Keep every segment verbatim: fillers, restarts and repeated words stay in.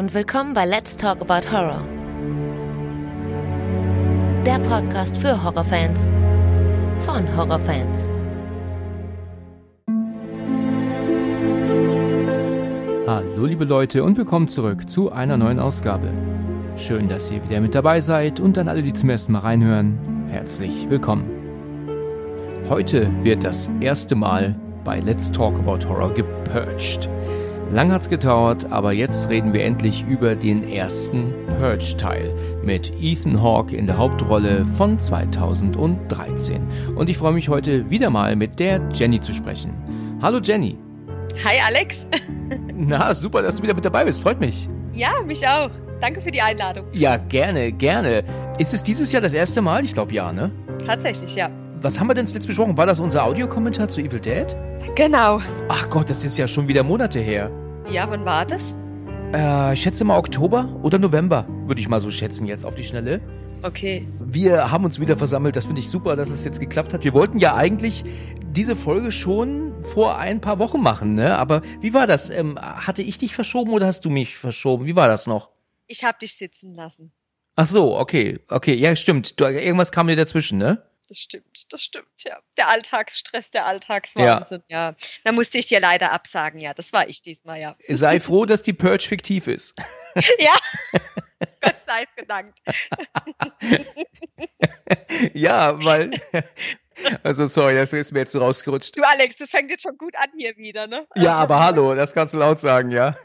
und willkommen bei Let's Talk About Horror. Der Podcast für Horrorfans von Horrorfans. Hallo liebe Leute und willkommen zurück zu einer neuen Ausgabe. Schön, dass ihr wieder mit dabei seid und an alle, die zum ersten Mal reinhören, herzlich willkommen. Heute wird das erste Mal bei Let's Talk About Horror gepurged. Lang hat's gedauert, aber jetzt reden wir endlich über den ersten Purge-Teil mit Ethan Hawke in der Hauptrolle von zweitausenddreizehn. Und ich freue mich heute wieder mal mit der Jenny zu sprechen. Hallo Jenny. Hi Alex. Na, super, dass du wieder mit dabei bist. Freut mich. Ja, mich auch. Danke für die Einladung. Ja, gerne, gerne. Ist es dieses Jahr das erste Mal? Ich glaube ja, ne? Tatsächlich, ja. Was haben wir denn zuletzt besprochen? War das unser Audiokommentar zu Evil Dead? Genau. Ach Gott, das ist ja schon wieder Monate her. Ja, wann war das? Äh, ich schätze mal Oktober oder November, würde ich mal so schätzen jetzt auf die Schnelle. Okay. Wir haben uns wieder versammelt, das finde ich super, dass es jetzt geklappt hat. Wir wollten ja eigentlich diese Folge schon vor ein paar Wochen machen, ne? Aber wie war das? Ähm, hatte ich dich verschoben oder hast du mich verschoben? Wie war das noch? Ich habe dich sitzen lassen. Ach so, okay, okay, ja stimmt. Du, irgendwas kam dir dazwischen, ne? Das stimmt, das stimmt, ja. Der Alltagsstress, der Alltagswahnsinn, ja. ja. Da musste ich dir leider absagen, ja. Das war ich diesmal, ja. Sei froh, dass die Purge fiktiv ist. Ja, Gott sei es gedankt. Ja, weil, also sorry, das ist mir jetzt so rausgerutscht. Du Alex, das fängt jetzt schon gut an hier wieder, ne? Ja, aber hallo, das kannst du laut sagen, ja.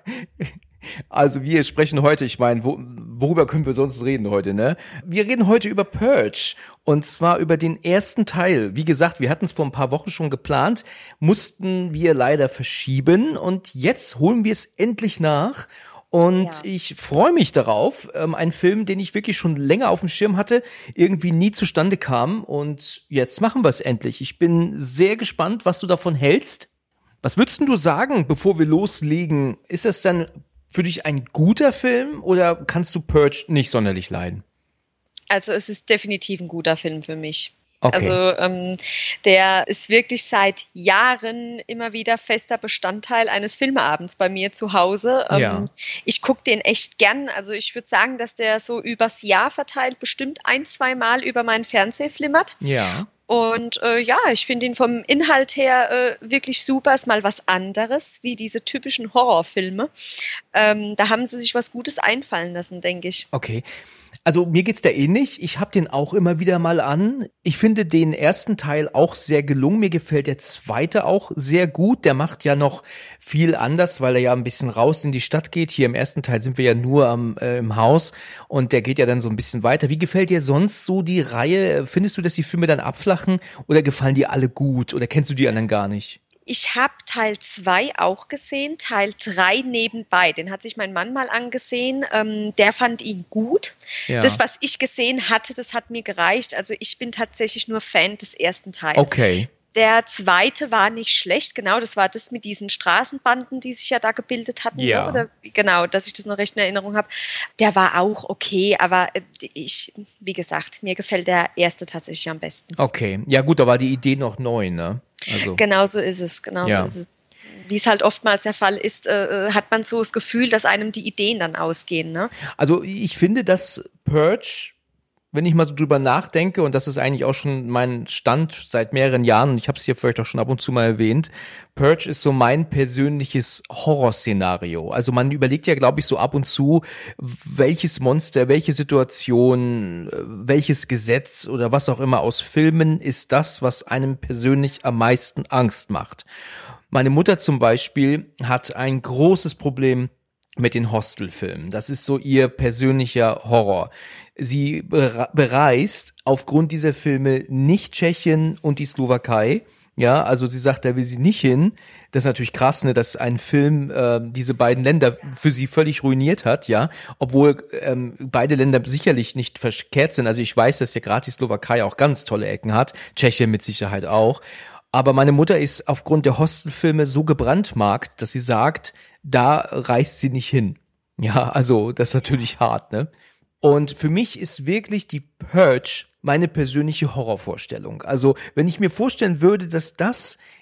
Also wir sprechen heute, ich meine, wo, worüber können wir sonst reden heute, ne? Wir reden heute über Purge und zwar über den ersten Teil. Wie gesagt, wir hatten es vor ein paar Wochen schon geplant, mussten wir leider verschieben und jetzt holen wir es endlich nach. Und ja. Ich freue mich darauf, ähm, ein Film, den ich wirklich schon länger auf dem Schirm hatte, irgendwie nie zustande kam und jetzt machen wir es endlich. Ich bin sehr gespannt, was du davon hältst. Was würdest du sagen, bevor wir loslegen? Ist das dann für dich ein guter Film oder kannst du Purge nicht sonderlich leiden? Also es ist definitiv ein guter Film für mich. Okay. Also ähm, der ist wirklich seit Jahren immer wieder fester Bestandteil eines Filmeabends bei mir zu Hause. Ähm, ja. Ich gucke den echt gern. Also ich würde sagen, dass der so übers Jahr verteilt bestimmt ein, zwei Mal über meinen Fernseher flimmert. Ja. Und äh, ja, ich finde ihn vom Inhalt her äh, wirklich super, ist mal was anderes, wie diese typischen Horrorfilme. Ähm, da haben sie sich was Gutes einfallen lassen, denke ich. Okay. Also mir geht's da ähnlich. Ich habe den auch immer wieder mal an. Ich finde den ersten Teil auch sehr gelungen. Mir gefällt der zweite auch sehr gut. Der macht ja noch viel anders, weil er ja ein bisschen raus in die Stadt geht. Hier im ersten Teil sind wir ja nur am, äh, im Haus und der geht ja dann so ein bisschen weiter. Wie gefällt dir sonst so die Reihe? Findest du, dass die Filme dann abflachen oder gefallen dir alle gut oder kennst du die anderen gar nicht? Ich habe Teil zwei auch gesehen, Teil drei nebenbei. Den hat sich mein Mann mal angesehen. Ähm, der fand ihn gut. Ja. Das, was ich gesehen hatte, das hat mir gereicht. Also ich bin tatsächlich nur Fan des ersten Teils. Okay. Der zweite war nicht schlecht, genau, das war das mit diesen Straßenbanden, die sich ja da gebildet hatten, ja. Oder genau, dass ich das noch recht in Erinnerung habe. Der war auch okay, aber ich, wie gesagt, mir gefällt der erste tatsächlich am besten. Okay, ja gut, da war die Idee noch neu, ne? Also. Genau so ist es, genau ja. so ist es. Wie es halt oftmals der Fall ist, äh, hat man so das Gefühl, dass einem die Ideen dann ausgehen, ne? Also ich finde, dass Purge, wenn ich mal so drüber nachdenke, und das ist eigentlich auch schon mein Stand seit mehreren Jahren, und ich habe es hier vielleicht auch schon ab und zu mal erwähnt, Purge ist so mein persönliches Horrorszenario. Also man überlegt ja, glaube ich, so ab und zu, welches Monster, welche Situation, welches Gesetz oder was auch immer aus Filmen ist das, was einem persönlich am meisten Angst macht. Meine Mutter zum Beispiel hat ein großes Problem mit den Hostel-Filmen. Das ist so ihr persönlicher Horror. Sie bereist aufgrund dieser Filme nicht Tschechien und die Slowakei. Ja, also sie sagt, da will sie nicht hin. Das ist natürlich krass, ne, dass ein Film äh, diese beiden Länder für sie völlig ruiniert hat, ja. Obwohl ähm, beide Länder sicherlich nicht verkehrt sind. Also ich weiß, dass ja gerade die Slowakei auch ganz tolle Ecken hat. Tschechien mit Sicherheit auch. Aber meine Mutter ist aufgrund der Hostelfilme so gebrandmarkt, dass sie sagt, da reist sie nicht hin. Ja, also das ist natürlich hart, ne? Und für mich ist wirklich die Purge meine persönliche Horrorvorstellung. Also wenn ich mir vorstellen würde, dass das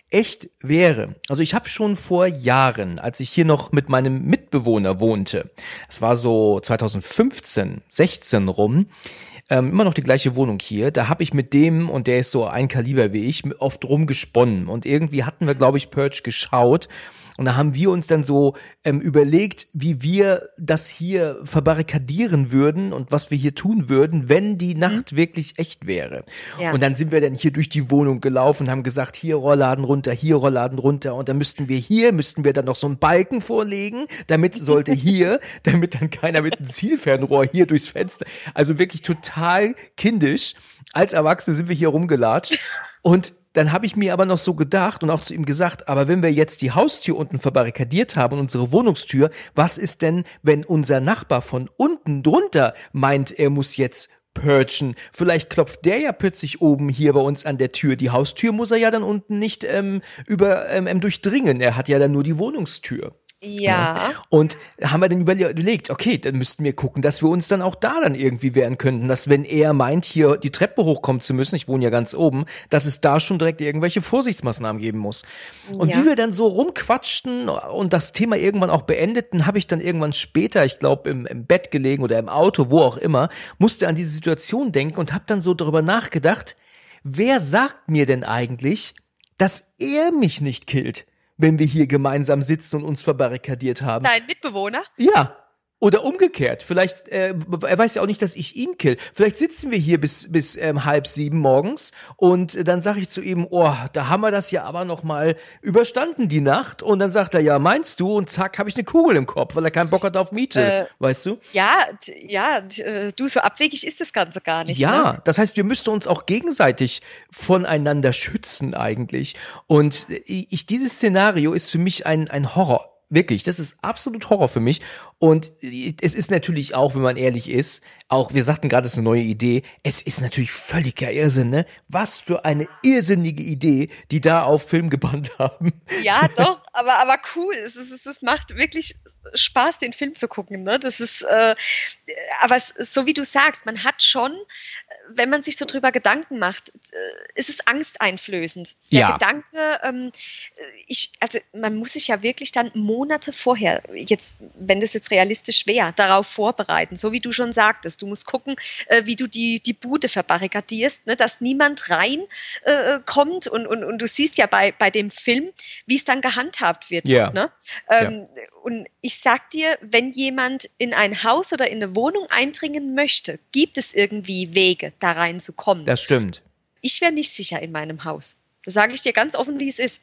echt wäre, also ich habe schon vor Jahren, als ich hier noch mit meinem Mitbewohner wohnte, es war so zwanzig fünfzehn, sechzehn rum, ähm, immer noch die gleiche Wohnung hier, da habe ich mit dem, und der ist so ein Kaliber wie ich, oft rumgesponnen und irgendwie hatten wir, glaube ich, Purge geschaut. Und da haben wir uns dann so ähm, überlegt, wie wir das hier verbarrikadieren würden und was wir hier tun würden, wenn die Nacht mhm. wirklich echt wäre. Ja. Und dann sind wir dann hier durch die Wohnung gelaufen und haben gesagt, hier Rollladen runter, hier Rollladen runter. Und dann müssten wir hier, müssten wir dann noch so einen Balken vorlegen, damit sollte hier, damit dann keiner mit einem Zielfernrohr hier durchs Fenster. Also wirklich total kindisch. Als Erwachsene sind wir hier rumgelatscht. Und dann habe ich mir aber noch so gedacht und auch zu ihm gesagt, aber wenn wir jetzt die Haustür unten verbarrikadiert haben und unsere Wohnungstür, was ist denn, wenn unser Nachbar von unten drunter meint, er muss jetzt purgen? Vielleicht klopft der ja plötzlich oben hier bei uns an der Tür. Die Haustür muss er ja dann unten nicht ähm, über ähm, durchdringen. Er hat ja dann nur die Wohnungstür. Ja. ja. Und haben wir dann überlegt, okay, dann müssten wir gucken, dass wir uns dann auch da dann irgendwie wehren könnten, dass wenn er meint, hier die Treppe hochkommen zu müssen, ich wohne ja ganz oben, dass es da schon direkt irgendwelche Vorsichtsmaßnahmen geben muss. Und ja. wie wir dann so rumquatschten und das Thema irgendwann auch beendeten, habe ich dann irgendwann später, ich glaube im, im Bett gelegen oder im Auto, wo auch immer, musste an diese Situation denken und habe dann so darüber nachgedacht, wer sagt mir denn eigentlich, dass er mich nicht killt, wenn wir hier gemeinsam sitzen und uns verbarrikadiert haben? Dein Mitbewohner? Ja. Oder umgekehrt. Vielleicht, äh, er weiß ja auch nicht, dass ich ihn kill. Vielleicht sitzen wir hier bis bis ähm, halb sieben morgens und äh, dann sage ich zu ihm, oh, da haben wir das ja aber noch mal überstanden, die Nacht. Und dann sagt er, ja, meinst du? Und zack, habe ich eine Kugel im Kopf, weil er keinen Bock hat auf Miete. Äh, weißt du? Ja, ja, du, so abwegig ist das Ganze gar nicht. Ja, ne? Das heißt, wir müssten uns auch gegenseitig voneinander schützen eigentlich. Und ich, dieses Szenario ist für mich ein ein Horror. Wirklich, das ist absolut Horror für mich. Und es ist natürlich auch, wenn man ehrlich ist, auch, wir sagten gerade, es ist eine neue Idee, es ist natürlich völliger Irrsinn, ne? Was für eine irrsinnige Idee, die da auf Film gebannt haben. Ja, doch, aber, aber cool. Es, ist, es macht wirklich Spaß, den Film zu gucken, ne? Das ist, äh, aber es, so wie du sagst, man hat schon, wenn man sich so drüber Gedanken macht, äh, ist es angsteinflößend. Der ja. Gedanke, ähm, ich, also man muss sich ja wirklich dann Monate vorher, jetzt, wenn das jetzt realistisch wäre, darauf vorbereiten, so wie du schon sagtest. Du musst gucken, äh, wie du die, die Bude verbarrikadierst, ne, dass niemand rein äh, kommt und, und, und du siehst ja bei, bei dem Film, wie es dann gehandhabt wird. Yeah. Ne? Ähm, ja. Und ich sag dir, wenn jemand in ein Haus oder in eine Wohnung eindringen möchte, gibt es irgendwie Wege, da reinzukommen. Das stimmt. Ich wäre nicht sicher in meinem Haus. Das sage ich dir ganz offen, wie es ist.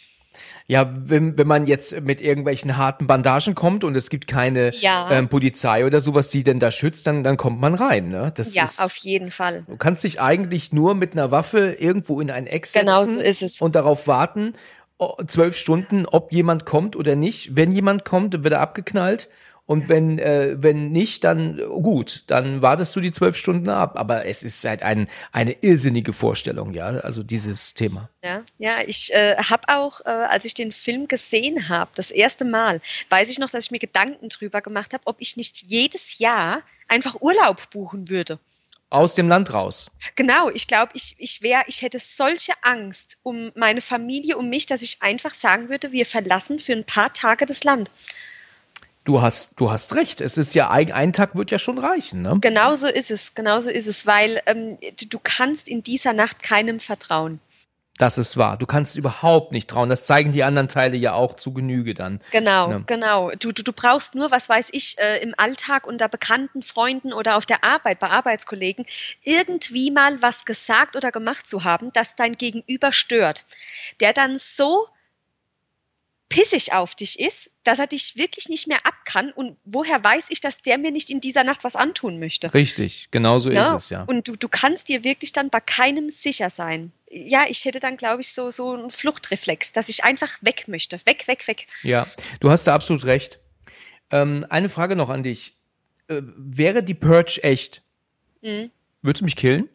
Ja, wenn, wenn man jetzt mit irgendwelchen harten Bandagen kommt und es gibt keine ja. ähm, Polizei oder sowas, die denn da schützt, dann, dann kommt man rein. Ne? Das ja, ist, auf jeden Fall. Du kannst dich eigentlich nur mit einer Waffe irgendwo in ein Eck setzen genau so ist es. Und darauf warten, zwölf Stunden, ob jemand kommt oder nicht. Wenn jemand kommt, dann wird er abgeknallt. Und wenn äh, wenn nicht, dann gut, dann wartest du die zwölf Stunden ab. Aber es ist halt ein, eine irrsinnige Vorstellung, ja, also dieses Thema. Ja, ja, ich äh, habe auch, äh, als ich den Film gesehen habe, das erste Mal, weiß ich noch, dass ich mir Gedanken drüber gemacht habe, ob ich nicht jedes Jahr einfach Urlaub buchen würde. Aus dem Land raus. Genau, ich glaube, ich, ich wäre, ich hätte solche Angst um meine Familie, um mich, dass ich einfach sagen würde, wir verlassen für ein paar Tage das Land. Du hast, du hast recht. Es ist ja ein, ein Tag wird ja schon reichen, ne? Genau so ist es, genau so ist es, weil ähm, du, du kannst in dieser Nacht keinem vertrauen. Das ist wahr. Du kannst überhaupt nicht trauen. Das zeigen die anderen Teile ja auch zu Genüge dann. Genau, ne? genau. Du, du, du brauchst nur, was weiß ich, äh, im Alltag unter bekannten Freunden oder auf der Arbeit, bei Arbeitskollegen, irgendwie mal was gesagt oder gemacht zu haben, das dein Gegenüber stört. Der dann so pissig auf dich ist, dass er dich wirklich nicht mehr ab kann. Und woher weiß ich, dass der mir nicht in dieser Nacht was antun möchte? Richtig, genau so ja? ist es, ja. Und du, du kannst dir wirklich dann bei keinem sicher sein. Ja, ich hätte dann, glaube ich, so, so einen Fluchtreflex, dass ich einfach weg möchte. Weg, weg, weg. Ja, du hast da absolut recht. Ähm, eine Frage noch an dich. Äh, wäre die Purge echt? Mhm. Würdest du mich killen?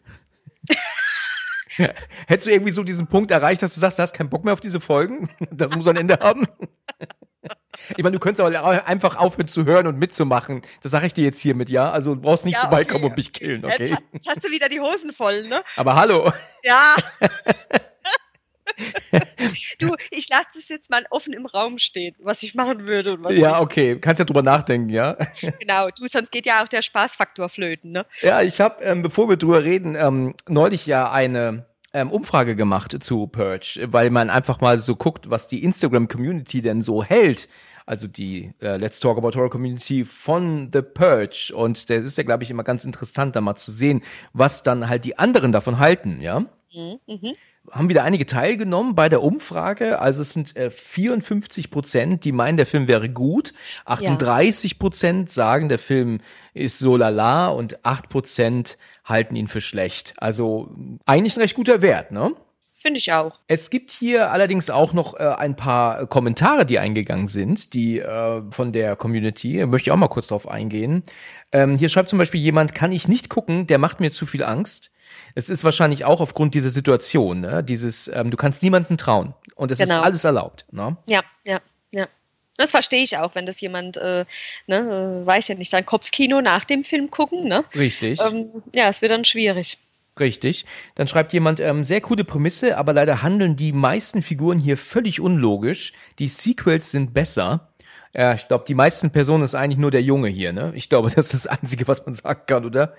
Hättest du irgendwie so diesen Punkt erreicht, dass du sagst, du hast keinen Bock mehr auf diese Folgen? Das muss ein Ende haben? Ich meine, du könntest aber einfach aufhören zu hören und mitzumachen. Das sage ich dir jetzt hiermit, ja? Also du brauchst nicht ja, vorbeikommen okay. und mich killen, okay? Jetzt, jetzt hast du wieder die Hosen voll, ne? Aber hallo. Ja. Du, ich lasse es jetzt mal offen im Raum stehen, was ich machen würde und was Ja, nicht. okay, kannst ja drüber nachdenken, ja? Genau, du, sonst geht ja auch der Spaßfaktor flöten, ne? Ja, ich habe, ähm, bevor wir drüber reden, ähm, neulich ja eine ähm, Umfrage gemacht zu Purge, weil man einfach mal so guckt, was die Instagram-Community denn so hält. Also die äh, Let's Talk About Horror Community von The Purge. Und das ist ja, glaube ich, immer ganz interessant, da mal zu sehen, was dann halt die anderen davon halten, ja? Mhm. Mhm. Haben wieder einige teilgenommen bei der Umfrage. Also es sind äh, vierundfünfzig Prozent, die meinen, der Film wäre gut. achtunddreißig Prozent sagen, der Film ist so lala und acht Prozent halten ihn für schlecht. Also eigentlich ein recht guter Wert, ne? Finde ich auch. Es gibt hier allerdings auch noch äh, ein paar Kommentare, die eingegangen sind, die äh, von der Community. Möchte ich auch mal kurz drauf eingehen. Ähm, hier schreibt zum Beispiel jemand, kann ich nicht gucken, der macht mir zu viel Angst. Es ist wahrscheinlich auch aufgrund dieser Situation, ne? Dieses, ähm, du kannst niemandem trauen und es Genau. ist alles erlaubt, ne? Ja, ja, ja. Das verstehe ich auch, wenn das jemand, äh, ne, äh, weiß ja nicht, ein Kopfkino nach dem Film gucken, ne? Richtig. Ähm, ja, es wird dann schwierig. Richtig. Dann schreibt jemand, ähm, sehr coole Prämisse, aber leider handeln die meisten Figuren hier völlig unlogisch. Die Sequels sind besser. Ja, ich glaube, die meisten Personen ist eigentlich nur der Junge hier, ne? Ich glaube, das ist das Einzige, was man sagen kann, oder?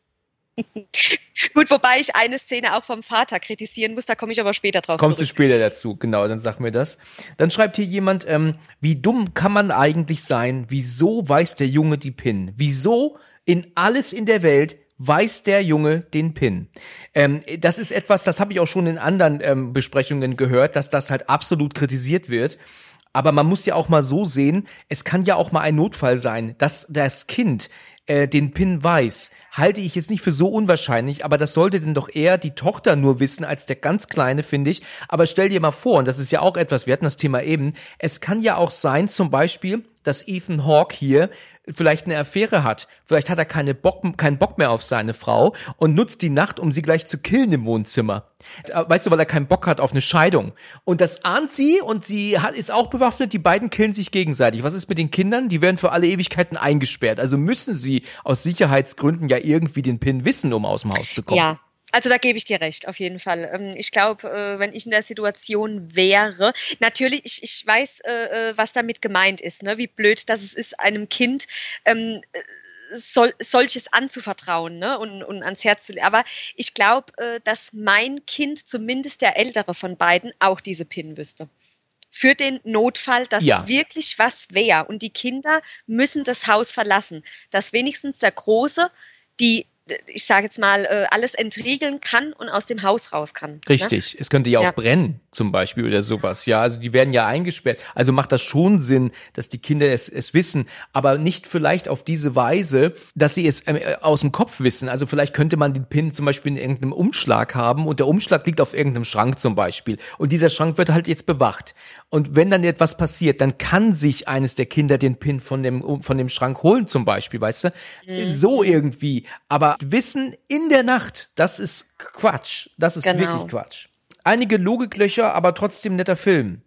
Gut, wobei ich eine Szene auch vom Vater kritisieren muss, da komme ich aber später drauf Kommst zurück. du später dazu, genau, dann sag mir das. Dann schreibt hier jemand, ähm, wie dumm kann man eigentlich sein? Wieso weiß der Junge die PIN? Wieso in alles in der Welt weiß der Junge den PIN? Ähm, das ist etwas, das habe ich auch schon in anderen ähm, Besprechungen gehört, dass das halt absolut kritisiert wird. Aber man muss ja auch mal so sehen, es kann ja auch mal ein Notfall sein, dass das Kind äh, den PIN weiß. Halte ich jetzt nicht für so unwahrscheinlich, aber das sollte denn doch eher die Tochter nur wissen als der ganz Kleine, finde ich. Aber stell dir mal vor, und das ist ja auch etwas, wir hatten das Thema eben, es kann ja auch sein, zum Beispiel, dass Ethan Hawke hier vielleicht eine Affäre hat. Vielleicht hat er keine Bock, keinen Bock mehr auf seine Frau und nutzt die Nacht, um sie gleich zu killen im Wohnzimmer. Weißt du, weil er keinen Bock hat auf eine Scheidung. Und das ahnt sie und sie hat, ist auch bewaffnet, die beiden killen sich gegenseitig. Was ist mit den Kindern? Die werden für alle Ewigkeiten eingesperrt. Also müssen sie aus Sicherheitsgründen ja irgendwie den PIN wissen, um aus dem Haus zu kommen. Ja. Also da gebe ich dir recht, auf jeden Fall. Ich glaube, wenn ich in der Situation wäre, natürlich, ich, ich weiß, was damit gemeint ist, ne? Wie blöd, dass es ist, einem Kind ähm, sol, solches anzuvertrauen, ne? und, und ans Herz zu legen. Aber ich glaube, dass mein Kind, zumindest der ältere von beiden, auch diese PIN wüsste. Für den Notfall, dass Ja. wirklich was wäre. Und die Kinder müssen das Haus verlassen. Dass wenigstens der Große, die ich sage jetzt mal, äh, alles entriegeln kann und aus dem Haus raus kann. Richtig. Ne? Es könnte ja auch Ja. brennen, zum Beispiel, oder sowas. Ja, also die werden ja eingesperrt. Also macht das schon Sinn, dass die Kinder es, es wissen, aber nicht vielleicht auf diese Weise, dass sie es äh, aus dem Kopf wissen. Also vielleicht könnte man den PIN zum Beispiel in irgendeinem Umschlag haben und der Umschlag liegt auf irgendeinem Schrank zum Beispiel. Und dieser Schrank wird halt jetzt bewacht. Und wenn dann etwas passiert, dann kann sich eines der Kinder den PIN von dem, von dem Schrank holen zum Beispiel, weißt du? Mhm. So irgendwie. Aber Wissen in der Nacht, das ist Quatsch. Das ist Genau. wirklich Quatsch. Einige Logiklöcher, aber trotzdem netter Film.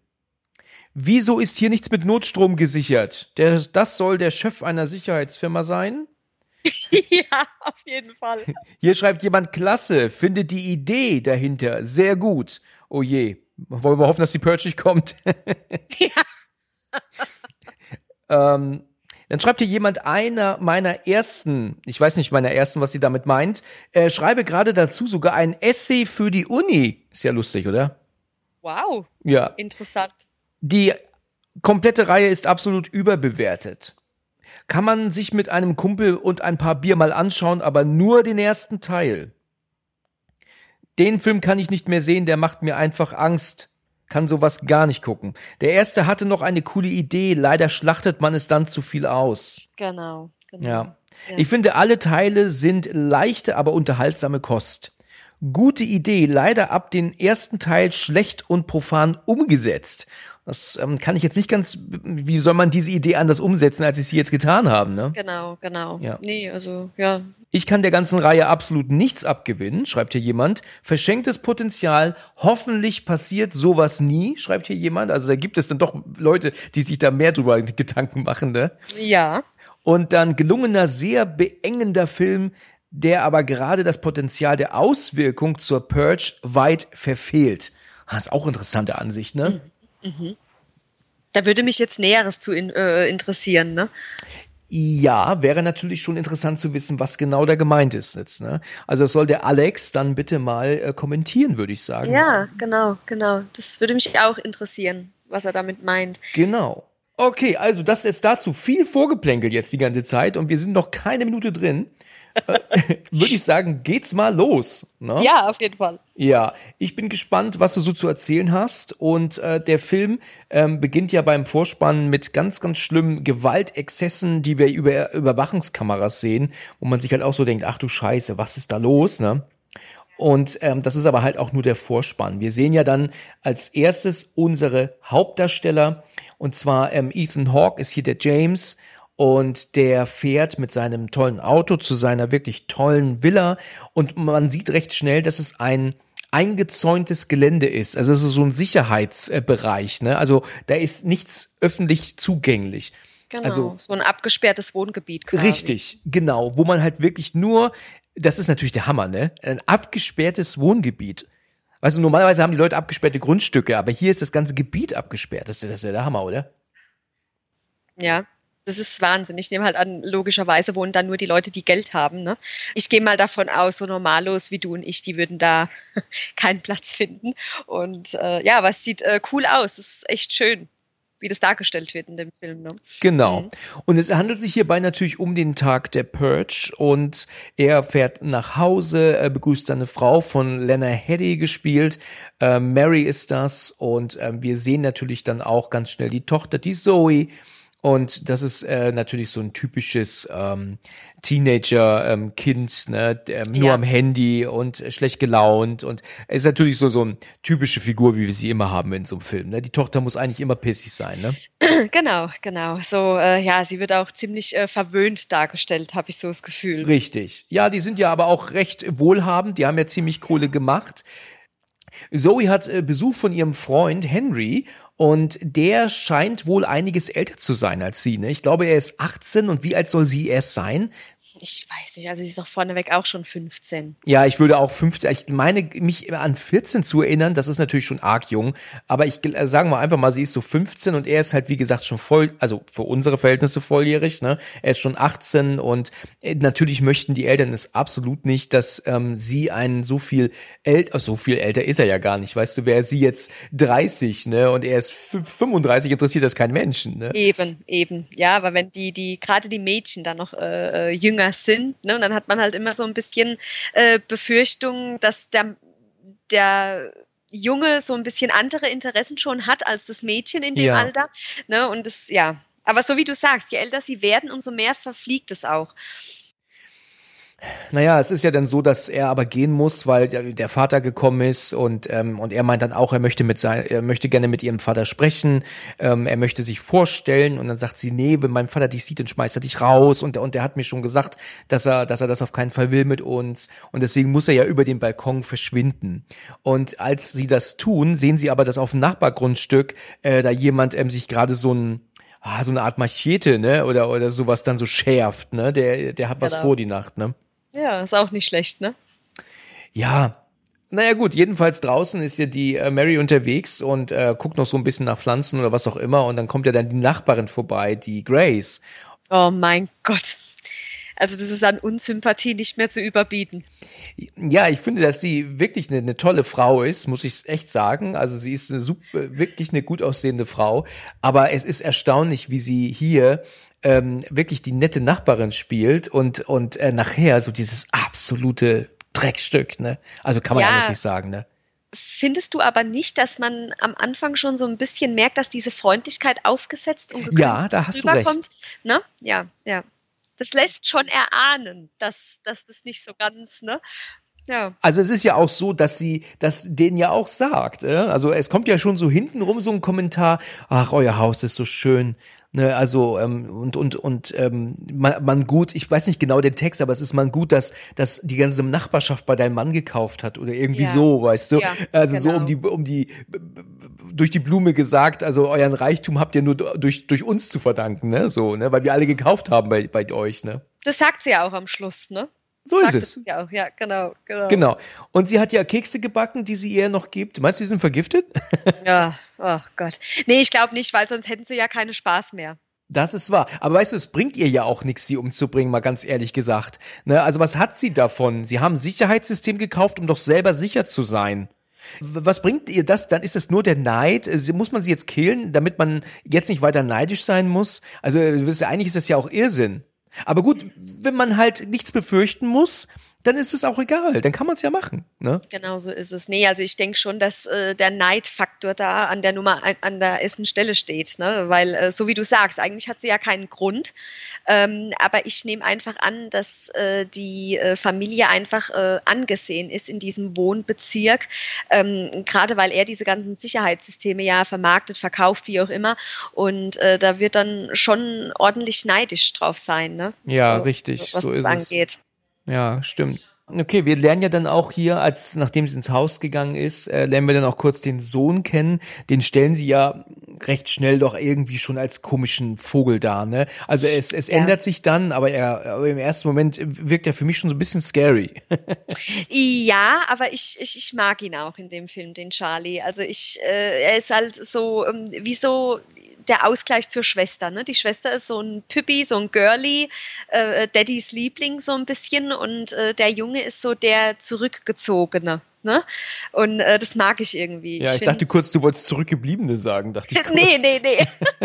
Wieso ist hier nichts mit Notstrom gesichert? Der, das soll der Chef einer Sicherheitsfirma sein? Ja, auf jeden Fall. Hier schreibt jemand, klasse, finde die Idee dahinter sehr gut. Oh je, wollen wir hoffen, dass die Purge nicht kommt. ähm, Dann schreibt hier jemand, einer meiner ersten, ich weiß nicht meiner ersten, was sie damit meint, äh, schreibe gerade dazu sogar ein Essay für die Uni. Ist ja lustig, oder? Wow, Ja. interessant. Die komplette Reihe ist absolut überbewertet. Kann man sich mit einem Kumpel und ein paar Bier mal anschauen, aber nur den ersten Teil. Den Film kann ich nicht mehr sehen, der macht mir einfach Angst. Kann sowas gar nicht gucken. Der erste hatte noch eine coole Idee, leider schlachtet man es dann zu viel aus. Genau. genau. Ja. Ja. Ich finde, alle Teile sind leichte, aber unterhaltsame Kost. Gute Idee, leider ab den ersten Teil schlecht und profan umgesetzt. Das ähm, kann ich jetzt nicht ganz, wie soll man diese Idee anders umsetzen, als sie es hier jetzt getan haben, ne? Genau, genau. Ja. Nee, also, ja. Ich kann der ganzen Reihe absolut nichts abgewinnen, schreibt hier jemand. Verschenktes Potenzial, hoffentlich passiert sowas nie, schreibt hier jemand. Also da gibt es dann doch Leute, die sich da mehr drüber Gedanken machen, ne? Ja. Und dann gelungener, sehr beengender Film, der aber gerade das Potenzial der Auswirkung zur Purge weit verfehlt. Ah, ist auch interessante Ansicht, ne? Mhm. Mhm. Da würde mich jetzt Näheres zu in, äh, interessieren, ne? Ja, wäre natürlich schon interessant zu wissen, was genau da gemeint ist jetzt, ne? Also das soll der Alex dann bitte mal äh, kommentieren, würde ich sagen. Ja, genau, genau. Das würde mich auch interessieren, was er damit meint. Genau. Okay, also das jetzt dazu. Viel Vorgeplänkel jetzt die ganze Zeit und wir sind noch keine Minute drin. Würde ich sagen, geht's mal los. Ne? Ja, auf jeden Fall. Ja, ich bin gespannt, was du so zu erzählen hast. Und äh, der Film ähm, beginnt ja beim Vorspann mit ganz, ganz schlimmen Gewaltexzessen, die wir über Überwachungskameras sehen, wo man sich halt auch so denkt, ach du Scheiße, was ist da los, ne? Und ähm, das ist aber halt auch nur der Vorspann. Wir sehen ja dann als erstes unsere Hauptdarsteller. Und zwar ähm, Ethan Hawke ist hier der James. Und der fährt mit seinem tollen Auto zu seiner wirklich tollen Villa. Und man sieht recht schnell, dass es ein eingezäuntes Gelände ist. Also es ist so ein Sicherheitsbereich. Ne? Also da ist nichts öffentlich zugänglich. Genau, also, so ein abgesperrtes Wohngebiet quasi. Richtig, genau. Wo man halt wirklich nur, das ist natürlich der Hammer, ne? Ein abgesperrtes Wohngebiet. Weißt du, normalerweise haben die Leute abgesperrte Grundstücke, aber hier ist das ganze Gebiet abgesperrt. Das ist, das ist ja der Hammer, oder? Ja. Das ist Wahnsinn. Ich nehme halt an, logischerweise wohnen da nur die Leute, die Geld haben. Ne? Ich gehe mal davon aus, so Normalos wie du und ich, die würden da keinen Platz finden. Und äh, ja, aber es sieht äh, cool aus. Es ist echt schön, wie das dargestellt wird in dem Film. Ne? Genau. Mhm. Und es handelt sich hierbei natürlich um den Tag der Purge. Und er fährt nach Hause, er begrüßt seine Frau, von Lena Headey gespielt. Äh, Mary ist das. Und äh, wir sehen natürlich dann auch ganz schnell die Tochter, die Zoe. Und das ist äh, natürlich so ein typisches ähm, Teenager-Kind, ähm, ne, ähm, nur Ja. am Handy und äh, schlecht gelaunt. Und er ist natürlich so so eine typische Figur, wie wir sie immer haben in so einem Film. Ne? Die Tochter muss eigentlich immer pissig sein, ne? Genau, genau. So, äh, ja, sie wird auch ziemlich äh, verwöhnt dargestellt, habe ich so das Gefühl. Richtig. Ja, die sind ja aber auch recht wohlhabend. Die haben ja ziemlich Kohle gemacht. Zoe hat äh, Besuch von ihrem Freund Henry und der scheint wohl einiges älter zu sein als sie. Ne? Ich glaube, er ist achtzehn und wie alt soll sie erst sein? Ich weiß nicht, also sie ist doch vorneweg auch schon fünfzehn. Ja, ich würde auch fünfzehn, ich meine, mich an vierzehn zu erinnern, das ist natürlich schon arg jung, aber ich äh, sagen wir einfach mal, sie ist so fünfzehn und er ist halt, wie gesagt, schon voll, also für unsere Verhältnisse volljährig, ne? Er ist schon achtzehn und äh, natürlich möchten die Eltern es absolut nicht, dass ähm, sie einen so viel älter, so viel älter ist er ja gar nicht, weißt du, wäre sie jetzt dreißig, ne? Und er ist fünfunddreißig, interessiert das kein Menschen, ne? Eben, eben. Ja, aber wenn die, die, gerade die Mädchen dann noch äh, jünger sind, ne, und dann hat man halt immer so ein bisschen äh, Befürchtung, dass der, der Junge so ein bisschen andere Interessen schon hat als das Mädchen in dem Ja. Alter. Ne, und das, ja. Aber so wie du sagst, je älter sie werden, umso mehr verfliegt es auch. Naja, es ist ja dann so, dass er aber gehen muss, weil der, der Vater gekommen ist und ähm, und er meint dann auch, er möchte mit sein, er möchte gerne mit ihrem Vater sprechen, ähm, er möchte sich vorstellen und dann sagt sie, nee, wenn mein Vater dich sieht, dann schmeißt er dich raus und und der hat mir schon gesagt, dass er dass er das auf keinen Fall will mit uns und deswegen muss er ja über den Balkon verschwinden. Und als sie das tun, sehen sie aber, dass auf dem Nachbargrundstück äh, da jemand ähm, sich gerade so ein ah, so eine Art Machete, ne, oder oder sowas dann so schärft, ne, der der hat was Genau. vor die Nacht, ne. Ja, ist auch nicht schlecht, ne? Ja, naja gut, jedenfalls draußen ist ja die äh, Mary unterwegs und äh, guckt noch so ein bisschen nach Pflanzen oder was auch immer und dann kommt ja dann die Nachbarin vorbei, die Grace. Oh mein Gott. Also das ist an Unsympathie nicht mehr zu überbieten. Ja, ich finde, dass sie wirklich eine, eine tolle Frau ist, muss ich echt sagen. Also sie ist eine super, wirklich eine gut aussehende Frau, aber es ist erstaunlich, wie sie hier ähm, wirklich die nette Nachbarin spielt und und äh, nachher so dieses absolute Dreckstück, ne? Also kann man ja Ja. anders nicht sagen, ne? Findest du aber nicht, dass man am Anfang schon so ein bisschen merkt, dass diese Freundlichkeit aufgesetzt und gekünstelt Ja, da hast du recht. rüberkommt? Ne? Ja, ja. Das lässt schon erahnen, dass, dass das nicht so ganz, ne? Ja. Also es ist ja auch so, dass sie das denen ja auch sagt. Äh? Also es kommt ja schon so hintenrum so ein Kommentar, ach, euer Haus ist so schön. Ne, also ähm, und und und ähm, man, man gut, ich weiß nicht genau den Text, aber es ist man gut, dass dass die ganze Nachbarschaft bei deinem Mann gekauft hat oder irgendwie Ja. so, weißt du? Ja, also so genau. um die um die durch die Blume gesagt, also euren Reichtum habt ihr nur durch durch uns zu verdanken, ne? So, ne, weil wir alle gekauft haben bei bei euch, ne? Das sagt sie ja auch am Schluss, ne? So ist es. es ja auch, ja, genau, genau. Genau. Und sie hat ja Kekse gebacken, die sie ihr noch gibt. Meinst du, die sind vergiftet? Ja, oh Gott. Nee, ich glaube nicht, weil sonst hätten sie ja keinen Spaß mehr. Das ist wahr. Aber weißt du, es bringt ihr ja auch nichts, sie umzubringen, mal ganz ehrlich gesagt. Ne? Also was hat sie davon? Sie haben ein Sicherheitssystem gekauft, um doch selber sicher zu sein. Was bringt ihr das? Dann ist es nur der Neid. Muss man sie jetzt killen, damit man jetzt nicht weiter neidisch sein muss? Also eigentlich ist das ja auch Irrsinn. Aber gut, wenn man halt nichts befürchten muss, dann ist es auch egal. Dann kann man es ja machen. Ne? Genau so ist es. Nee, also ich denke schon, dass äh, der Neidfaktor da an der Nummer, an der ersten Stelle steht. Ne? Weil, äh, so wie du sagst, eigentlich hat sie ja keinen Grund. Ähm, aber ich nehme einfach an, dass äh, die äh, Familie einfach äh, angesehen ist in diesem Wohnbezirk. Ähm, gerade weil er diese ganzen Sicherheitssysteme ja vermarktet, verkauft, wie auch immer. Und äh, da wird dann schon ordentlich neidisch drauf sein. Ne? Ja, so, richtig. Was so das ist angeht. Es. Ja, stimmt. Okay, wir lernen ja dann auch hier, als nachdem sie ins Haus gegangen ist, äh, lernen wir dann auch kurz den Sohn kennen. Den stellen sie ja recht schnell doch irgendwie schon als komischen Vogel dar, ne? Also es, es ja. ändert sich dann, aber er aber im ersten Moment wirkt er für mich schon so ein bisschen scary. Ja, aber ich, ich, ich mag ihn auch in dem Film, den Charlie. Also ich, äh, er ist halt so, ähm, wie so der Ausgleich zur Schwester, ne? Die Schwester ist so ein Püppi, so ein Girlie, äh, Daddys Liebling so ein bisschen und äh, der Junge ist so der Zurückgezogene. Ne? Und äh, das mag ich irgendwie. Ja, ich, ich dachte kurz, du wolltest Zurückgebliebene sagen. Dachte ich kurz. nee, nee, nee.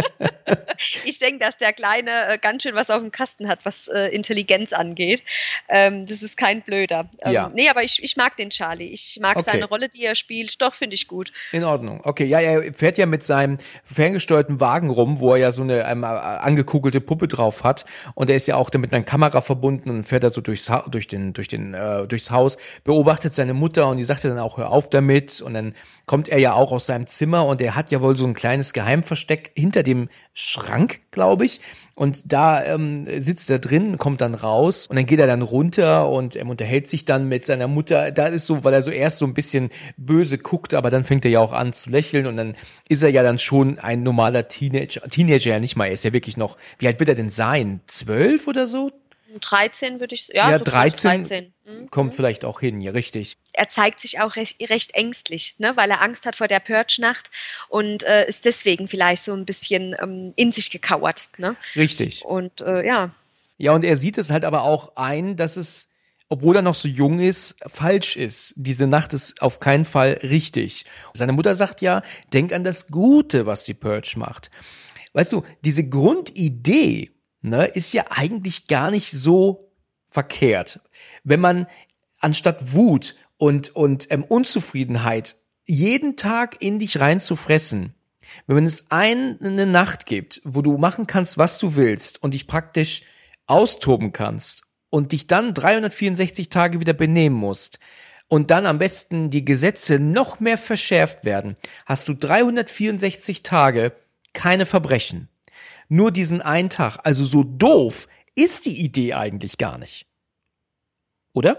Ich denke, dass der Kleine äh, ganz schön was auf dem Kasten hat, was äh, Intelligenz angeht. Ähm, das ist kein Blöder. Ähm, ja. Nee, aber ich, ich mag den Charlie. Ich mag okay. seine Rolle, die er spielt. Doch, finde ich gut. In Ordnung. Okay, ja, er fährt ja mit seinem ferngesteuerten Wagen rum, wo er ja so eine ähm, angekugelte Puppe drauf hat. Und er ist ja auch dann mit einer Kamera verbunden und fährt da so durchs, ha- durch den, durch den, äh, durchs Haus, beobachtet seine Mutter und die sagt ja dann auch, hör auf damit. Und dann kommt er ja auch aus seinem Zimmer und er hat ja wohl so ein kleines Geheimversteck hinter dem Schrank, glaube ich. Und da ähm, sitzt er drin, kommt dann raus und dann geht er dann runter und er unterhält sich dann mit seiner Mutter. Da ist so, weil er so erst so ein bisschen böse guckt, aber dann fängt er ja auch an zu lächeln und dann ist er ja dann schon ein normaler Teenager. Teenager ja nicht mal, er ist ja wirklich noch, wie alt wird er denn sein? Zwölf oder so? dreizehn würde ich, ja, ja so dreizehn, dreizehn. Mhm. Kommt vielleicht auch hin, ja, richtig. Er zeigt sich auch recht, recht ängstlich, ne, weil er Angst hat vor der Purge-Nacht und äh, ist deswegen vielleicht so ein bisschen ähm, in sich gekauert. Ne? Richtig. Und äh, ja. Ja, und er sieht es halt aber auch ein, dass es, obwohl er noch so jung ist, falsch ist. Diese Nacht ist auf keinen Fall richtig. Seine Mutter sagt ja, denk an das Gute, was die Purge macht. Weißt du, diese Grundidee, ne, ist ja eigentlich gar nicht so verkehrt. Wenn man anstatt Wut und, und ähm, Unzufriedenheit jeden Tag in dich rein zu fressen, wenn es eine Nacht gibt, wo du machen kannst, was du willst und dich praktisch austoben kannst und dich dann dreihundertvierundsechzig Tage wieder benehmen musst und dann am besten die Gesetze noch mehr verschärft werden, hast du dreihundertvierundsechzig Tage keine Verbrechen. Nur diesen einen Tag. Also so doof ist die Idee eigentlich gar nicht. Oder?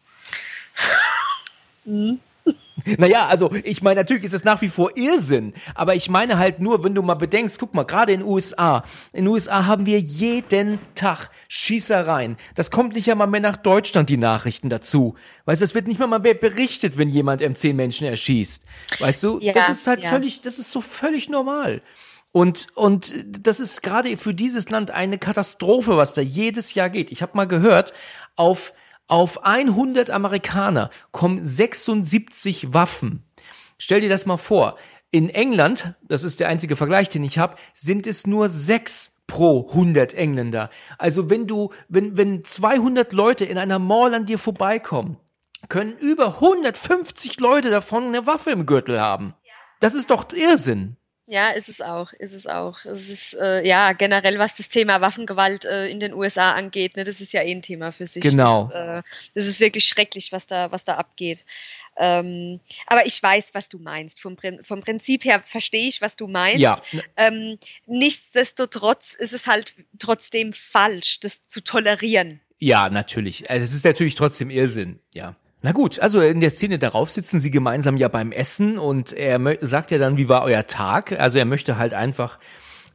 Mhm. Naja, also ich meine, natürlich ist es nach wie vor Irrsinn, aber ich meine halt nur, wenn du mal bedenkst, guck mal, gerade in den U S A, in den U S A haben wir jeden Tag Schießereien. Das kommt nicht einmal mehr nach Deutschland, die Nachrichten dazu. Weißt du, es wird nicht mal mehr berichtet, wenn jemand ähm, zehn Menschen erschießt. Weißt du, ja, das ist halt ja. völlig, das ist so völlig normal. Und, und das ist gerade für dieses Land eine Katastrophe, was da jedes Jahr geht. Ich habe mal gehört, auf Auf hundert Amerikaner kommen sechsundsiebzig Waffen. Stell dir das mal vor. In England, das ist der einzige Vergleich, den ich habe, sind es nur sechs pro hundert Engländer. Also wenn du, wenn, wenn zweihundert Leute in einer Mall an dir vorbeikommen, können über hundertfünfzig Leute davon eine Waffe im Gürtel haben. Das ist doch Irrsinn. Ja, ist es auch, ist es auch. Es ist, äh, ja, generell, was das Thema Waffengewalt äh, in den U S A angeht, ne, das ist ja eh ein Thema für sich. Genau. Das, äh, das ist wirklich schrecklich, was da, was da abgeht. Ähm, aber ich weiß, was du meinst. Vom, vom Prinzip her verstehe ich, was du meinst. Ja. Ähm, nichtsdestotrotz ist es halt trotzdem falsch, das zu tolerieren. Ja, natürlich. Also es ist natürlich trotzdem Irrsinn, ja. Na gut, also in der Szene darauf sitzen sie gemeinsam ja beim Essen und er mö- sagt ja dann, wie war euer Tag? Also er möchte halt einfach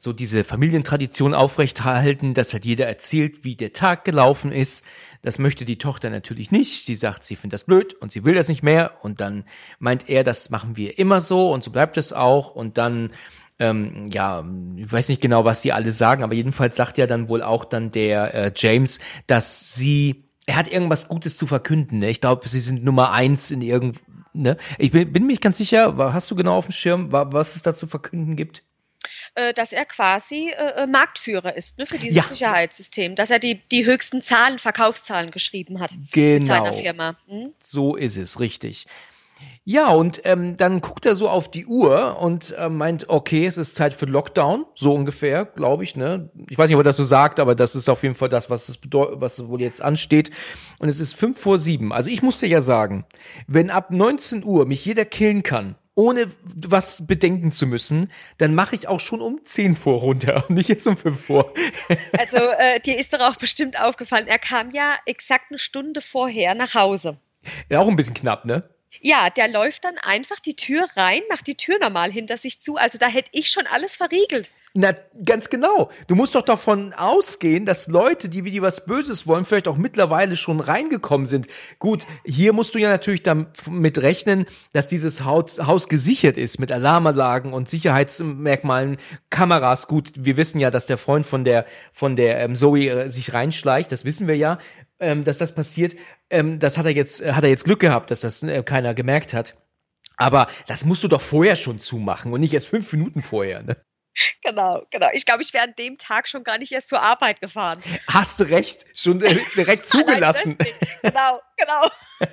so diese Familientradition aufrechthalten, dass halt jeder erzählt, wie der Tag gelaufen ist. Das möchte die Tochter natürlich nicht. Sie sagt, sie findet das blöd und sie will das nicht mehr. Und dann meint er, das machen wir immer so und so bleibt es auch. Und dann, ähm, ja, ich weiß nicht genau, was die alle sagen, aber jedenfalls sagt ja dann wohl auch dann der äh, James, dass sie, er hat irgendwas Gutes zu verkünden. Ne? Ich glaube, sie sind Nummer eins in irgend, ne? Ich bin, bin mir nicht ganz sicher, hast du genau auf dem Schirm, was es da zu verkünden gibt? Dass er quasi äh, Marktführer ist, ne, für dieses ja. Sicherheitssystem, dass er die, die höchsten Zahlen, Verkaufszahlen geschrieben hat genau. mit seiner Firma. Hm? So ist es, richtig. Ja, und ähm, dann guckt er so auf die Uhr und äh, meint, okay, es ist Zeit für Lockdown, so ungefähr, glaube ich, ne? Ich weiß nicht, ob er das so sagt, aber das ist auf jeden Fall das, was es bedeutet, was wohl jetzt ansteht. Und es ist fünf vor sieben. Also ich musste ja sagen, wenn ab neunzehn Uhr mich jeder killen kann, ohne was bedenken zu müssen, dann mache ich auch schon um zehn vor runter, nicht jetzt um fünf vor. Also äh, dir ist doch auch bestimmt aufgefallen, er kam ja exakt eine Stunde vorher nach Hause. Ja, auch ein bisschen knapp, ne? Ja, der läuft dann einfach die Tür rein, macht die Tür normal hinter sich zu. Also da hätte ich schon alles verriegelt. Na, ganz genau. Du musst doch davon ausgehen, dass Leute, die dir was Böses wollen, vielleicht auch mittlerweile schon reingekommen sind. Gut, hier musst du ja natürlich damit rechnen, dass dieses Haus, Haus gesichert ist mit Alarmanlagen und Sicherheitsmerkmalen, Kameras. Gut, wir wissen ja, dass der Freund von der von der ähm, Zoe äh, sich reinschleicht. Das wissen wir ja, ähm, dass das passiert. Ähm, das hat er jetzt äh, hat er jetzt Glück gehabt, dass das äh, keiner gemerkt hat. Aber das musst du doch vorher schon zumachen und nicht erst fünf Minuten vorher, ne? Genau, genau. Ich glaube, ich wäre an dem Tag schon gar nicht erst zur Arbeit gefahren. Hast du recht, schon direkt zugelassen. Genau, genau.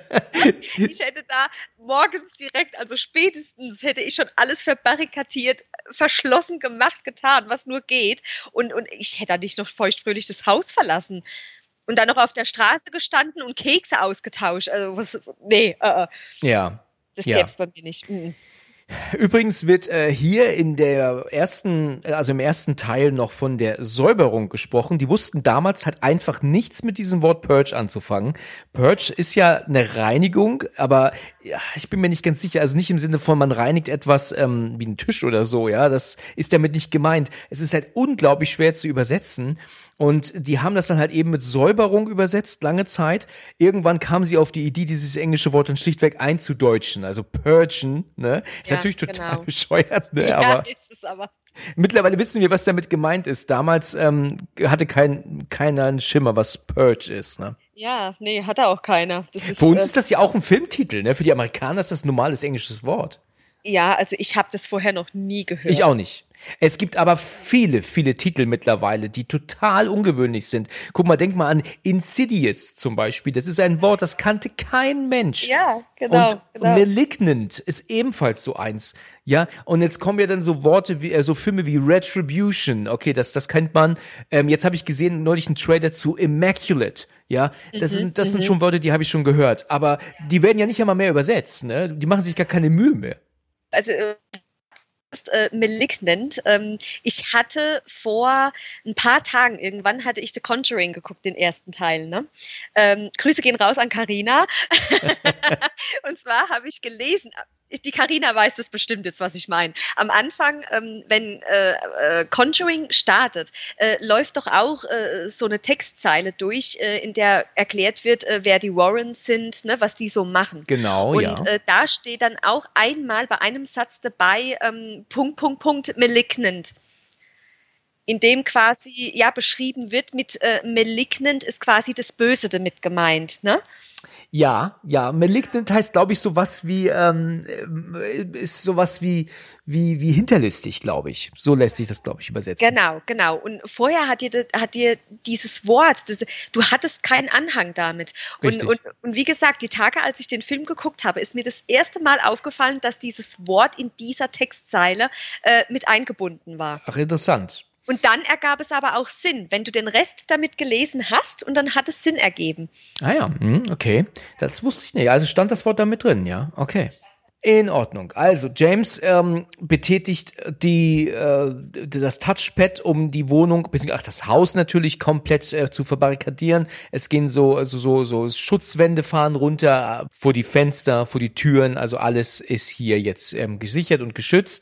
Ich hätte da morgens direkt, also spätestens, hätte ich schon alles verbarrikadiert, verschlossen, gemacht, getan, was nur geht. Und, und ich hätte da nicht noch feuchtfröhlich das Haus verlassen. Und dann noch auf der Straße gestanden und Kekse ausgetauscht. Also, was, nee, äh, ja. Das ja. gäbe es bei mir nicht. Mhm. Übrigens wird äh, hier in der ersten, also im ersten Teil noch von der Säuberung gesprochen. Die wussten damals halt einfach nichts mit diesem Wort Purge anzufangen. Purge ist ja eine Reinigung, aber ja, ich bin mir nicht ganz sicher, also nicht im Sinne von man reinigt etwas ähm, wie einen Tisch oder so, ja, das ist damit nicht gemeint. Es ist halt unglaublich schwer zu übersetzen. Und die haben das dann halt eben mit Säuberung übersetzt, lange Zeit. Irgendwann kamen sie auf die Idee, dieses englische Wort dann schlichtweg einzudeutschen, also purgen, ne? Ist ja, natürlich total genau. bescheuert, ne? Ja, aber, ist es aber. Mittlerweile wissen wir, was damit gemeint ist. Damals ähm, hatte kein, keiner einen Schimmer, was Purge ist, ne? Ja, nee, hatte auch keiner. Das ist, Für uns äh, ist das ja auch ein Filmtitel, ne? Für die Amerikaner ist das ein normales englisches Wort. Ja, also ich habe das vorher noch nie gehört. Ich auch nicht. Es gibt aber viele, viele Titel mittlerweile, die total ungewöhnlich sind. Guck mal, denk mal an Insidious zum Beispiel. Das ist ein Wort, das kannte kein Mensch. Ja, genau. Und genau. Malignant ist ebenfalls so eins. Ja, und jetzt kommen ja dann so Worte wie, äh, so Filme wie Retribution. Okay, das, das kennt man. Ähm, jetzt habe ich gesehen, neulich einen Trailer zu Immaculate. Ja, das, mhm, sind, das sind schon Worte, die habe ich schon gehört. Aber die werden ja nicht einmal mehr übersetzt, ne? Die machen sich gar keine Mühe mehr. Also, Äh, Malignant. Ähm, ich hatte vor ein paar Tagen irgendwann hatte ich The Conjuring geguckt, den ersten Teil. Ne? Ähm, Grüße gehen raus an Carina. Und zwar habe ich gelesen, die Carina weiß das bestimmt jetzt, was ich meine. Am Anfang, ähm, wenn äh, äh, Conjuring startet, äh, läuft doch auch äh, so eine Textzeile durch, äh, in der erklärt wird, äh, wer die Warrens sind, ne, was die so machen. Genau, und, ja. Und äh, da steht dann auch einmal bei einem Satz dabei, ähm, Punkt, Punkt, Punkt, malignant. In dem quasi ja beschrieben wird, mit äh, malignant ist quasi das Böse damit gemeint, ne? Ja, ja, malignant heißt, glaube ich, sowas wie, ähm, ist sowas wie, wie, wie hinterlistig, glaube ich. So lässt sich das, glaube ich, übersetzen. Genau, genau. Und vorher hat dir, hat dir dieses Wort, das, du hattest keinen Anhang damit. Und, und, und wie gesagt, die Tage, als ich den Film geguckt habe, ist mir das erste Mal aufgefallen, dass dieses Wort in dieser Textzeile äh, mit eingebunden war. Ach, interessant. Und dann ergab es aber auch Sinn, wenn du den Rest damit gelesen hast und dann hat es Sinn ergeben. Ah ja, okay. Das wusste ich nicht. Also stand das Wort da mit drin, ja? Okay. In Ordnung. Also James ähm, betätigt die äh, das Touchpad, um die Wohnung, beziehungsweise ach, das Haus natürlich komplett äh, zu verbarrikadieren. Es gehen so also so so Schutzwände fahren runter vor die Fenster, vor die Türen. Also alles ist hier jetzt ähm, gesichert und geschützt.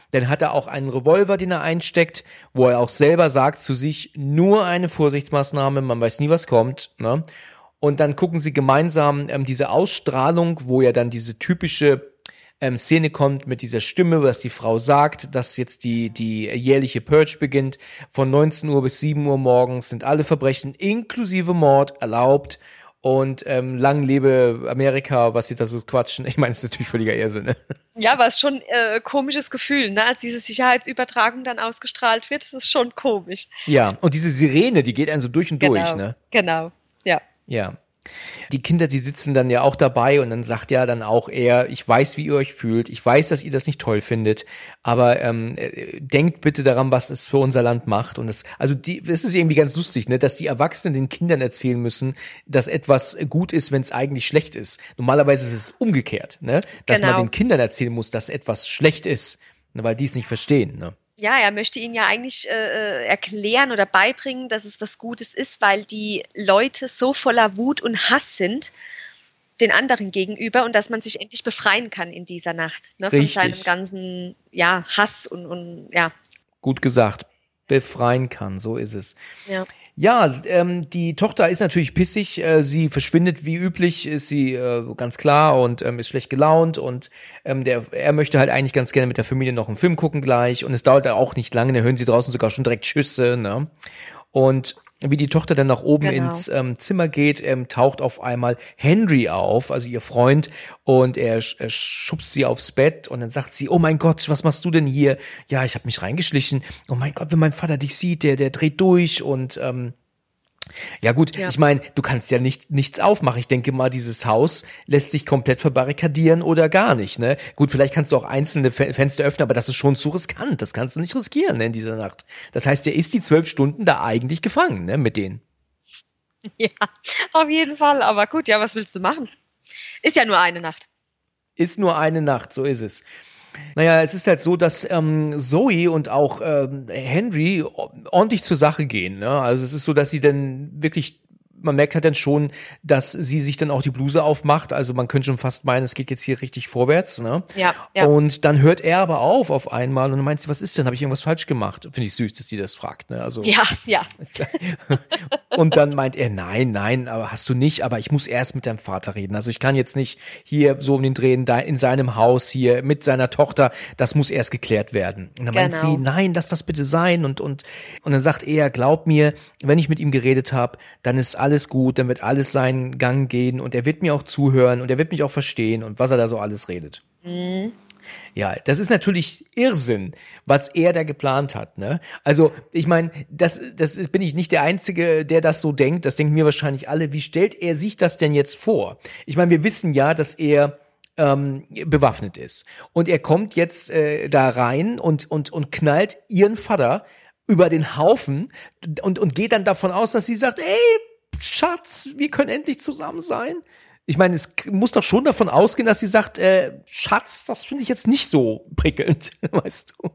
Dann hat er auch einen Revolver, den er einsteckt, wo er auch selber sagt zu sich, nur eine Vorsichtsmaßnahme, man weiß nie, was kommt, ne? Und dann gucken sie gemeinsam ähm, diese Ausstrahlung, wo ja dann diese typische ähm, Szene kommt mit dieser Stimme, was die Frau sagt, dass jetzt die die jährliche Purge beginnt. Von neunzehn Uhr bis sieben Uhr morgens sind alle Verbrechen inklusive Mord erlaubt. Und ähm, lang lebe Amerika, was sie da so quatschen. Ich meine, das ist natürlich völliger Irrsinn. Ne? Ja, aber es ist schon äh, komisches Gefühl, ne? Als diese Sicherheitsübertragung dann ausgestrahlt wird, das ist schon komisch. Ja, und diese Sirene, die geht einen so durch und genau, durch, ne? Genau, ja. Ja. Die Kinder, die sitzen dann ja auch dabei und dann sagt ja dann auch er, ich weiß, wie ihr euch fühlt, ich weiß, dass ihr das nicht toll findet, aber ähm, denkt bitte daran, was es für unser Land macht. Und das, also die, das ist irgendwie ganz lustig, ne, dass die Erwachsenen den Kindern erzählen müssen, dass etwas gut ist, wenn es eigentlich schlecht ist. Normalerweise ist es umgekehrt, ne, dass genau. man den Kindern erzählen muss, dass etwas schlecht ist, ne, weil die es nicht verstehen, ne. Ja, er möchte ihnen ja eigentlich äh, erklären oder beibringen, dass es was Gutes ist, weil die Leute so voller Wut und Hass sind den anderen gegenüber und dass man sich endlich befreien kann in dieser Nacht, ne, von seinem ganzen ja, Hass und, und ja. Gut gesagt, befreien kann, so ist es. Ja. Ja, ähm, die Tochter ist natürlich pissig, äh, sie verschwindet wie üblich, ist sie äh, ganz klar und ähm, ist schlecht gelaunt und ähm, der, er möchte halt eigentlich ganz gerne mit der Familie noch einen Film gucken gleich und es dauert auch nicht lange, da hören sie draußen sogar schon direkt Schüsse, ne? Und wie die Tochter dann nach oben genau. ins ähm, Zimmer geht, ähm, taucht auf einmal Henry auf, also ihr Freund, und er, er schubst sie aufs Bett und dann sagt sie, oh mein Gott, was machst du denn hier? Ja, ich habe mich reingeschlichen. Oh mein Gott, wenn mein Vater dich sieht, der der dreht durch und ähm, ja gut, ja. Ich meine, du kannst ja nicht nichts aufmachen. Ich denke mal, dieses Haus lässt sich komplett verbarrikadieren oder gar nicht, ne? Gut, vielleicht kannst du auch einzelne Fe- Fenster öffnen, aber das ist schon zu riskant. Das kannst du nicht riskieren, ne, in dieser Nacht. Das heißt, der ist die zwölf Stunden da eigentlich gefangen, ne, mit denen. Ja, auf jeden Fall. Aber gut, ja, was willst du machen? Ist ja nur eine Nacht. Ist nur eine Nacht, so ist es. Naja, es ist halt so, dass ähm, Zoe und auch ähm, Henry ordentlich zur Sache gehen. Ne? Also es ist so, dass sie dann wirklich, man merkt halt dann schon, dass sie sich dann auch die Bluse aufmacht. Also man könnte schon fast meinen, es geht jetzt hier richtig vorwärts. Ne? Ja, ja. Und dann hört er aber auf auf einmal und dann meint sie, was ist denn? Habe ich irgendwas falsch gemacht? Finde ich süß, dass sie das fragt. Ne? Also, ja, ja. Und dann meint er, nein, nein, aber hast du nicht, aber ich muss erst mit deinem Vater reden. Also ich kann jetzt nicht hier so um den Drehen da in seinem Haus hier mit seiner Tochter, das muss erst geklärt werden. Und dann genau. meint sie, nein, lass das bitte sein. Und, und, und dann sagt er, glaub mir, wenn ich mit ihm geredet habe, dann ist alles gut, dann wird alles seinen Gang gehen und er wird mir auch zuhören und er wird mich auch verstehen und was er da so alles redet. Mhm. Ja, das ist natürlich Irrsinn, was er da geplant hat, ne? Also, ich meine, das, das ist, bin ich nicht der Einzige, der das so denkt. Das denken mir wahrscheinlich alle. Wie stellt er sich das denn jetzt vor? Ich meine, wir wissen ja, dass er ähm, bewaffnet ist. Und er kommt jetzt äh, da rein und, und, und knallt ihren Vater über den Haufen und, und geht dann davon aus, dass sie sagt, ey, Schatz, wir können endlich zusammen sein. Ich meine, es muss doch schon davon ausgehen, dass sie sagt, äh, Schatz, das finde ich jetzt nicht so prickelnd, weißt du.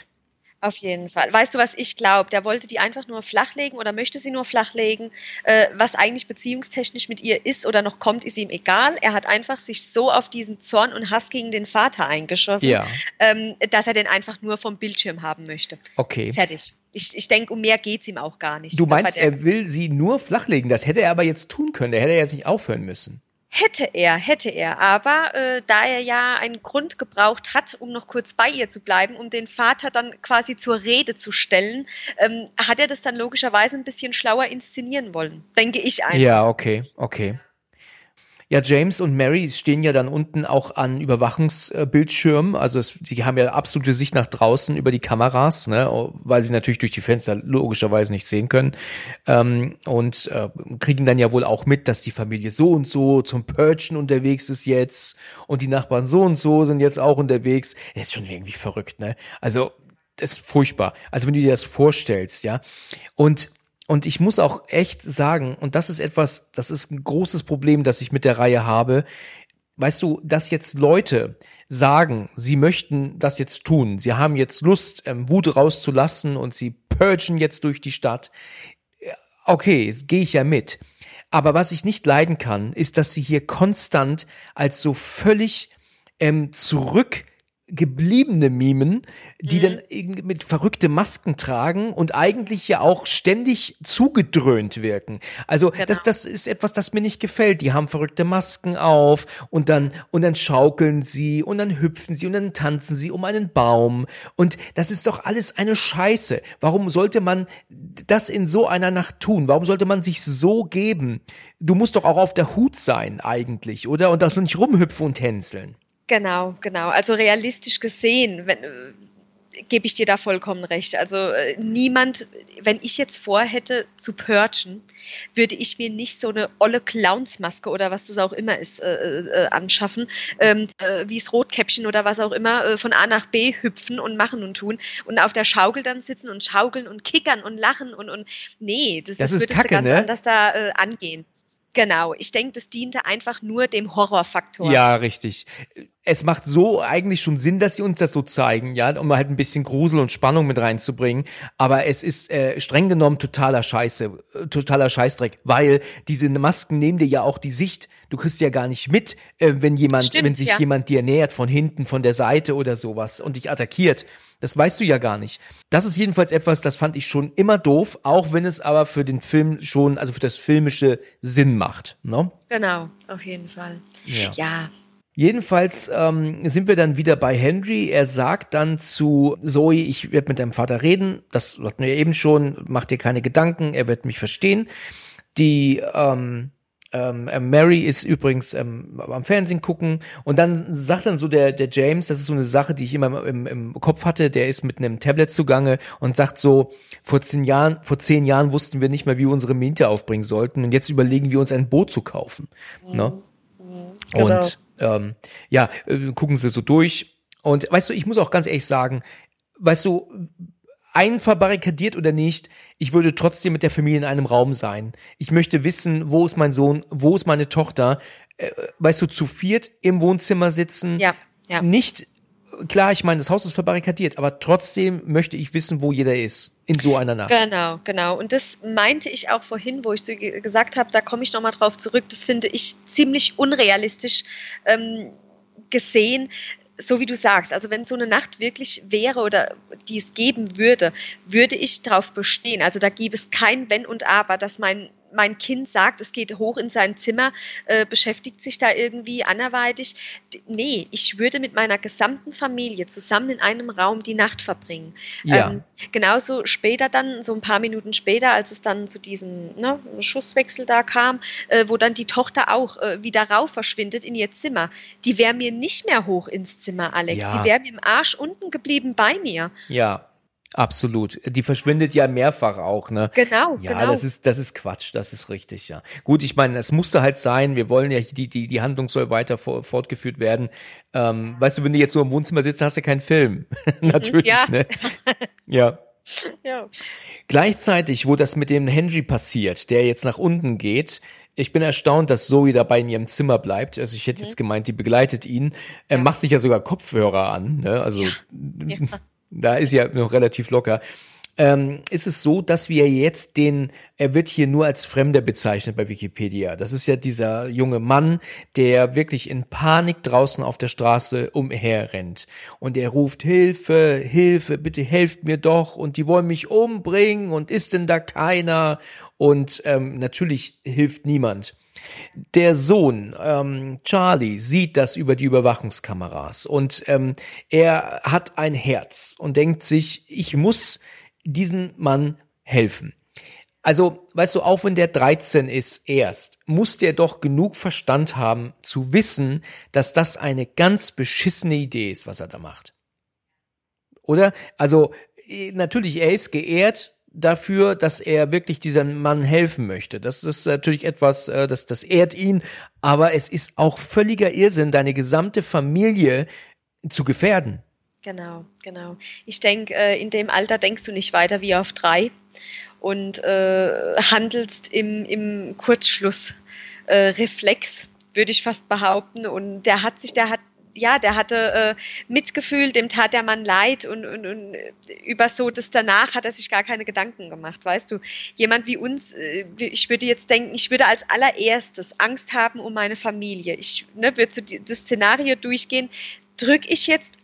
Auf jeden Fall. Weißt du, was ich glaube? Der wollte die einfach nur flachlegen oder möchte sie nur flachlegen. Äh, was eigentlich beziehungstechnisch mit ihr ist oder noch kommt, ist ihm egal. Er hat einfach sich so auf diesen Zorn und Hass gegen den Vater eingeschossen, ja. ähm, dass er den einfach nur vom Bildschirm haben möchte. Okay. Fertig. Ich, ich denke, um mehr geht's ihm auch gar nicht. Du meinst, er will sie nur flachlegen. Das hätte er aber jetzt tun können. Der hätte jetzt nicht aufhören müssen. Hätte er, hätte er, aber äh, da er ja einen Grund gebraucht hat, um noch kurz bei ihr zu bleiben, um den Vater dann quasi zur Rede zu stellen, ähm, hat er das dann logischerweise ein bisschen schlauer inszenieren wollen, denke ich einfach. Ja, okay, okay. Ja, James und Mary stehen ja dann unten auch an Überwachungsbildschirmen, also es, sie haben ja absolute Sicht nach draußen über die Kameras, ne, weil sie natürlich durch die Fenster logischerweise nicht sehen können, ähm, und äh, kriegen dann ja wohl auch mit, dass die Familie so und so zum Purgen unterwegs ist jetzt und die Nachbarn so und so sind jetzt auch unterwegs. Das ist schon irgendwie verrückt, ne? Also das ist furchtbar. Also wenn du dir das vorstellst, ja, und Und ich muss auch echt sagen, und das ist etwas, das ist ein großes Problem, das ich mit der Reihe habe. Weißt du, dass jetzt Leute sagen, sie möchten das jetzt tun, sie haben jetzt Lust, ähm, Wut rauszulassen und sie purgen jetzt durch die Stadt. Okay, gehe ich ja mit. Aber was ich nicht leiden kann, ist, dass sie hier konstant als so völlig ähm, zurück gebliebene mimen, die Mhm. dann irgendwie mit verrückte Masken tragen und eigentlich ja auch ständig zugedröhnt wirken. Also Genau. das, das ist etwas, das mir nicht gefällt. Die haben verrückte Masken auf und dann, und dann schaukeln sie und dann hüpfen sie und dann tanzen sie um einen Baum. Und das ist doch alles eine Scheiße. Warum sollte man das in so einer Nacht tun? Warum sollte man sich so geben? Du musst doch auch auf der Hut sein eigentlich, oder? Und auch nicht rumhüpfen und tänzeln. Genau, genau. Also realistisch gesehen, wenn, äh, gebe ich dir da vollkommen recht. Also äh, niemand, wenn ich jetzt vorhätte zu purgen, würde ich mir nicht so eine olle Clownsmaske oder was das auch immer ist, äh, äh, anschaffen, ähm, äh, wie das Rotkäppchen oder was auch immer, äh, von A nach B hüpfen und machen und tun und auf der Schaukel dann sitzen und schaukeln und kickern und lachen und, und nee, das, Das das ist würdest Kacke, du ganz ne? anders da äh, angehen. Genau, ich denke, das diente einfach nur dem Horrorfaktor. Ja, richtig. Es macht so eigentlich schon Sinn, dass sie uns das so zeigen, ja, um halt ein bisschen Grusel und Spannung mit reinzubringen. Aber es ist äh, streng genommen totaler Scheiße, äh, totaler Scheißdreck, weil diese Masken nehmen dir ja auch die Sicht. Du kriegst ja gar nicht mit, äh, wenn jemand, Stimmt, wenn sich ja. jemand dir nähert von hinten, von der Seite oder sowas und dich attackiert. Das weißt du ja gar nicht. Das ist jedenfalls etwas, das fand ich schon immer doof, auch wenn es aber für den Film schon, also für das Filmische Sinn macht, ne? Genau, auf jeden Fall. Ja. Ja, Jedenfalls ähm, sind wir dann wieder bei Henry. Er sagt dann zu Zoe, ich werde mit deinem Vater reden. Das hatten wir eben schon. Mach dir keine Gedanken, er wird mich verstehen. Die ähm, ähm, Mary ist übrigens ähm, am Fernsehen gucken. Und dann sagt dann so der, der James, das ist so eine Sache, die ich immer im, im Kopf hatte, der ist mit einem Tablet zugange und sagt so, vor zehn Jahren, vor zehn Jahren wussten wir nicht mehr, wie wir unsere Miete aufbringen sollten. Und jetzt überlegen wir uns ein Boot zu kaufen. Mhm. Ne? Genau. Und ähm, ja, äh, gucken sie so durch. Und weißt du, ich muss auch ganz ehrlich sagen, weißt du, einverbarrikadiert oder nicht, ich würde trotzdem mit der Familie in einem Raum sein. Ich möchte wissen, wo ist mein Sohn, wo ist meine Tochter. Äh, weißt du, zu viert im Wohnzimmer sitzen. Ja, ja. Nicht, klar, ich meine, das Haus ist verbarrikadiert, aber trotzdem möchte ich wissen, wo jeder ist in so einer Nacht. Genau, genau. Und das meinte ich auch vorhin, wo ich so ge- gesagt habe, da komme ich nochmal drauf zurück. Das finde ich ziemlich unrealistisch ähm, gesehen. So wie du sagst, also wenn so eine Nacht wirklich wäre oder die es geben würde, würde ich darauf bestehen. Also da gäbe es kein Wenn und Aber, dass mein, mein Kind sagt, es geht hoch in sein Zimmer, äh, beschäftigt sich da irgendwie anderweitig. D- Nee, ich würde mit meiner gesamten Familie zusammen in einem Raum die Nacht verbringen. Ja. Ähm, genauso später dann, so ein paar Minuten später, als es dann zu diesem ne, Schusswechsel da kam, äh, wo dann die Tochter auch äh, wieder rauf verschwindet in ihr Zimmer. Die wäre mir nicht mehr hoch ins Zimmer, Alex. Ja. Die wäre mir im Arsch unten geblieben bei mir. Ja, absolut. Die verschwindet ja mehrfach auch, ne? Genau, Ja, genau. das ist, das ist Quatsch, das ist richtig, ja. Gut, ich meine, es musste halt sein, wir wollen ja, die, die, die Handlung soll weiter vor, fortgeführt werden. Ähm, weißt du, wenn du jetzt nur im Wohnzimmer sitzt, hast du keinen Film. Natürlich, Ja. ne? Ja. Ja. Gleichzeitig, wo das mit dem Henry passiert, der jetzt nach unten geht, ich bin erstaunt, dass Zoe dabei in ihrem Zimmer bleibt. Also ich hätte jetzt gemeint, die begleitet ihn. Er Ja. macht sich ja sogar Kopfhörer an, ne? Also Ja. da ist ja noch relativ locker. Ähm, ist es so, dass wir jetzt den, er wird hier nur als Fremder bezeichnet bei Wikipedia. Das ist ja dieser junge Mann, der wirklich in Panik draußen auf der Straße umherrennt. Und er ruft, Hilfe, Hilfe, bitte helft mir doch. Und die wollen mich umbringen und ist denn da keiner? Und ähm, natürlich hilft niemand. Der Sohn, ähm, Charlie, sieht das über die Überwachungskameras und ähm, er hat ein Herz und denkt sich, ich muss diesen Mann helfen. Also, weißt du, auch wenn der dreizehn ist erst, muss der doch genug Verstand haben, zu wissen, dass das eine ganz beschissene Idee ist, was er da macht. Oder? Also, eh, natürlich, er ist geehrt dafür, dass er wirklich diesem Mann helfen möchte. Das ist natürlich etwas, äh, das, das ehrt ihn, aber es ist auch völliger Irrsinn, deine gesamte Familie zu gefährden. Genau, genau. Ich denke, äh, in dem Alter denkst du nicht weiter wie auf drei und äh, handelst im, im Kurzschlussreflex, äh, Reflex, würde ich fast behaupten. Und der hat sich, der hat, ja, der hatte äh, Mitgefühl, dem tat der Mann leid und, und, und über so das danach hat er sich gar keine Gedanken gemacht, weißt du. Jemand wie uns, äh, ich würde jetzt denken, ich würde als allererstes Angst haben um meine Familie. Ich ne, würde so die, das Szenario durchgehen, drücke ich jetzt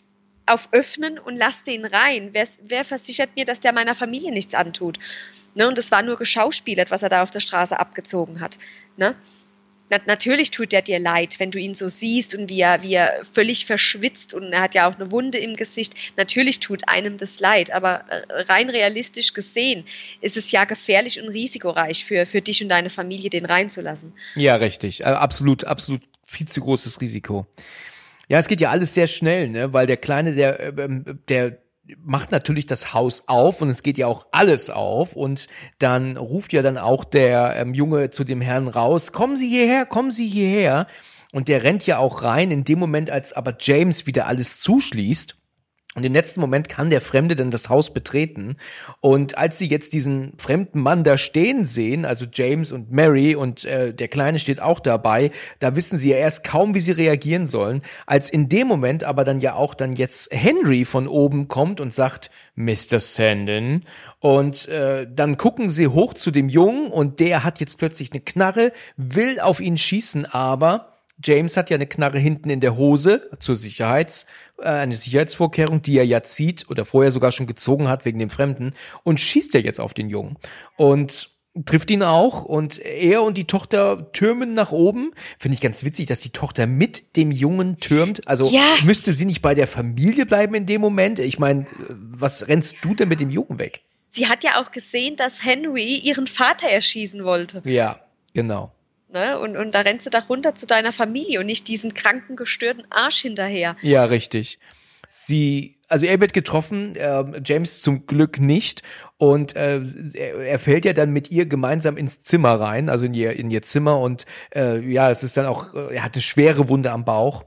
auf öffnen und lass den rein. Wer, wer versichert mir, dass der meiner Familie nichts antut? Ne? Und das war nur geschauspielert, was er da auf der Straße abgezogen hat. Ne? Na, natürlich tut der dir leid, wenn du ihn so siehst und wie er, wie er völlig verschwitzt und er hat ja auch eine Wunde im Gesicht. Natürlich tut einem das leid, aber rein realistisch gesehen ist es ja gefährlich und risikoreich für, für dich und deine Familie, den reinzulassen. Ja, richtig. Äh, absolut, absolut viel zu großes Risiko. Ja, es geht ja alles sehr schnell, ne, weil der Kleine, der, der macht natürlich das Haus auf und es geht ja auch alles auf und dann ruft ja dann auch der ähm, Junge zu dem Herrn raus, kommen Sie hierher, kommen Sie hierher, und der rennt ja auch rein in dem Moment, als aber James wieder alles zuschließt. Und im letzten Moment kann der Fremde dann das Haus betreten. Und als sie jetzt diesen fremden Mann da stehen sehen, also James und Mary und äh, der Kleine steht auch dabei, da wissen sie ja erst kaum, wie sie reagieren sollen. Als in dem Moment aber dann ja auch dann jetzt Henry von oben kommt und sagt, Mister Sandon. Und äh, dann gucken sie hoch zu dem Jungen und der hat jetzt plötzlich eine Knarre, will auf ihn schießen, aber James hat ja eine Knarre hinten in der Hose zur Sicherheits, äh, eine Sicherheitsvorkehrung, die er ja zieht oder vorher sogar schon gezogen hat wegen dem Fremden und schießt ja jetzt auf den Jungen und trifft ihn auch und er und die Tochter türmen nach oben. Finde ich ganz witzig, dass die Tochter mit dem Jungen türmt. Also ja. Müsste sie nicht bei der Familie bleiben in dem Moment? Ich meine, was rennst du denn mit dem Jungen weg? Sie hat ja auch gesehen, dass Henry ihren Vater erschießen wollte. Ja, genau. Ne? Und, und da rennst du doch runter zu deiner Familie und nicht diesem kranken, gestörten Arsch hinterher. Ja, richtig. Sie, also er wird getroffen, äh, James zum Glück nicht. Und äh, er, er fällt ja dann mit ihr gemeinsam ins Zimmer rein, also in ihr, in ihr Zimmer. Und äh, ja, es ist dann auch, er hat eine schwere Wunde am Bauch.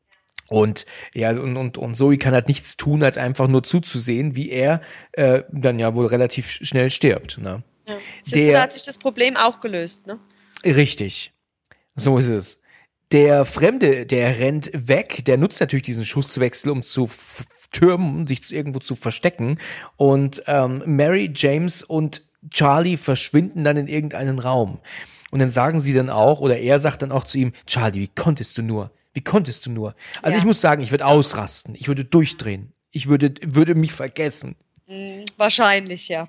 Und ja, und, und, und Zoe kann halt nichts tun, als einfach nur zuzusehen, wie er äh, dann ja wohl relativ schnell stirbt. Ne? Ja. Siehst du, da hat sich das Problem auch gelöst, ne? Richtig, so ist es. Der Fremde, der rennt weg, der nutzt natürlich diesen Schusswechsel, um zu f- türmen, sich zu, irgendwo zu verstecken. Und ähm, Mary, James und Charlie verschwinden dann in irgendeinen Raum. Und dann sagen sie dann auch, oder er sagt dann auch zu ihm, Charlie, wie konntest du nur? Wie konntest du nur? Also Ja. ich muss sagen, ich würde ausrasten, ich würde durchdrehen, ich würde, würde mich vergessen. Mhm, wahrscheinlich, ja.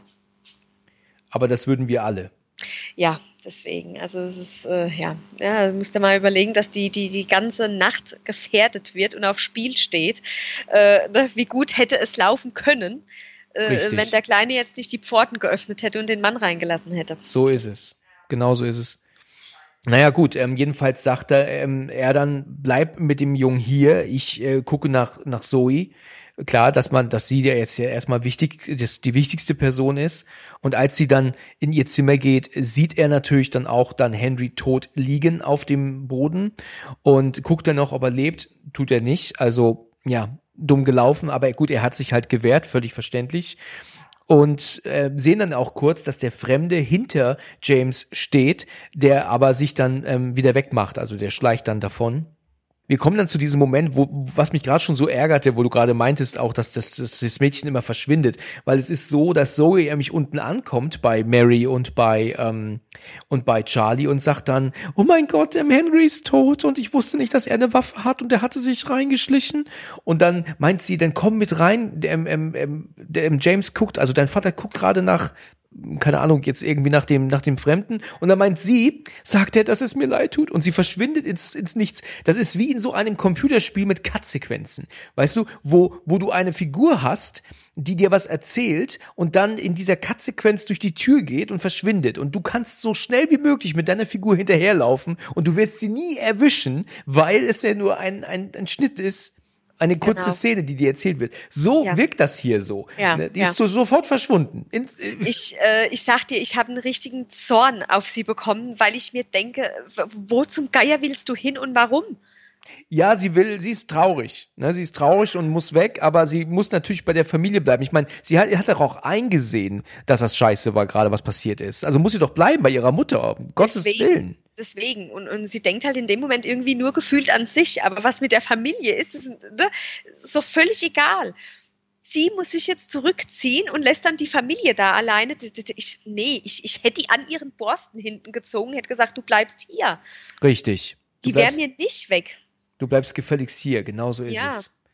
Aber das würden wir alle. Ja, deswegen. Also es ist, äh, ja, ja, du musst dir mal überlegen, dass die, die, die ganze Nacht gefährdet wird und auf Spiel steht. Äh, ne, wie gut hätte es laufen können, äh, wenn der Kleine jetzt nicht die Pforten geöffnet hätte und den Mann reingelassen hätte. So ist es. Genau so ist es. Naja gut, ähm, jedenfalls sagt er, ähm, er dann, bleib mit dem Jungen hier, ich äh, gucke nach, nach Zoe. Klar, dass man, dass sie ja jetzt ja erstmal wichtig, dass die wichtigste Person ist. Und als sie dann in ihr Zimmer geht, sieht er natürlich dann auch dann Henry tot liegen auf dem Boden und guckt dann noch, ob er lebt. Tut er nicht. Also, ja, dumm gelaufen, aber gut, er hat sich halt gewehrt, völlig verständlich. Und äh, sehen dann auch kurz, dass der Fremde hinter James steht, der aber sich dann ähm, wieder wegmacht. Also der schleicht dann davon. Wir kommen dann zu diesem Moment, wo, was mich gerade schon so ärgerte, wo du gerade meintest auch, dass das, dass das Mädchen immer verschwindet, weil es ist so, dass Zoe nämlich unten ankommt bei Mary und bei ähm, und bei Charlie und sagt dann, oh mein Gott, ähm, Henry ist tot und ich wusste nicht, dass er eine Waffe hat und er hatte sich reingeschlichen. Und dann meint sie, dann komm mit rein, der, ähm, ähm, der ähm, James guckt, also dein Vater guckt gerade nach, keine Ahnung, jetzt irgendwie nach dem, nach dem Fremden. Und dann meint sie, sagt er, dass es mir leid tut. Und sie verschwindet ins, ins Nichts. Das ist wie in so einem Computerspiel mit Cut-Sequenzen. Weißt du, wo, wo du eine Figur hast, die dir was erzählt und dann in dieser Cut-Sequenz durch die Tür geht und verschwindet. Und du kannst so schnell wie möglich mit deiner Figur hinterherlaufen und du wirst sie nie erwischen, weil es ja nur ein, ein, ein Schnitt ist. Eine kurze Genau. Szene, die dir erzählt wird. So Ja. wirkt das hier so. Ja, Die ja. ist so sofort verschwunden. In, Ich, äh, ich sag dir, ich habe einen richtigen Zorn auf sie bekommen, weil ich mir denke, w- wo zum Geier willst du hin und warum? Ja, sie will, sie ist traurig. Ne? Sie ist traurig und muss weg, aber sie muss natürlich bei der Familie bleiben. Ich meine, sie hat, hat doch auch eingesehen, dass das scheiße war, gerade was passiert ist. Also muss sie doch bleiben bei ihrer Mutter, um Gottes Deswegen. Willen. Deswegen. Und, und sie denkt halt in dem Moment irgendwie nur gefühlt an sich. Aber was mit der Familie ist, ist ne, so völlig egal. Sie muss sich jetzt zurückziehen und lässt dann die Familie da alleine. Das- das- Ich, nee, ich, ich hätte die an ihren Borsten hinten gezogen, hätte gesagt, du bleibst hier. Richtig. Du Die wäre bleibst, mir nicht weg. du bleibst gefälligst hier, genau so ist Ja. es.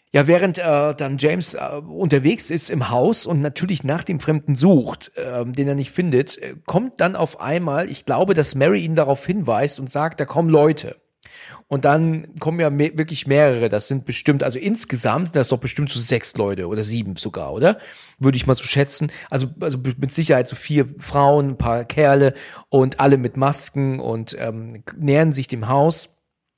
Ja, während äh, dann James äh, unterwegs ist im Haus und natürlich nach dem Fremden sucht, äh, den er nicht findet, äh, kommt dann auf einmal, ich glaube, dass Mary ihn darauf hinweist und sagt, da kommen Leute. Und dann kommen ja me- wirklich mehrere, das sind bestimmt, also insgesamt sind das doch bestimmt so sechs Leute oder sieben sogar, oder? Würde ich mal so schätzen. Also, also mit Sicherheit so vier Frauen, ein paar Kerle und alle mit Masken und ähm, nähern sich dem Haus.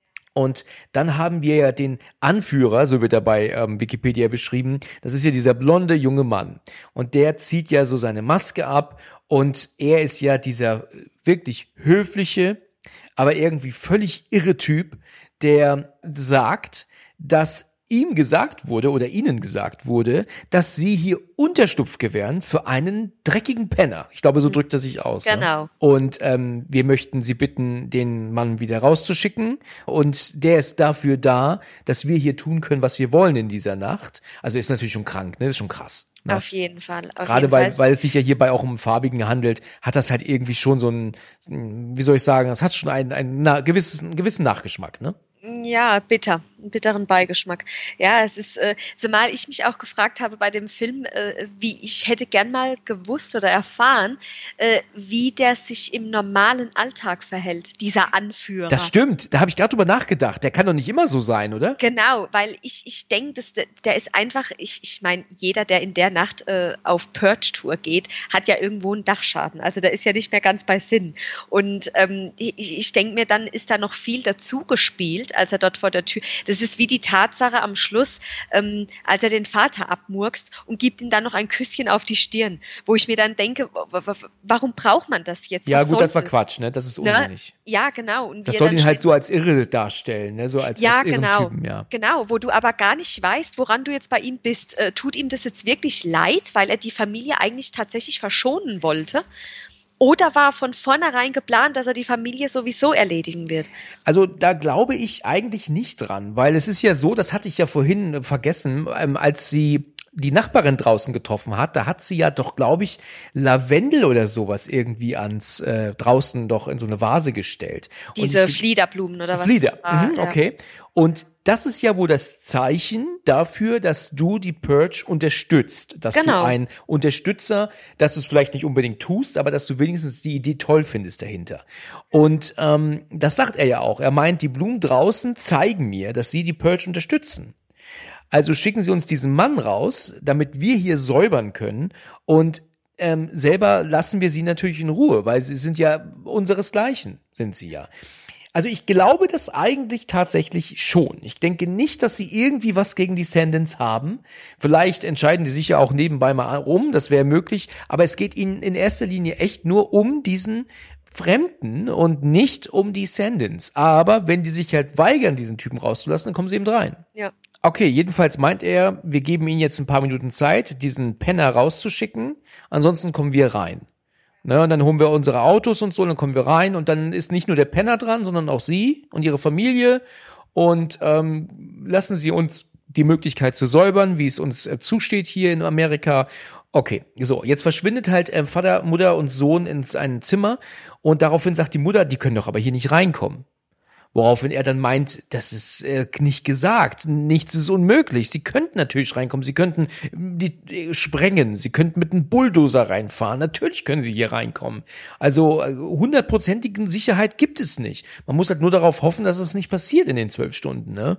Und dann haben wir ja den Anführer, so wird er bei ähm, Wikipedia beschrieben, das ist ja dieser blonde junge Mann. Und der zieht ja so seine Maske ab und er ist ja dieser wirklich höfliche, aber irgendwie völlig irre Typ, der sagt, dass ihm gesagt wurde oder ihnen gesagt wurde, dass sie hier Unterschlupf gewähren für einen dreckigen Penner. Ich glaube, so drückt er sich aus. Genau. Ne? Und ähm, wir möchten sie bitten, den Mann wieder rauszuschicken. Und der ist dafür da, dass wir hier tun können, was wir wollen in dieser Nacht. Also ist natürlich schon krank, ne? Das ist schon krass. Ne? Auf jeden Fall. Auf Gerade jeden weil, Fall. weil es sich ja hierbei auch um einen Farbigen handelt, hat das halt irgendwie schon so einen, wie soll ich sagen, das hat schon einen, einen, na, gewisses, einen gewissen Nachgeschmack, ne? Ja, bitter, einen bitteren Beigeschmack. Ja, es ist, äh, zumal ich mich auch gefragt habe bei dem Film, äh, wie ich hätte gern mal gewusst oder erfahren, äh, wie der sich im normalen Alltag verhält, dieser Anführer. Das stimmt, da habe ich gerade drüber nachgedacht. Der kann doch nicht immer so sein, oder? Genau, weil ich, ich denke, dass der, der ist einfach, ich, ich meine, jeder, der in der Nacht äh, auf Purge-Tour geht, hat ja irgendwo einen Dachschaden. Also der ist ja nicht mehr ganz bei Sinn. Und ähm, ich, ich denke mir, dann ist da noch viel dazu gespielt, als er dort vor der Tür, das ist wie die Tatsache am Schluss, ähm, als er den Vater abmurkst und gibt ihm dann noch ein Küsschen auf die Stirn, wo ich mir dann denke, w- w- warum braucht man das jetzt? Ja Was gut, das war das? Quatsch, ne? Das ist Ne? unsinnig. Ja, genau. Und Das wie er soll dann ihn halt steht- so als irre darstellen, ne? So als, ja, als irren genau, Typen, ja. genau, wo du aber gar nicht weißt, woran du jetzt bei ihm bist. Äh, tut ihm das jetzt wirklich leid, weil er die Familie eigentlich tatsächlich verschonen wollte? Oder war von vornherein geplant, dass er die Familie sowieso erledigen wird? Also da glaube ich eigentlich nicht dran, weil es ist ja so, das hatte ich ja vorhin äh, vergessen, ähm, als sie die Nachbarin draußen getroffen hat, da hat sie ja doch, glaube ich, Lavendel oder sowas irgendwie ans äh, draußen doch in so eine Vase gestellt. Und Diese ich, Fliederblumen oder was? Flieder, das war, mhm, ja. okay. Und das ist ja wohl das Zeichen dafür, dass du die Purge unterstützt. Dass Genau. du ein Unterstützer, dass du es vielleicht nicht unbedingt tust, aber dass du wenigstens die Idee toll findest dahinter. Und ähm, das sagt er ja auch. Er meint, die Blumen draußen zeigen mir, dass sie die Purge unterstützen. Also schicken sie uns diesen Mann raus, damit wir hier säubern können und ähm, selber lassen wir sie natürlich in Ruhe, weil sie sind ja unseresgleichen, sind sie ja. Also ich glaube das eigentlich tatsächlich schon. Ich denke nicht, dass sie irgendwie was gegen die Sandins haben. Vielleicht entscheiden die sich ja auch nebenbei mal rum, das wäre möglich. Aber es geht ihnen in erster Linie echt nur um diesen Fremden und nicht um die Sandins. Aber wenn die sich halt weigern, diesen Typen rauszulassen, dann kommen sie eben rein. Ja. Okay, jedenfalls meint er, wir geben ihnen jetzt ein paar Minuten Zeit, diesen Penner rauszuschicken. Ansonsten kommen wir rein. Ne, und dann holen wir unsere Autos und so, dann kommen wir rein und dann ist nicht nur der Penner dran, sondern auch sie und ihre Familie und ähm, lassen sie uns die Möglichkeit zu säubern, wie es uns äh, zusteht hier in Amerika. Okay, so, jetzt verschwindet halt äh, Vater, Mutter und Sohn ins ein Zimmer und daraufhin sagt die Mutter, die können doch aber hier nicht reinkommen. Woraufhin er dann meint, das ist äh, nicht gesagt, nichts ist unmöglich. Sie könnten natürlich reinkommen, sie könnten die äh, sprengen, sie könnten mit einem Bulldozer reinfahren, natürlich können sie hier reinkommen. Also äh, hundertprozentigen Sicherheit gibt es nicht. Man muss halt nur darauf hoffen, dass es nicht passiert in den zwölf Stunden, ne?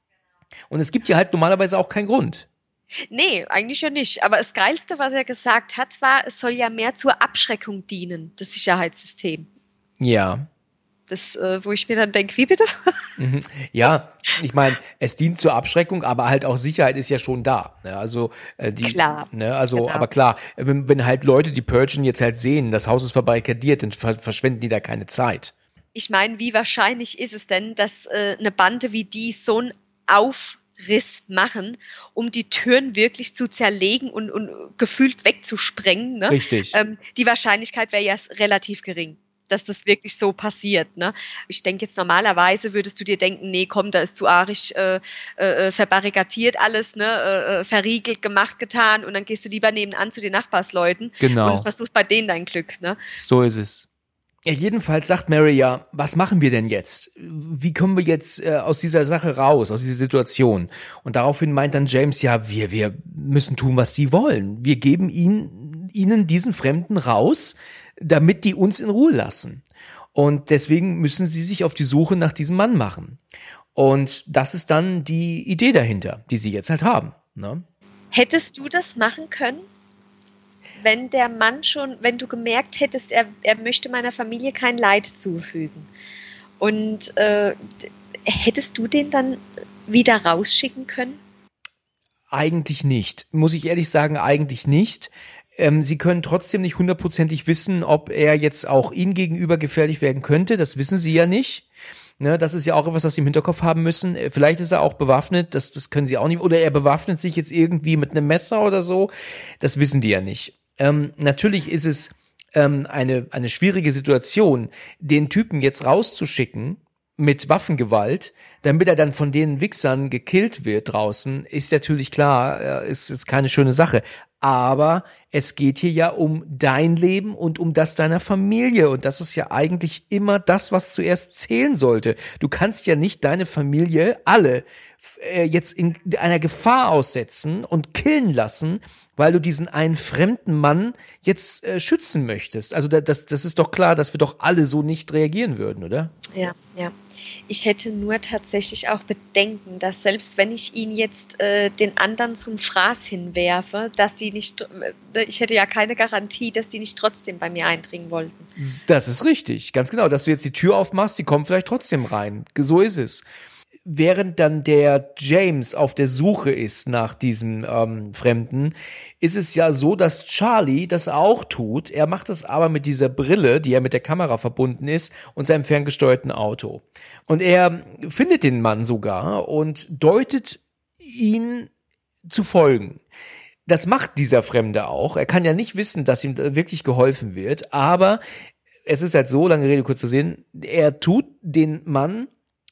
Und es gibt ja halt normalerweise auch keinen Grund. Nee, eigentlich ja nicht. Aber das Geilste, was er gesagt hat, war, es soll ja mehr zur Abschreckung dienen, das Sicherheitssystem. Ja. Das, äh, wo ich mir dann denke, wie bitte? Mhm. Ja, ich meine, es dient zur Abschreckung, aber halt auch Sicherheit ist ja schon da. Ne? Also äh, die, Klar. Ne? Also, Genau. aber klar, wenn, wenn halt Leute die Purgen jetzt halt sehen, das Haus ist verbarrikadiert, dann ver- verschwenden die da keine Zeit. Ich meine, wie wahrscheinlich ist es denn, dass äh, eine Bande wie die so einen Aufriss machen, um die Türen wirklich zu zerlegen und, und gefühlt wegzusprengen? Ne? Richtig. Ähm, die Wahrscheinlichkeit wäre ja relativ gering, dass das wirklich so passiert. Ne? Ich denke jetzt normalerweise würdest du dir denken, nee, komm, da ist zu arisch äh, äh, verbarrikadiert alles, ne, äh, verriegelt, gemacht, getan und dann gehst du lieber nebenan zu den Nachbarsleuten Genau. und versuchst bei denen dein Glück. Ne? So ist es. Ja, jedenfalls sagt Mary ja, was machen wir denn jetzt? Wie kommen wir jetzt äh, aus dieser Sache raus, aus dieser Situation? Und daraufhin meint dann James, ja, wir, wir müssen tun, was die wollen. Wir geben ihnen, ihnen diesen Fremden raus, damit die uns in Ruhe lassen. Und deswegen müssen sie sich auf die Suche nach diesem Mann machen. Und das ist dann die Idee dahinter, die sie jetzt halt haben. Ne? Hättest du das machen können? Wenn der Mann schon, wenn du gemerkt hättest, er, er möchte meiner Familie kein Leid zufügen. Und äh, hättest du den dann wieder rausschicken können? Eigentlich nicht. Muss ich ehrlich sagen, eigentlich nicht. Ähm, sie können trotzdem nicht hundertprozentig wissen, ob er jetzt auch ihnen gegenüber gefährlich werden könnte. Das wissen sie ja nicht. Ne, das ist ja auch etwas, was sie im Hinterkopf haben müssen. Vielleicht ist er auch bewaffnet, das, das können sie auch nicht. Oder er bewaffnet sich jetzt irgendwie mit einem Messer oder so. Das wissen die ja nicht. Ähm, natürlich ist es ähm, eine, eine schwierige Situation, den Typen jetzt rauszuschicken mit Waffengewalt, damit er dann von den Wichsern gekillt wird draußen, ist natürlich klar, ist jetzt keine schöne Sache. Aber es geht hier ja um dein Leben und um das deiner Familie. Und das ist ja eigentlich immer das, was zuerst zählen sollte. Du kannst ja nicht deine Familie alle äh, jetzt in einer Gefahr aussetzen und killen lassen, weil du diesen einen fremden Mann jetzt äh, schützen möchtest. Also da, das, das ist doch klar, dass wir doch alle so nicht reagieren würden, oder? Ja, ja. Ich hätte nur tatsächlich auch Bedenken, dass selbst wenn ich ihn jetzt äh, den anderen zum Fraß hinwerfe, dass die nicht, äh, ich hätte ja keine Garantie, dass die nicht trotzdem bei mir eindringen wollten. Das ist richtig, ganz genau. Dass du jetzt die Tür aufmachst, die kommen vielleicht trotzdem rein. So ist es. Während dann der James auf der Suche ist nach diesem ähm, Fremden, ist es ja so, dass Charlie das auch tut. Er macht das aber mit dieser Brille, die ja mit der Kamera verbunden ist, und seinem ferngesteuerten Auto. Und er findet den Mann sogar und deutet ihn zu folgen. Das macht dieser Fremde auch. Er kann ja nicht wissen, dass ihm wirklich geholfen wird, aber es ist halt so, lange Rede, kurzer Sinn, er tut den Mann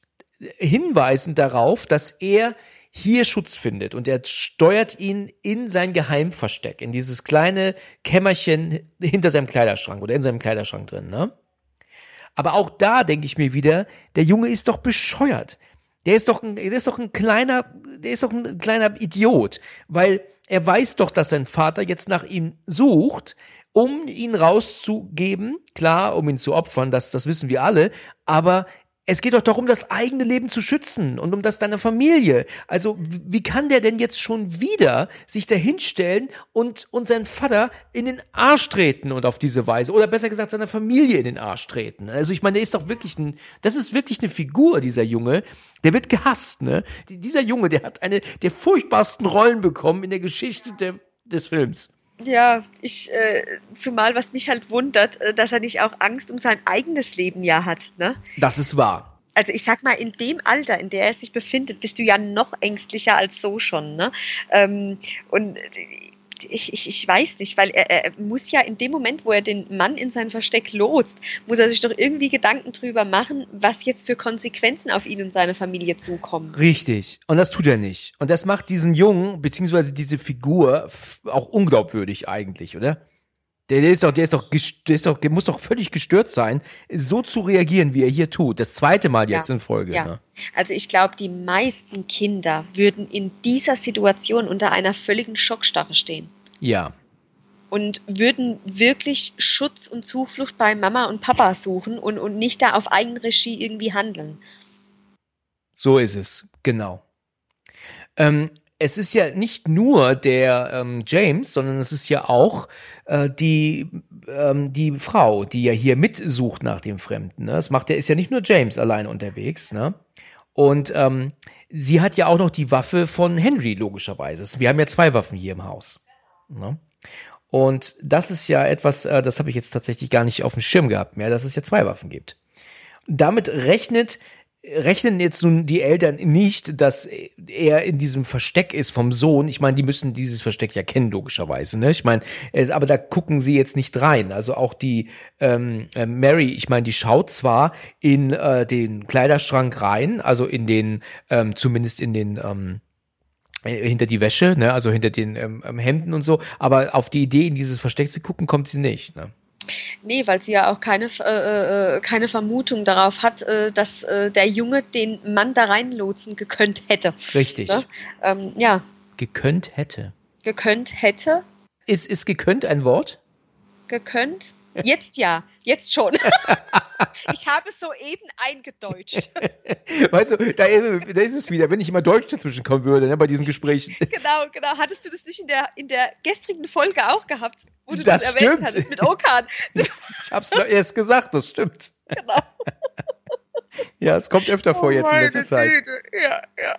hinweisen darauf, dass er hier Schutz findet, und er steuert ihn in sein Geheimversteck, in dieses kleine Kämmerchen hinter seinem Kleiderschrank oder in seinem Kleiderschrank drin, ne? Aber auch da denke ich mir wieder, der Junge ist doch bescheuert. Der ist doch ein, der ist doch ein kleiner, der ist doch ein kleiner Idiot, weil er weiß doch, dass sein Vater jetzt nach ihm sucht, um ihn rauszugeben, klar, um ihn zu opfern, das, das wissen wir alle, aber es geht doch darum, das eigene Leben zu schützen und um das deiner Familie. Also wie kann der denn jetzt schon wieder sich dahinstellen und, und seinen Vater in den Arsch treten und auf diese Weise, oder besser gesagt seiner Familie in den Arsch treten? Also ich meine, der ist doch wirklich ein, das ist wirklich eine Figur, dieser Junge. Der wird gehasst, ne? Dieser Junge, der hat eine der furchtbarsten Rollen bekommen in der Geschichte der, des Films. Ja, ich, äh, zumal was mich halt wundert, äh, dass er nicht auch Angst um sein eigenes Leben ja hat, ne? Das ist wahr. Also ich sag mal, in dem Alter, in der er sich befindet, bist du ja noch ängstlicher als so schon, ne? Ähm, und ich, ich, ich weiß nicht, weil er, er muss ja in dem Moment, wo er den Mann in sein Versteck lotst, muss er sich doch irgendwie Gedanken drüber machen, was jetzt für Konsequenzen auf ihn und seine Familie zukommen. Richtig. Und das tut er nicht. Und das macht diesen Jungen, beziehungsweise diese Figur, auch unglaubwürdig eigentlich, oder? Der, der ist doch, der ist doch, der ist doch, der muss doch völlig gestört sein, so zu reagieren, wie er hier tut. Das zweite Mal jetzt ja, in Folge. Ja. Ne? Also ich glaube, die meisten Kinder würden in dieser Situation unter einer völligen Schockstarre stehen. Ja. Und würden wirklich Schutz und Zuflucht bei Mama und Papa suchen und, und nicht da auf Eigenregie irgendwie handeln. So ist es, genau. Ähm, Es ist ja nicht nur der ähm, James, sondern es ist ja auch äh, die ähm, die Frau, die ja hier mitsucht nach dem Fremden. Ne? Das macht ja, ist ja nicht nur James allein unterwegs, ne? Und ähm, sie hat ja auch noch die Waffe von Henry, logischerweise. Wir haben ja zwei Waffen hier im Haus. Ne? Und das ist ja etwas, äh, das habe ich jetzt tatsächlich gar nicht auf dem Schirm gehabt mehr, dass es ja zwei Waffen gibt. Damit rechnet Rechnen jetzt nun die Eltern nicht, dass er in diesem Versteck ist vom Sohn. Ich meine, die müssen dieses Versteck ja kennen, logischerweise, ne? Ich meine, aber da gucken sie jetzt nicht rein. Also auch die ähm, Mary, ich meine, die schaut zwar in äh, den Kleiderschrank rein, also in den, ähm, zumindest in den, ähm, hinter die Wäsche, ne? Also hinter den ähm, Hemden und so, aber auf die Idee, in dieses Versteck zu gucken, kommt sie nicht, ne? Nee, weil sie ja auch keine, äh, keine Vermutung darauf hat, äh, dass äh, der Junge den Mann da reinlotsen gekönnt hätte. Richtig. Ne? Ähm, ja. Gekönnt hätte. Gekönnt hätte. Ist, ist gekönnt ein Wort? Gekönnt? Jetzt ja, jetzt schon. Ich habe es soeben eingedeutscht. Weißt du, da, da ist es wieder, wenn ich immer Deutsch dazwischen kommen würde, ne, bei diesen Gesprächen. Genau, genau. Hattest du das nicht in der, in der gestrigen Folge auch gehabt, wo du das, das stimmt. erwähnt hattest mit Okan? Ich hab's nur erst gesagt, das stimmt. Genau. Ja, es kommt öfter vor oh jetzt in letzter Zeit. Güte. Ja,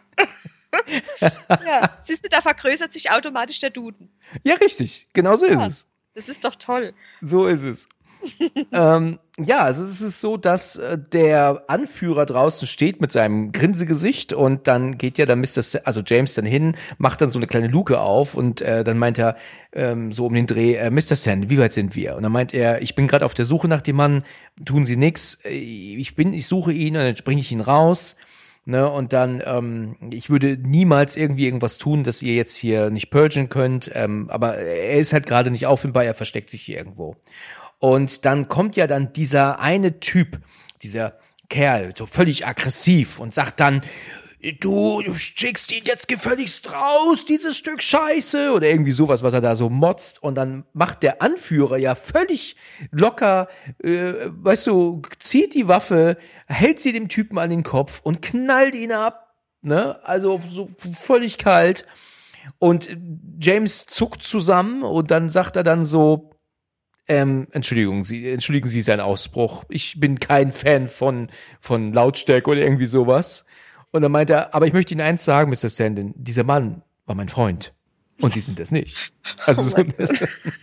ja. Ja, siehst du, da vergrößert sich automatisch der Duden. Ja, richtig. Genau so ja, ist es. Das ist doch toll. So ist es. ähm, ja, also es ist so, dass äh, der Anführer draußen steht mit seinem Grinsegesicht und dann geht ja dann Mister S- also James dann hin, macht dann so eine kleine Luke auf und äh, dann meint er ähm, so um den Dreh, äh, Mister Sand, wie weit sind wir? Und dann meint er, ich bin gerade auf der Suche nach dem Mann, tun Sie nix, ich bin, ich suche ihn und dann bringe ich ihn raus. Ne, und dann, ähm, ich würde niemals irgendwie irgendwas tun, dass ihr jetzt hier nicht purgen könnt, ähm, aber er ist halt gerade nicht auffindbar, er versteckt sich hier irgendwo. Und dann kommt ja dann dieser eine Typ, dieser Kerl, so völlig aggressiv und sagt dann, du, du schickst ihn jetzt gefälligst raus, dieses Stück Scheiße oder irgendwie sowas, was er da so motzt. Und dann macht der Anführer ja völlig locker, äh, weißt du, zieht die Waffe, hält sie dem Typen an den Kopf und knallt ihn ab, ne? Also so völlig kalt. Und James zuckt zusammen und dann sagt er dann so, Ähm, Entschuldigung, Sie, entschuldigen Sie seinen Ausbruch. Ich bin kein Fan von, von Lautstärke oder irgendwie sowas. Und dann meint er, aber ich möchte Ihnen eins sagen, Mister Sandin, dieser Mann war mein Freund. Und Sie sind es nicht. Also Oh so, mein das,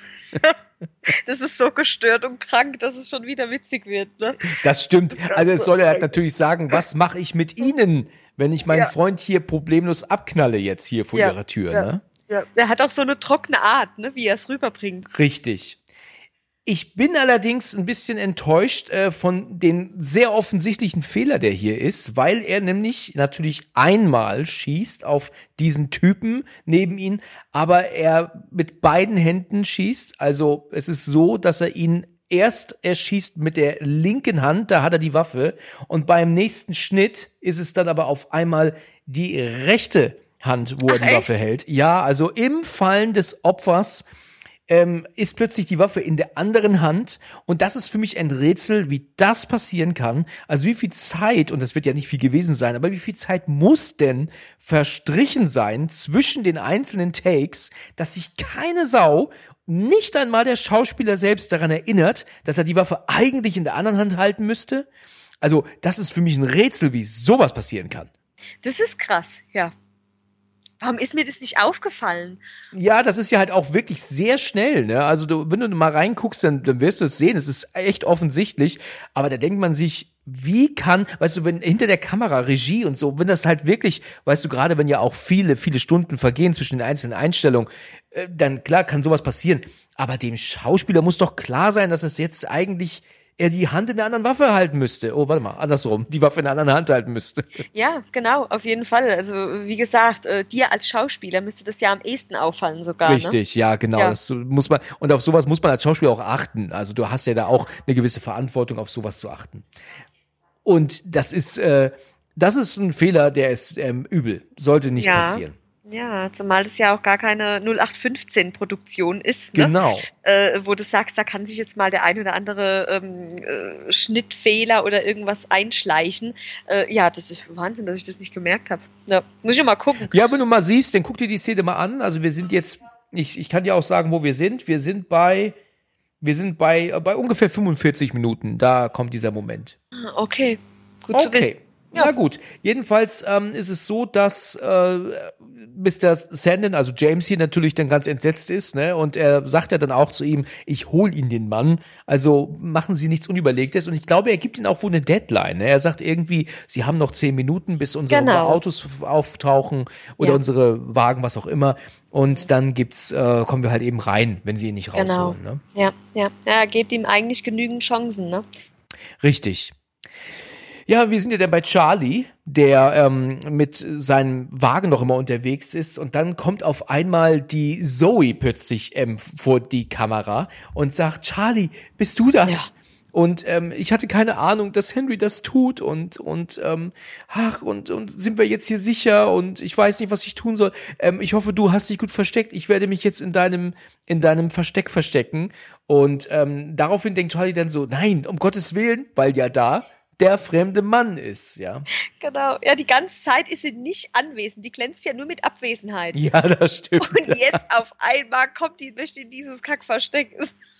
Das ist so gestört und krank, dass es schon wieder witzig wird, ne? das stimmt. Also es soll er halt natürlich sagen, was mache ich mit Ihnen, wenn ich meinen Ja. Freund hier problemlos abknalle jetzt hier vor Ja, Ihrer Tür, ja. ne? Ja. Er hat auch so eine trockene Art, ne, wie er es rüberbringt. Richtig. Ich bin allerdings ein bisschen enttäuscht äh, von den sehr offensichtlichen Fehler, der hier ist, weil er nämlich natürlich einmal schießt auf diesen Typen neben ihn, aber er mit beiden Händen schießt. Also es ist so, dass er ihn erst erschießt mit der linken Hand, da hat er die Waffe, und beim nächsten Schnitt ist es dann aber auf einmal die rechte Hand, wo er Ach, die Waffe echt? hält. Ja, also im Fallen des Opfers ähm, ist plötzlich die Waffe in der anderen Hand. Und das ist für mich ein Rätsel, wie das passieren kann. Also wie viel Zeit, und das wird ja nicht viel gewesen sein, aber wie viel Zeit muss denn verstrichen sein zwischen den einzelnen Takes, dass sich keine Sau, nicht einmal der Schauspieler selbst daran erinnert, dass er die Waffe eigentlich in der anderen Hand halten müsste? Also das ist für mich ein Rätsel, wie sowas passieren kann. Das ist krass, ja. Warum ist mir das nicht aufgefallen? Ja, das ist ja halt auch wirklich sehr schnell, ne? Also du, wenn du mal reinguckst, dann, dann wirst du es sehen. Es ist echt offensichtlich. Aber da denkt man sich, wie kann, weißt du, wenn hinter der Kamera Regie und so, wenn das halt wirklich, weißt du, gerade wenn ja auch viele, viele Stunden vergehen zwischen den einzelnen Einstellungen, äh, dann klar kann sowas passieren. Aber dem Schauspieler muss doch klar sein, dass es jetzt eigentlich er die Hand in der anderen Waffe halten müsste. Oh, warte mal, andersrum. Die Waffe in der anderen Hand halten müsste. Ja, genau, auf jeden Fall. Also wie gesagt, äh, dir als Schauspieler müsste das ja am ehesten auffallen sogar. Richtig, ne? ja, genau. Ja. Das muss man, und auf sowas muss man als Schauspieler auch achten. Also du hast ja da auch eine gewisse Verantwortung, auf sowas zu achten. Und das ist, äh, das ist ein Fehler, der ist ähm, übel. Sollte nicht Ja. passieren. Ja, zumal das ja auch gar keine null acht fünfzehn Produktion ist, ne? Genau. Äh, wo du sagst, da kann sich jetzt mal der ein oder andere ähm, äh, Schnittfehler oder irgendwas einschleichen. Äh, ja, das ist Wahnsinn, dass ich das nicht gemerkt habe. Ja, muss ich mal gucken. Ja, wenn du mal siehst, dann guck dir die Szene mal an. Also wir sind jetzt, ich, ich kann dir auch sagen, wo wir sind. Wir sind bei, wir sind bei, äh, bei ungefähr fünfundvierzig Minuten. Da kommt dieser Moment. Ah, Okay, gut zu wissen. Okay. Ja. Na gut. Jedenfalls ähm, ist es so, dass äh, Mister Sandin, also James hier natürlich dann ganz entsetzt ist, ne? Und er sagt ja dann auch zu ihm, ich hol ihn den Mann. Also machen Sie nichts Unüberlegtes. Und ich glaube, er gibt ihm auch wohl eine Deadline. Ne? Er sagt irgendwie, Sie haben noch zehn Minuten, bis unsere Genau. Autos auftauchen oder Ja. unsere Wagen, was auch immer. Und dann gibt's, äh, kommen wir halt eben rein, wenn sie ihn nicht Genau. rausholen. Ne? Ja, ja. Ja, gebt ihm eigentlich genügend Chancen, ne? Richtig. Ja, wir sind ja dann bei Charlie, der ähm, mit seinem Wagen noch immer unterwegs ist und dann kommt auf einmal die Zoe plötzlich ähm, vor die Kamera und sagt, Charlie, bist du das? Ja. Und ähm, ich hatte keine Ahnung, dass Henry das tut und und ähm, ach und und sind wir jetzt hier sicher und ich weiß nicht, was ich tun soll. Ähm, ich hoffe, du hast dich gut versteckt. Ich werde mich jetzt in deinem in deinem Versteck verstecken. Und ähm, daraufhin denkt Charlie dann so, nein, um Gottes Willen, weil ja da der fremde Mann ist, ja. Genau, ja, die ganze Zeit ist sie nicht anwesend. Die glänzt ja nur mit Abwesenheit. Ja, das stimmt. Und jetzt auf einmal kommt die, möchte in dieses Kackversteck.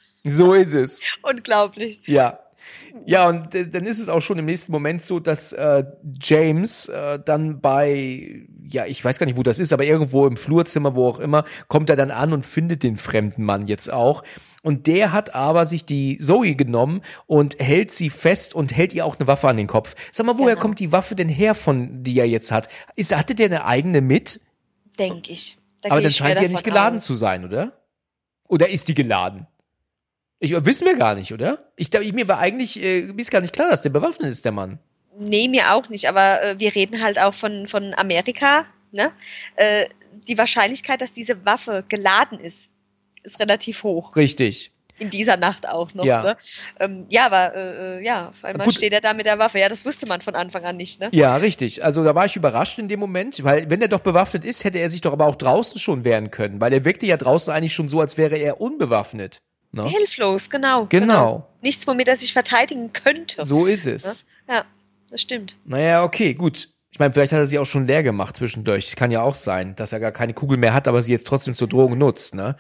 So ist es. Unglaublich. Ja. Ja, und äh, dann ist es auch schon im nächsten Moment so, dass äh, James äh, dann bei, ja, ich weiß gar nicht, wo das ist, aber irgendwo im Flurzimmer, wo auch immer, kommt er dann an und findet den fremden Mann jetzt auch. Und der hat aber sich die Zoe genommen und hält sie fest und hält ihr auch eine Waffe an den Kopf. Sag mal, woher genau. kommt die Waffe denn her, von die er jetzt hat? Ist, hatte der eine eigene mit? Denk ich. Da aber dann scheint die ja nicht geladen aus. zu sein, oder? Oder ist die geladen? Ich, wissen wir gar nicht, oder? Ich, mir war eigentlich, äh, mir ist gar nicht klar, dass der bewaffnet ist, der Mann. Nee, mir auch nicht, aber äh, wir reden halt auch von, von Amerika, ne? Äh, die Wahrscheinlichkeit, dass diese Waffe geladen ist, ist relativ hoch. Richtig. In dieser Nacht auch noch, ja. ne? Ähm, ja, aber äh, ja, auf einmal Gut. steht er da mit der Waffe. Ja, das wusste man von Anfang an nicht, ne? Ja, richtig. Also da war ich überrascht in dem Moment, weil wenn er doch bewaffnet ist, hätte er sich doch aber auch draußen schon wehren können, weil er wirkte ja draußen eigentlich schon so, als wäre er unbewaffnet. No? Hilflos, genau, genau. Genau. Nichts, womit er sich verteidigen könnte. So ist es. Ja, ja, das stimmt. Naja, okay, gut. Ich meine, vielleicht hat er sie auch schon leer gemacht zwischendurch. Das kann ja auch sein, dass er gar keine Kugel mehr hat, aber sie jetzt trotzdem zur Drohung nutzt, ne?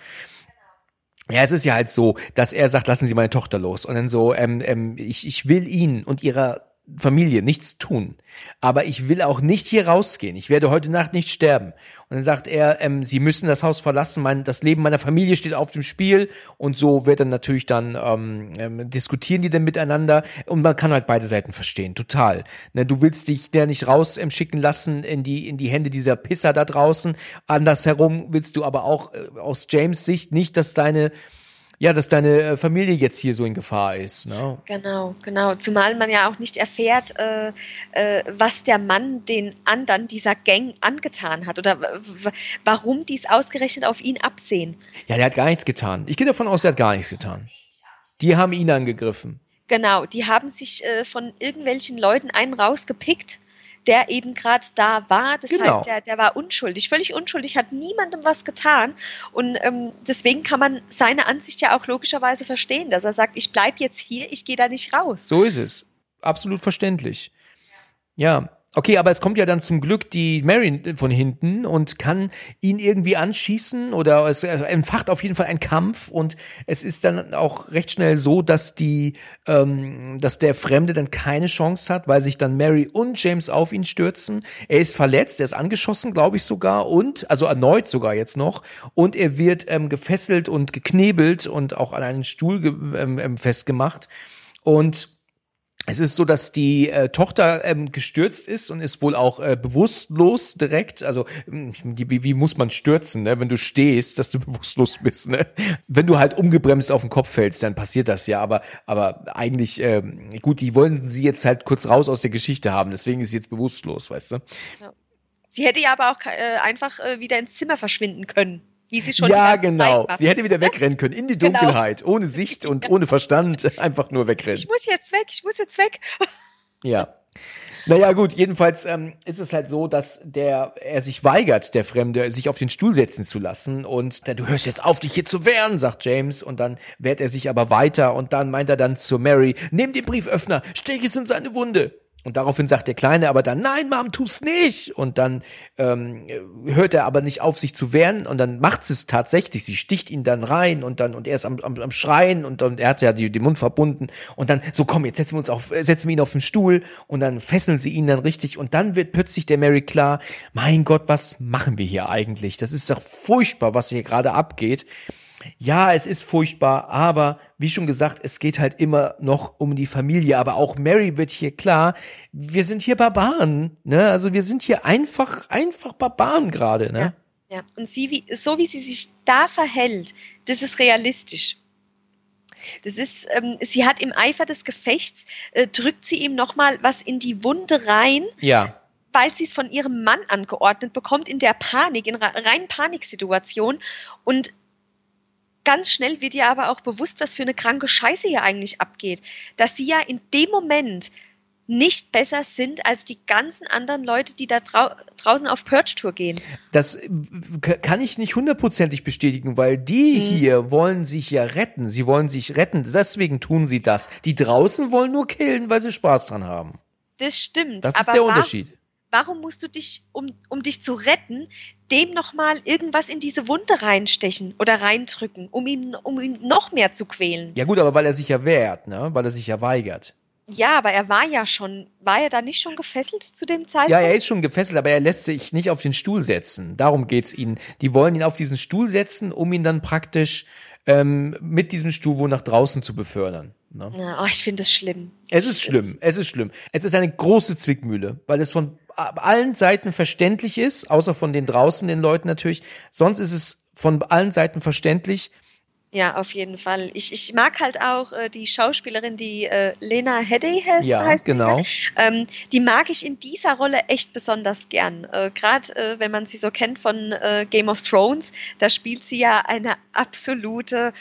Ja, es ist ja halt so, dass er sagt, lassen Sie meine Tochter los. Und dann so, ähm, ähm, ich, ich will Ihnen und Ihrer Familie nichts tun. Aber ich will auch nicht hier rausgehen. Ich werde heute Nacht nicht sterben. Und dann sagt er, ähm, Sie müssen das Haus verlassen. Mein, das Leben meiner Familie steht auf dem Spiel. Und so wird dann natürlich dann ähm, ähm, diskutieren die dann miteinander. Und man kann halt beide Seiten verstehen. Total. Ne, du willst dich der nicht raus ähm, schicken lassen in die in die Hände dieser Pisser da draußen. Andersherum willst du aber auch äh, aus James Sicht nicht, dass deine Ja, dass deine Familie jetzt hier so in Gefahr ist. Ne? Genau, genau. Zumal man ja auch nicht erfährt, äh, äh, was der Mann den anderen dieser Gang angetan hat oder w- warum die es ausgerechnet auf ihn absehen. Ja, der hat gar nichts getan. Ich gehe davon aus, der hat gar nichts getan. Die haben ihn angegriffen. Genau, die haben sich äh, von irgendwelchen Leuten einen rausgepickt, der eben gerade da war. Das genau. heißt, der, der war unschuldig, völlig unschuldig, hat niemandem was getan. Und ähm, deswegen kann man seine Ansicht ja auch logischerweise verstehen, dass er sagt, ich bleibe jetzt hier, ich gehe da nicht raus. So ist es. Absolut verständlich. Ja. Okay, aber es kommt ja dann zum Glück die Mary von hinten und kann ihn irgendwie anschießen oder es entfacht auf jeden Fall ein Kampf und es ist dann auch recht schnell so, dass die, ähm, dass der Fremde dann keine Chance hat, weil sich dann Mary und James auf ihn stürzen. Er ist verletzt, er ist angeschossen, glaube ich sogar und, also erneut sogar jetzt noch und er wird ähm, gefesselt und geknebelt und auch an einen Stuhl ge- ähm, festgemacht und es ist so, dass die äh, Tochter ähm, gestürzt ist und ist wohl auch äh, bewusstlos direkt. Also die, wie, wie muss man stürzen, ne? Wenn du stehst, dass du bewusstlos bist. Ne? Wenn du halt umgebremst auf den Kopf fällst, dann passiert das ja. Aber aber eigentlich, ähm, gut, die wollen sie jetzt halt kurz raus aus der Geschichte haben. Deswegen ist sie jetzt bewusstlos, weißt du? Ja. Sie hätte ja aber auch äh, einfach äh, wieder ins Zimmer verschwinden können. Wie sie schon ja, genau. Sie hätte wieder wegrennen können, in die Dunkelheit, genau. Ohne Sicht und ohne Verstand, einfach nur wegrennen. Ich muss jetzt weg, ich muss jetzt weg. Ja. Naja, gut, jedenfalls ähm, ist es halt so, dass der er sich weigert, der Fremde, sich auf den Stuhl setzen zu lassen und der, du hörst jetzt auf, dich hier zu wehren, sagt James und dann wehrt er sich aber weiter und dann meint er dann zu Mary, nimm den Brieföffner, stech es in seine Wunde. Und daraufhin sagt der Kleine aber dann, nein, Mom, tu's nicht. Und dann ähm, hört er aber nicht auf, sich zu wehren. Und dann macht sie es tatsächlich. Sie sticht ihn dann rein und dann und er ist am, am, am Schreien und, und er hat ja die, den Mund verbunden. Und dann, so komm, jetzt setzen wir uns auf, setzen wir ihn auf den Stuhl und dann fesseln sie ihn dann richtig. Und dann wird plötzlich der Mary klar, mein Gott, was machen wir hier eigentlich? Das ist doch furchtbar, was hier gerade abgeht. Ja, es ist furchtbar, aber wie schon gesagt, es geht halt immer noch um die Familie. Aber auch Mary wird hier klar, wir sind hier Barbaren, ne? Also wir sind hier einfach, einfach Barbaren gerade, ne? Ja, ja. Und sie, wie, so wie sie sich da verhält, das ist realistisch. Das ist, ähm, sie hat im Eifer des Gefechts, äh, drückt sie ihm nochmal was in die Wunde rein. Ja. Weil sie es von ihrem Mann angeordnet bekommt, in der Panik, in reinen Paniksituation. Und ganz schnell wird ihr aber auch bewusst, was für eine kranke Scheiße hier eigentlich abgeht. Dass sie ja in dem Moment nicht besser sind als die ganzen anderen Leute, die da drau- draußen auf Purge-Tour gehen. Das k- kann ich nicht hundertprozentig bestätigen, weil die mhm. hier wollen sich ja retten. Sie wollen sich retten, deswegen tun sie das. Die draußen wollen nur killen, weil sie Spaß dran haben. Das stimmt. Das ist aber der Unterschied. Warum, warum musst du dich, um, um dich zu retten, dem nochmal irgendwas in diese Wunde reinstechen oder reindrücken, um ihn, um ihn noch mehr zu quälen? Ja gut, aber weil er sich ja wehrt, ne? Weil er sich ja weigert. Ja, aber er war ja schon, war er da nicht schon gefesselt zu dem Zeitpunkt? Ja, er ist schon gefesselt, aber er lässt sich nicht auf den Stuhl setzen. Darum geht's ihnen. Die wollen ihn auf diesen Stuhl setzen, um ihn dann praktisch ähm, mit diesem Stuhl wohl nach draußen zu befördern. Ne? Ja, oh, ich finde es schlimm. Es ist schlimm, es ist schlimm. Es ist eine große Zwickmühle, weil es von allen Seiten verständlich ist, außer von den draußen, den Leuten natürlich. Sonst ist es von allen Seiten verständlich. Ja, auf jeden Fall. Ich, ich mag halt auch äh, die Schauspielerin, die äh, Lena Headey heißt. Ja, heißt genau. Die, ähm, die mag ich in dieser Rolle echt besonders gern. Äh, Gerade äh, wenn man sie so kennt von äh, Game of Thrones, da spielt sie ja eine absolute,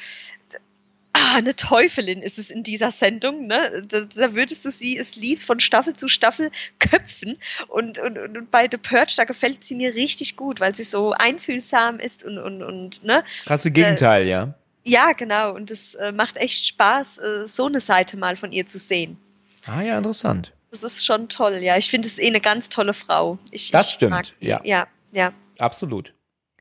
ah, eine Teufelin ist es in dieser Sendung. Ne? Da, da würdest du sie, es lief von Staffel zu Staffel köpfen. Und, und, und bei The Purge, da gefällt sie mir richtig gut, weil sie so einfühlsam ist und, und, und ne. Krasse Gegenteil, äh, ja. Ja, genau. Und es äh, macht echt Spaß, äh, so eine Seite mal von ihr zu sehen. Ah ja, interessant. Das ist schon toll, ja. Ich finde es eh eine ganz tolle Frau. Ich, das ich stimmt, mag ja. Ja, ja. Absolut.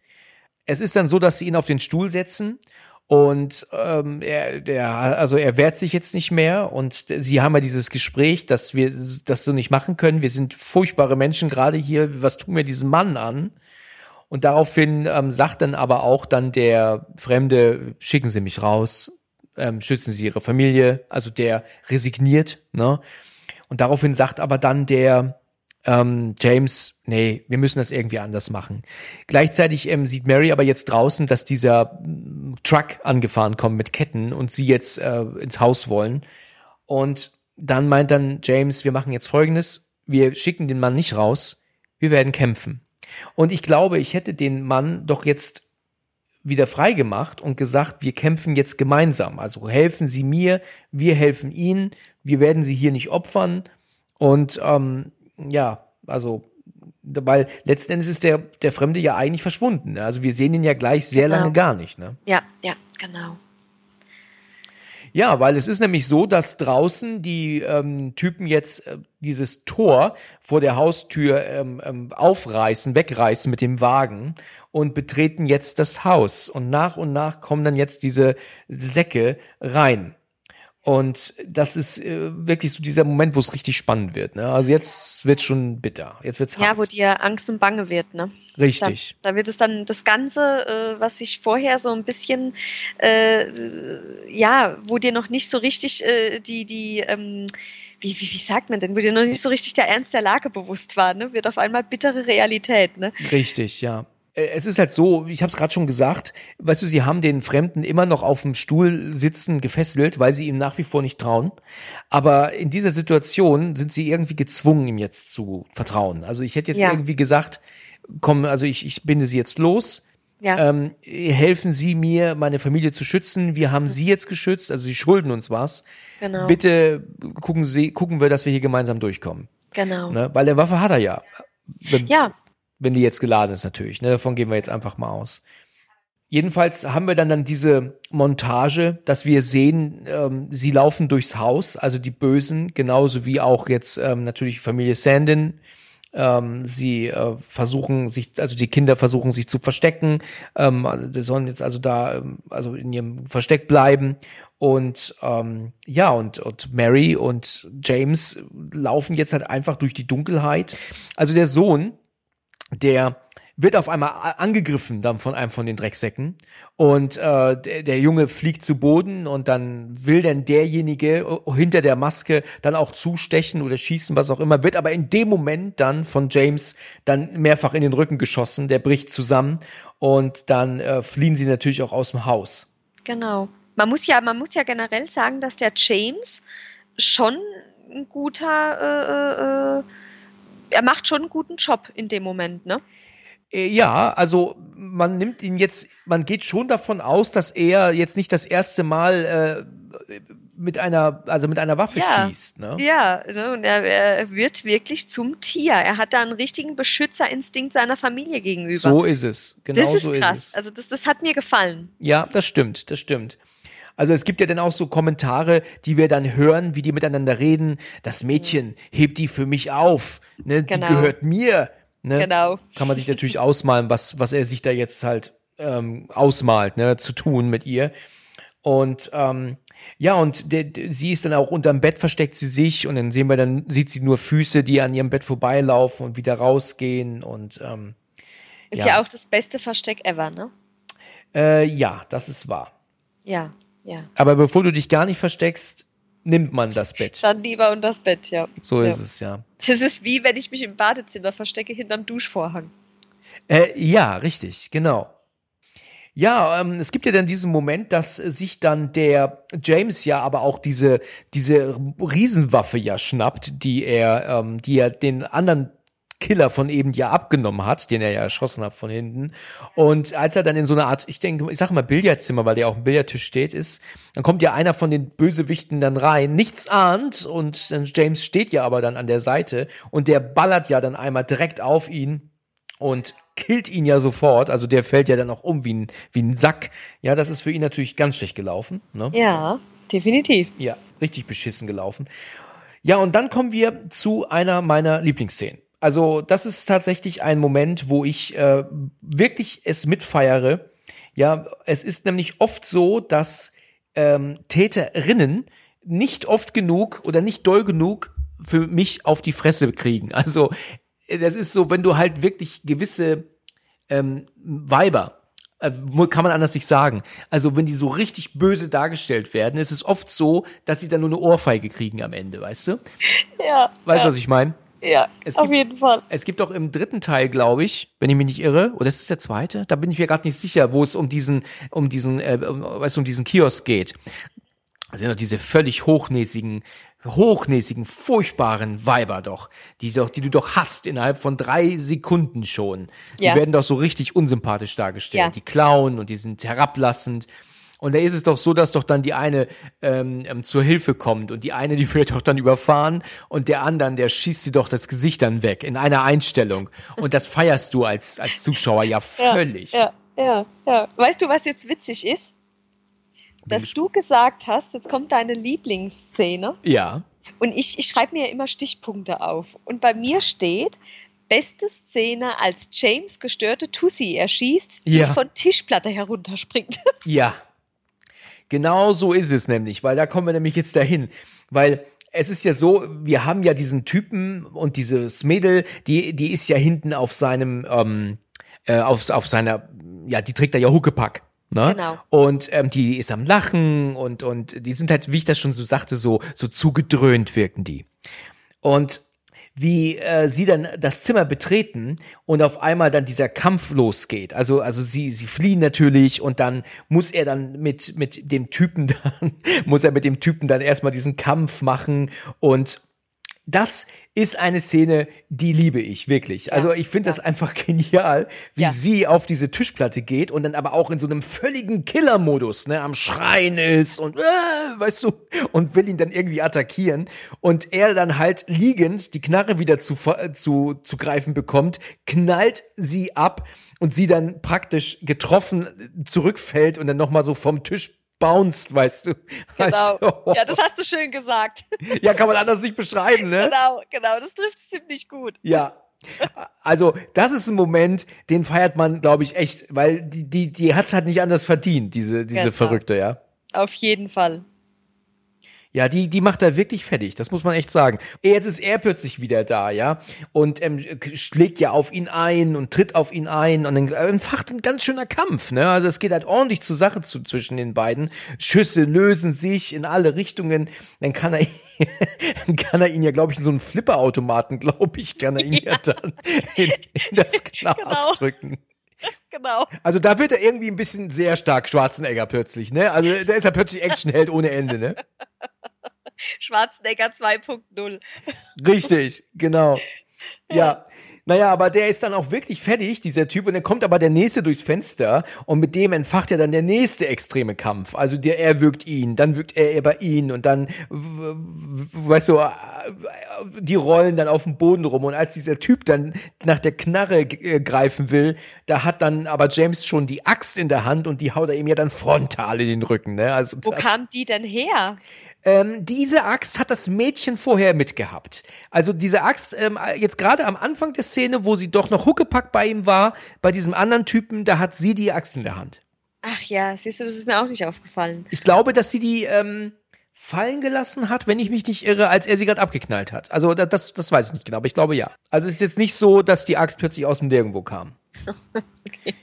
Es ist dann so, dass sie ihn auf den Stuhl setzen und ähm, er, der, also er wehrt sich jetzt nicht mehr und sie haben ja dieses Gespräch, dass wir das so nicht machen können. Wir sind furchtbare Menschen gerade hier. Was tun wir diesem Mann an? Und daraufhin ähm, sagt dann aber auch dann der Fremde, schicken Sie mich raus, ähm, schützen Sie Ihre Familie. Also der resigniert, ne? Und daraufhin sagt aber dann der ähm, James, nee, wir müssen das irgendwie anders machen. Gleichzeitig ähm, sieht Mary aber jetzt draußen, dass dieser ähm, Truck angefahren kommt mit Ketten und sie jetzt äh, ins Haus wollen. Und dann meint dann James, wir machen jetzt Folgendes, wir schicken den Mann nicht raus, wir werden kämpfen. Und ich glaube, ich hätte den Mann doch jetzt wieder frei gemacht und gesagt, wir kämpfen jetzt gemeinsam. Also helfen Sie mir, wir helfen Ihnen, wir werden Sie hier nicht opfern. Und ähm, ja, also, weil letzten Endes ist der, der Fremde ja eigentlich verschwunden. Ne? Also wir sehen ihn ja gleich sehr genau. lange gar nicht. Ne? Ja, ja, genau. Ja, weil es ist nämlich so, dass draußen die ähm, Typen jetzt äh, dieses Tor vor der Haustür ähm, ähm, aufreißen, wegreißen mit dem Wagen und betreten jetzt das Haus. Und nach und nach kommen dann jetzt diese Säcke rein. Und das ist äh, wirklich so dieser Moment, wo es richtig spannend wird. Ne? Also jetzt wird's schon bitter. Jetzt wird's hart. Ja, wo dir Angst und Bange wird, ne? Richtig. Da, da wird es dann das Ganze, äh, was sich vorher so ein bisschen, äh, ja, wo dir noch nicht so richtig äh, die, die, ähm, wie, wie, wie sagt man denn, wo dir noch nicht so richtig der Ernst der Lage bewusst war, ne? Wird auf einmal bittere Realität, ne? Richtig, ja. Es ist halt so, ich habe es gerade schon gesagt, weißt du, sie haben den Fremden immer noch auf dem Stuhl sitzen gefesselt, weil sie ihm nach wie vor nicht trauen. Aber in dieser Situation sind sie irgendwie gezwungen, ihm jetzt zu vertrauen. Also ich hätte jetzt ja. irgendwie gesagt, komm, also ich, ich binde sie jetzt los. Ja. Ähm, helfen Sie mir, meine Familie zu schützen. Wir haben Sie jetzt geschützt, also Sie schulden uns was. Genau. Bitte gucken Sie, gucken wir, dass wir hier gemeinsam durchkommen. Genau. Ne? Weil der Waffe hat er ja. Wenn, ja. Wenn die jetzt geladen ist natürlich. Ne? Davon gehen wir jetzt einfach mal aus. Jedenfalls haben wir dann, dann diese Montage, dass wir sehen, ähm, sie laufen durchs Haus, also die Bösen, genauso wie auch jetzt ähm, natürlich Familie Sandin. Ähm, sie äh, versuchen sich, also die Kinder versuchen sich zu verstecken. Ähm, die sollen jetzt also da, ähm, also in ihrem Versteck bleiben. Und ähm, ja, und, und Mary und James laufen jetzt halt einfach durch die Dunkelheit. Also der Sohn, der wird auf einmal angegriffen dann von einem von den Drecksäcken und äh, der, der Junge fliegt zu Boden und dann will dann derjenige hinter der Maske dann auch zustechen oder schießen, was auch immer, wird aber in dem Moment dann von James dann mehrfach in den Rücken geschossen, der bricht zusammen und dann äh, fliehen sie natürlich auch aus dem Haus. Genau. man muss ja, man muss ja generell sagen, dass der James schon ein guter, äh, äh, er macht schon einen guten Job in dem Moment, ne? Ja, also man nimmt ihn jetzt, man geht schon davon aus, dass er jetzt nicht das erste Mal äh, mit einer, also mit einer Waffe ja, schießt, ne? Ja, ne? Und er, er wird wirklich zum Tier. Er hat da einen richtigen Beschützerinstinkt seiner Familie gegenüber. So ist es, genau das ist so krass. ist es. Also das, das hat mir gefallen. Ja, das stimmt, das stimmt. Also es gibt ja dann auch so Kommentare, die wir dann hören, wie die miteinander reden. Das Mädchen hebt die für mich auf, ne? Genau. Die gehört mir. Ne? Genau. Kann man sich natürlich ausmalen, was, was er sich da jetzt halt ähm, ausmalt, ne, zu tun mit ihr. Und ähm, ja, und der, der, sie ist dann auch unterm Bett, versteckt sie sich und dann sehen wir, dann sieht sie nur Füße, die an ihrem Bett vorbeilaufen und wieder rausgehen. Und ähm, ist ja. ja auch das beste Versteck ever, ne? Äh, ja, das ist wahr. Ja, ja. Aber bevor du dich gar nicht versteckst, nimmt man das Bett. Dann lieber unter das Bett, ja. So ja. ist es, ja. Das ist wie, wenn ich mich im Badezimmer verstecke hinterm Duschvorhang. Äh, ja, richtig, genau. Ja, ähm, es gibt ja dann diesen Moment, dass sich dann der James ja aber auch diese diese Riesenwaffe ja schnappt, die er, ähm, die er den anderen Killer von eben ja abgenommen hat, den er ja erschossen hat von hinten. Und als er dann in so eine Art, ich denke, ich sage mal Billardzimmer, weil der auch ein Billardtisch steht, ist, dann kommt ja einer von den Bösewichten dann rein, nichts ahnt und dann James steht ja aber dann an der Seite und der ballert ja dann einmal direkt auf ihn und killt ihn ja sofort. Also der fällt ja dann auch um wie ein, wie ein Sack. Ja, das ist für ihn natürlich ganz schlecht gelaufen. Ne? Ja, definitiv. Ja, richtig beschissen gelaufen. Ja, und dann kommen wir zu einer meiner Lieblingsszenen. Also das ist tatsächlich ein Moment, wo ich äh, wirklich es mitfeiere. Ja, es ist nämlich oft so, dass ähm, Täterinnen nicht oft genug oder nicht doll genug für mich auf die Fresse kriegen. Also das ist so, wenn du halt wirklich gewisse ähm, Weiber, äh, kann man anders nicht sagen, also wenn die so richtig böse dargestellt werden, ist es oft so, dass sie dann nur eine Ohrfeige kriegen am Ende, weißt du? Ja. Weißt du, ja. was ich meine? Ja, es auf gibt, jeden Fall. Es gibt auch im dritten Teil, glaube ich, wenn ich mich nicht irre, oder ist es der zweite? Da bin ich mir gerade nicht sicher, wo es um diesen, um diesen, äh, weißt du, um diesen Kiosk geht. Da sind doch diese völlig hochnäsigen, hochnäsigen, furchtbaren Weiber doch, die, doch, die du doch hast innerhalb von drei Sekunden schon. Die ja. werden doch so richtig unsympathisch dargestellt. Ja. Die klauen und die sind herablassend. Und da ist es doch so, dass doch dann die eine ähm, ähm, zur Hilfe kommt und die eine, die wird doch dann überfahren und der anderen, der schießt sie doch das Gesicht dann weg in einer Einstellung. Und das feierst du als, als Zuschauer ja völlig. Ja, ja, ja, ja. Weißt du, was jetzt witzig ist? Dass du gesagt hast, jetzt kommt deine Lieblingsszene. Ja. Und ich, ich schreibe mir ja immer Stichpunkte auf. Und bei mir steht, beste Szene, als James gestörte Tussi erschießt, die ja. von Tischplatte herunterspringt. Ja. Genau so ist es nämlich, weil da kommen wir nämlich jetzt dahin. Weil es ist ja so, wir haben ja diesen Typen und dieses Mädel, die, die ist ja hinten auf seinem, ähm, äh, auf, auf seiner, ja, die trägt da ja Huckepack. Ne? Genau. Und ähm, die ist am Lachen und und die sind halt, wie ich das schon so sagte, so so zugedröhnt wirken die. Und wie äh, sie dann das Zimmer betreten und auf einmal dann dieser Kampf losgeht. Also also sie sie fliehen natürlich und dann muss er dann mit mit dem Typen dann muss er mit dem Typen dann erstmal diesen Kampf machen und das ist eine Szene, die liebe ich wirklich. Ja, also ich finde ja. das einfach genial, wie ja. sie auf diese Tischplatte geht und dann aber auch in so einem völligen Killer-Modus, ne, am Schreien ist und äh, weißt du, und will ihn dann irgendwie attackieren und er dann halt liegend die Knarre wieder zu, zu, zu greifen bekommt, knallt sie ab und sie dann praktisch getroffen zurückfällt und dann nochmal so vom Tisch bounced, weißt du. Genau. Also, ja, das hast du schön gesagt. Ja, kann man anders nicht beschreiben, ne? Genau, genau, das trifft es ziemlich gut. Ja. Also, das ist ein Moment, den feiert man, glaube ich, echt, weil die, die, die hat's halt nicht anders verdient, diese, diese genau. Verrückte, ja. Auf jeden Fall. Ja, die, die macht er wirklich fertig, das muss man echt sagen. Jetzt ist er plötzlich wieder da, ja, und ähm, schlägt ja auf ihn ein und tritt auf ihn ein und dann entfacht ein ganz schöner Kampf, ne, also es geht halt ordentlich zur Sache zu, zwischen den beiden. Schüsse lösen sich in alle Richtungen, dann kann er, dann kann er ihn ja, glaube ich, in so einen Flipperautomaten, glaube ich, kann er ihn ja, ja dann in, in das Glas genau. drücken. Genau. Also da wird er irgendwie ein bisschen sehr stark Schwarzenegger plötzlich, ne? Also da ist er plötzlich Actionheld ohne Ende, ne? Schwarzenegger zwei Punkt null. Richtig, genau. Ja. Naja, aber der ist dann auch wirklich fertig, dieser Typ, und dann kommt aber der Nächste durchs Fenster und mit dem entfacht ja dann der nächste extreme Kampf. Also der, er wirkt ihn, dann wirkt er über ihn und dann, weißt du, die rollen dann auf dem Boden rum und als dieser Typ dann nach der Knarre g- greifen will, da hat dann aber James schon die Axt in der Hand und die haut er ihm ja dann frontal in den Rücken, ne? Also Wo das, kam die denn her? Ähm, diese Axt hat das Mädchen vorher mitgehabt. Also diese Axt, ähm, jetzt gerade am Anfang der Szene, wo sie doch noch Huckepack bei ihm war, bei diesem anderen Typen, da hat sie die Axt in der Hand. Ach ja, siehst du, das ist mir auch nicht aufgefallen. Ich glaube, dass sie die ähm, fallen gelassen hat, wenn ich mich nicht irre, als er sie gerade abgeknallt hat. Also da- das, das weiß ich nicht genau, aber ich glaube ja. Also es ist jetzt nicht so, dass die Axt plötzlich aus dem Nirgendwo kam. Okay.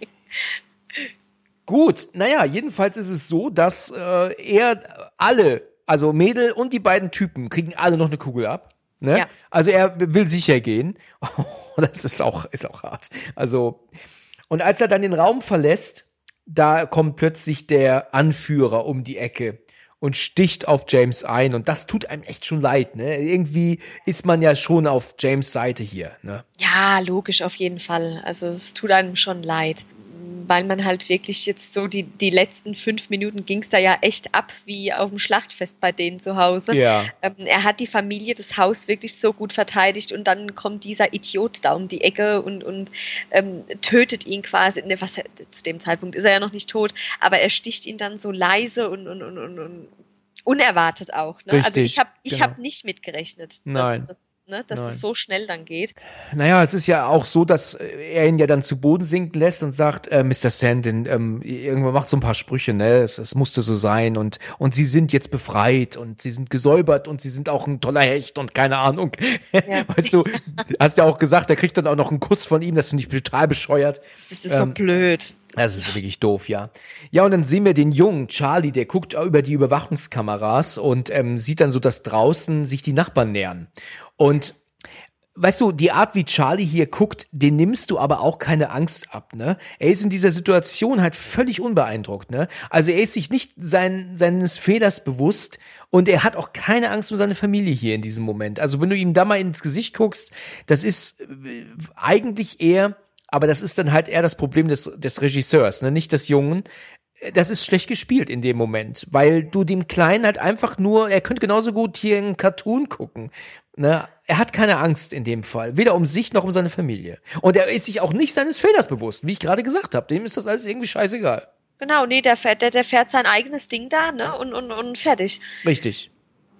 Gut, naja, jedenfalls ist es so, dass äh, er alle, also Mädel und die beiden Typen, kriegen alle noch eine Kugel ab. Ne? Ja. Also er will sicher gehen. Das ist auch, ist auch hart. Also, und als er dann den Raum verlässt, da kommt plötzlich der Anführer um die Ecke und sticht auf James ein. Und das tut einem echt schon leid. Ne? Irgendwie ist man ja schon auf James' Seite hier. Ne? Ja, logisch, auf jeden Fall. Also es tut einem schon leid, weil man halt wirklich jetzt so, die, die letzten fünf Minuten ging es da ja echt ab wie auf dem Schlachtfest bei denen zu Hause. Ja. Ähm, er hat die Familie, das Haus wirklich so gut verteidigt und dann kommt dieser Idiot da um die Ecke und, und ähm, tötet ihn quasi. Ne, was, zu dem Zeitpunkt ist er ja noch nicht tot, aber er sticht ihn dann so leise und, und, und, und, und unerwartet auch. Ne? Richtig, also ich habe ich genau. hab nicht mitgerechnet, dass, Nein. dass, ne, dass Nein. es so schnell dann geht. Naja, es ist ja auch so, dass er ihn ja dann zu Boden sinken lässt und sagt, äh, Mister Sandin, ähm, irgendwann macht so ein paar Sprüche, ne, es, es musste so sein und, und sie sind jetzt befreit und sie sind gesäubert und sie sind auch ein toller Hecht und keine Ahnung. Ja. Weißt du, hast ja auch gesagt, er kriegt dann auch noch einen Kuss von ihm, das finde ich total bescheuert. Das ist so Ähm, blöd. Das ist wirklich doof, ja. Ja, und dann sehen wir den Jungen, Charlie, der guckt über die Überwachungskameras und ähm, sieht dann so, dass draußen sich die Nachbarn nähern. Und weißt du, die Art, wie Charlie hier guckt, den nimmst du aber auch keine Angst ab, ne? Er ist in dieser Situation halt völlig unbeeindruckt, ne? Also er ist sich nicht sein, seines Fehlers bewusst und er hat auch keine Angst um seine Familie hier in diesem Moment. Also wenn du ihm da mal ins Gesicht guckst, das ist äh, eigentlich eher, aber das ist dann halt eher das Problem des, des Regisseurs, ne? Nicht des Jungen. Das ist schlecht gespielt in dem Moment, weil du dem Kleinen halt einfach nur, er könnte genauso gut hier einen Cartoon gucken. Ne? Er hat keine Angst in dem Fall, weder um sich noch um seine Familie. Und er ist sich auch nicht seines Fehlers bewusst, wie ich gerade gesagt habe. Dem ist das alles irgendwie scheißegal. Genau, nee, der fährt, der, der fährt sein eigenes Ding da, ne? Und, und, und fertig. Richtig.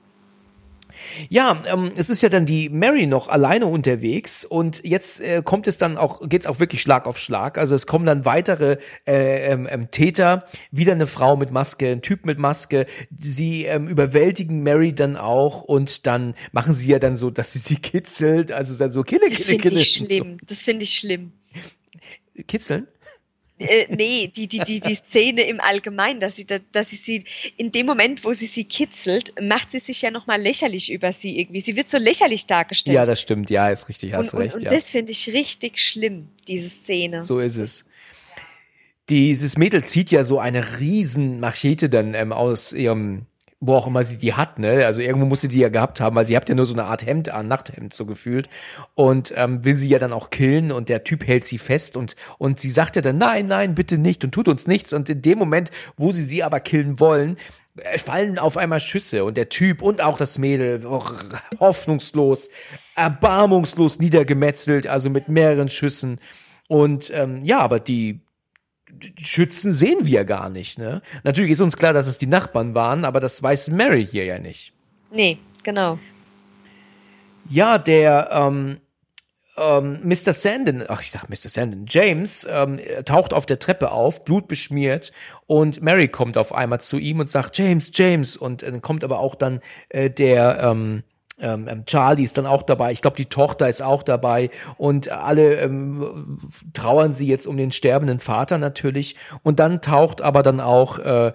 Ja, ähm, es ist ja dann die Mary noch alleine unterwegs und jetzt äh, kommt es dann auch, geht's auch wirklich Schlag auf Schlag. Also es kommen dann weitere äh, ähm, ähm, Täter, wieder eine Frau mit Maske, ein Typ mit Maske. Sie ähm, überwältigen Mary dann auch und dann machen sie ja dann so, dass sie sie kitzelt, also dann so kille, Das kille, finde kille. ich schlimm. Das finde ich schlimm. So. Kitzeln? Äh, nee, die, die, die, die Szene im Allgemeinen, dass sie, dass sie sie, in dem Moment, wo sie sie kitzelt, macht sie sich ja nochmal lächerlich über sie irgendwie. Sie wird so lächerlich dargestellt. Ja, das stimmt, ja, ist richtig, hast und, recht. Und, und ja. das finde ich richtig schlimm, diese Szene. So ist es. Dieses Mädel zieht ja so eine riesen Machete dann ähm, aus ihrem, wo auch immer sie die hat, ne? Also irgendwo muss sie die ja gehabt haben, weil sie hat ja nur so eine Art Hemd an, Nachthemd so gefühlt. Und ähm, will sie ja dann auch killen und der Typ hält sie fest und, und sie sagt ja dann, nein, nein, bitte nicht und tut uns nichts. Und in dem Moment, wo sie sie aber killen wollen, fallen auf einmal Schüsse und der Typ und auch das Mädel oh, hoffnungslos, erbarmungslos niedergemetzelt, also mit mehreren Schüssen. Und ähm, ja, aber die Schützen sehen wir gar nicht, ne? Natürlich ist uns klar, dass es die Nachbarn waren, aber das weiß Mary hier ja nicht. Nee, genau. Ja, der ähm, ähm, Mister Sandin, ach ich sag Mister Sandin, James ähm, taucht auf der Treppe auf, blutbeschmiert und Mary kommt auf einmal zu ihm und sagt James, James und dann kommt aber auch dann äh, der ähm, Ähm, Charlie ist dann auch dabei, ich glaube, die Tochter ist auch dabei und alle ähm, trauern sie jetzt um den sterbenden Vater natürlich und dann taucht aber dann auch äh,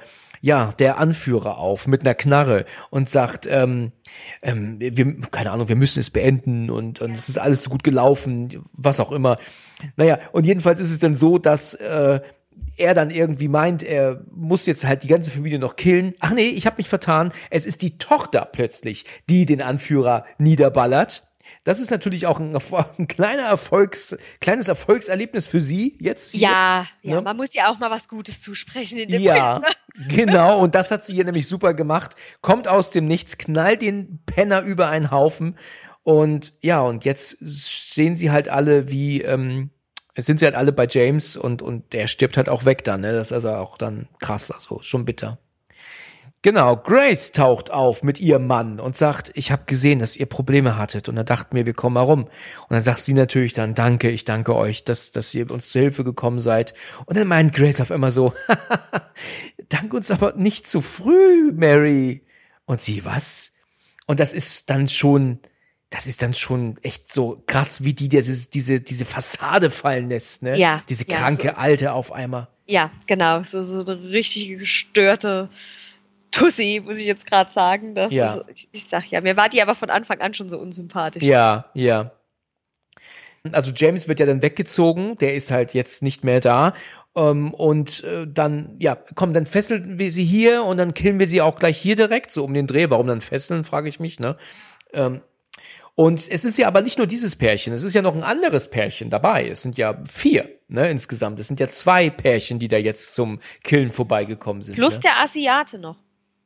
ja, der Anführer auf mit einer Knarre und sagt, ähm, ähm, wir, keine Ahnung, wir müssen es beenden und, und es ist alles so gut gelaufen, was auch immer. Naja, und jedenfalls ist es dann so, dass äh, er dann irgendwie meint, er muss jetzt halt die ganze Familie noch killen. Ach nee, ich habe mich vertan. Es ist die Tochter plötzlich, die den Anführer niederballert. Das ist natürlich auch ein, ein kleiner Erfolgs, kleines Erfolgserlebnis für sie jetzt hier. Ja, ja, ne? Man muss ja auch mal was Gutes zusprechen in dem Ja, Film. genau. Und das hat sie hier nämlich super gemacht. Kommt aus dem Nichts, knallt den Penner über einen Haufen. Und ja, und jetzt sehen sie halt alle, wie ähm, sind sie halt alle bei James und und der stirbt halt auch weg dann. Ne? Das ist also auch dann krass, also schon bitter. Genau, Grace taucht auf mit ihrem Mann und sagt, ich habe gesehen, dass ihr Probleme hattet und dann dachten wir, wir kommen herum. Und dann sagt sie natürlich dann, danke, ich danke euch, dass, dass ihr uns zur Hilfe gekommen seid. Und dann meint Grace auf einmal so, dank uns aber nicht zu früh, Mary. Und sie, was? Und das ist dann schon, das ist dann schon echt so krass, wie die diese, diese, diese Fassade fallen lässt, ne? Ja. Diese ja, kranke so. Alte auf einmal. Ja, genau, so, so eine richtig gestörte Tussi, muss ich jetzt gerade sagen. Ne? Ja. Also ich, ich sag ja, mir war die aber von Anfang an schon so unsympathisch. Ja, ja. Also James wird ja dann weggezogen, der ist halt jetzt nicht mehr da. Ähm, und äh, dann, ja, komm, dann fesseln wir sie hier und dann killen wir sie auch gleich hier direkt, so um den Dreh. Warum dann fesseln, frage ich mich, ne? Ähm, und es ist ja aber nicht nur dieses Pärchen, es ist ja noch ein anderes Pärchen dabei. Es sind ja vier, ne, insgesamt. Es sind ja zwei Pärchen, die da jetzt zum Killen vorbeigekommen sind. Plus ne? der Asiate noch.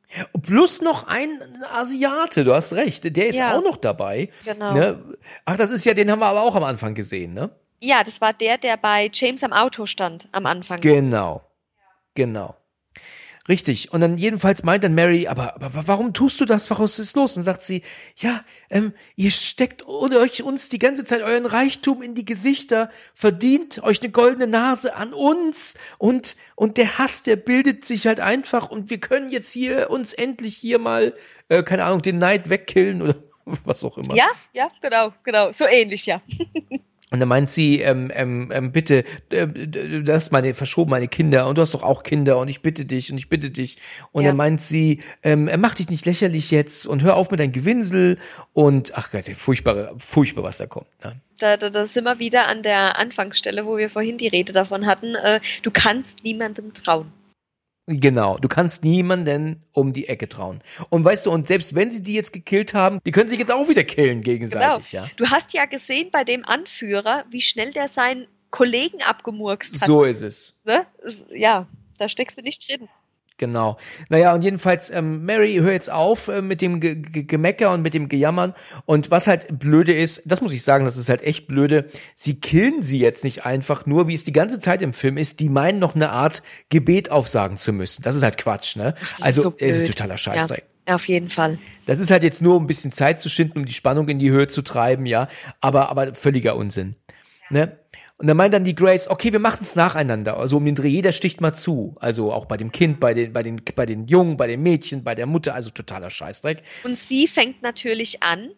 Plus noch ein Asiate, du hast recht, der ist Ja. auch noch dabei. Genau. Ne? Ach, das ist ja, den haben wir aber auch am Anfang gesehen, ne? Ja, das war der, der bei James am Auto stand am Anfang. Genau, genau. Richtig. Und dann jedenfalls meint dann Mary, aber, aber warum tust du das? Was ist los? Und sagt sie, ja, ähm, ihr steckt euch uns die ganze Zeit euren Reichtum in die Gesichter, verdient euch eine goldene Nase an uns und, und der Hass, der bildet sich halt einfach und wir können jetzt hier uns endlich hier mal, äh, keine Ahnung, den Neid wegkillen oder was auch immer. Ja, ja, genau, genau. So ähnlich, ja. Und dann meint sie, ähm, ähm, ähm, bitte, äh, du hast meine, verschoben meine Kinder und du hast doch auch Kinder und ich bitte dich und ich bitte dich. Und Ja. dann meint sie, ähm, mach dich nicht lächerlich jetzt und hör auf mit deinem Gewinsel und ach Gott, furchtbar, furchtbar, was da kommt. Ne? Da, da, da sind wir wieder an der Anfangsstelle, wo wir vorhin die Rede davon hatten. Äh, du kannst niemandem trauen. Genau, du kannst niemanden um die Ecke trauen. Und weißt du, und selbst wenn sie die jetzt gekillt haben, die können sich jetzt auch wieder killen gegenseitig, Genau. ja. Du hast ja gesehen bei dem Anführer, wie schnell der seinen Kollegen abgemurkst hat. So ist es. Ne? Es- Ja, da steckst du nicht drin. Genau. Naja, und jedenfalls, ähm, Mary, hör jetzt auf äh, mit dem Ge Ge Gemecker und mit dem Gejammern. Und was halt blöde ist, das muss ich sagen, das ist halt echt blöde, sie killen sie jetzt nicht einfach nur, wie es die ganze Zeit im Film ist, die meinen noch eine Art Gebet aufsagen zu müssen. Das ist halt Quatsch, ne? Das ist Also, so es ist blöd. totaler Scheißdreck. Ja, auf jeden Fall. Das ist halt jetzt nur, um ein bisschen Zeit zu schinden, um die Spannung in die Höhe zu treiben, ja. Aber, aber völliger Unsinn. Ne? Und dann meint dann die Grace, okay, wir machen es nacheinander. Also um den Dreh, jeder sticht mal zu. Also auch bei dem Kind, bei den, bei den, bei den Jungen, bei den Mädchen, bei der Mutter, also totaler Scheißdreck. Und sie fängt natürlich an.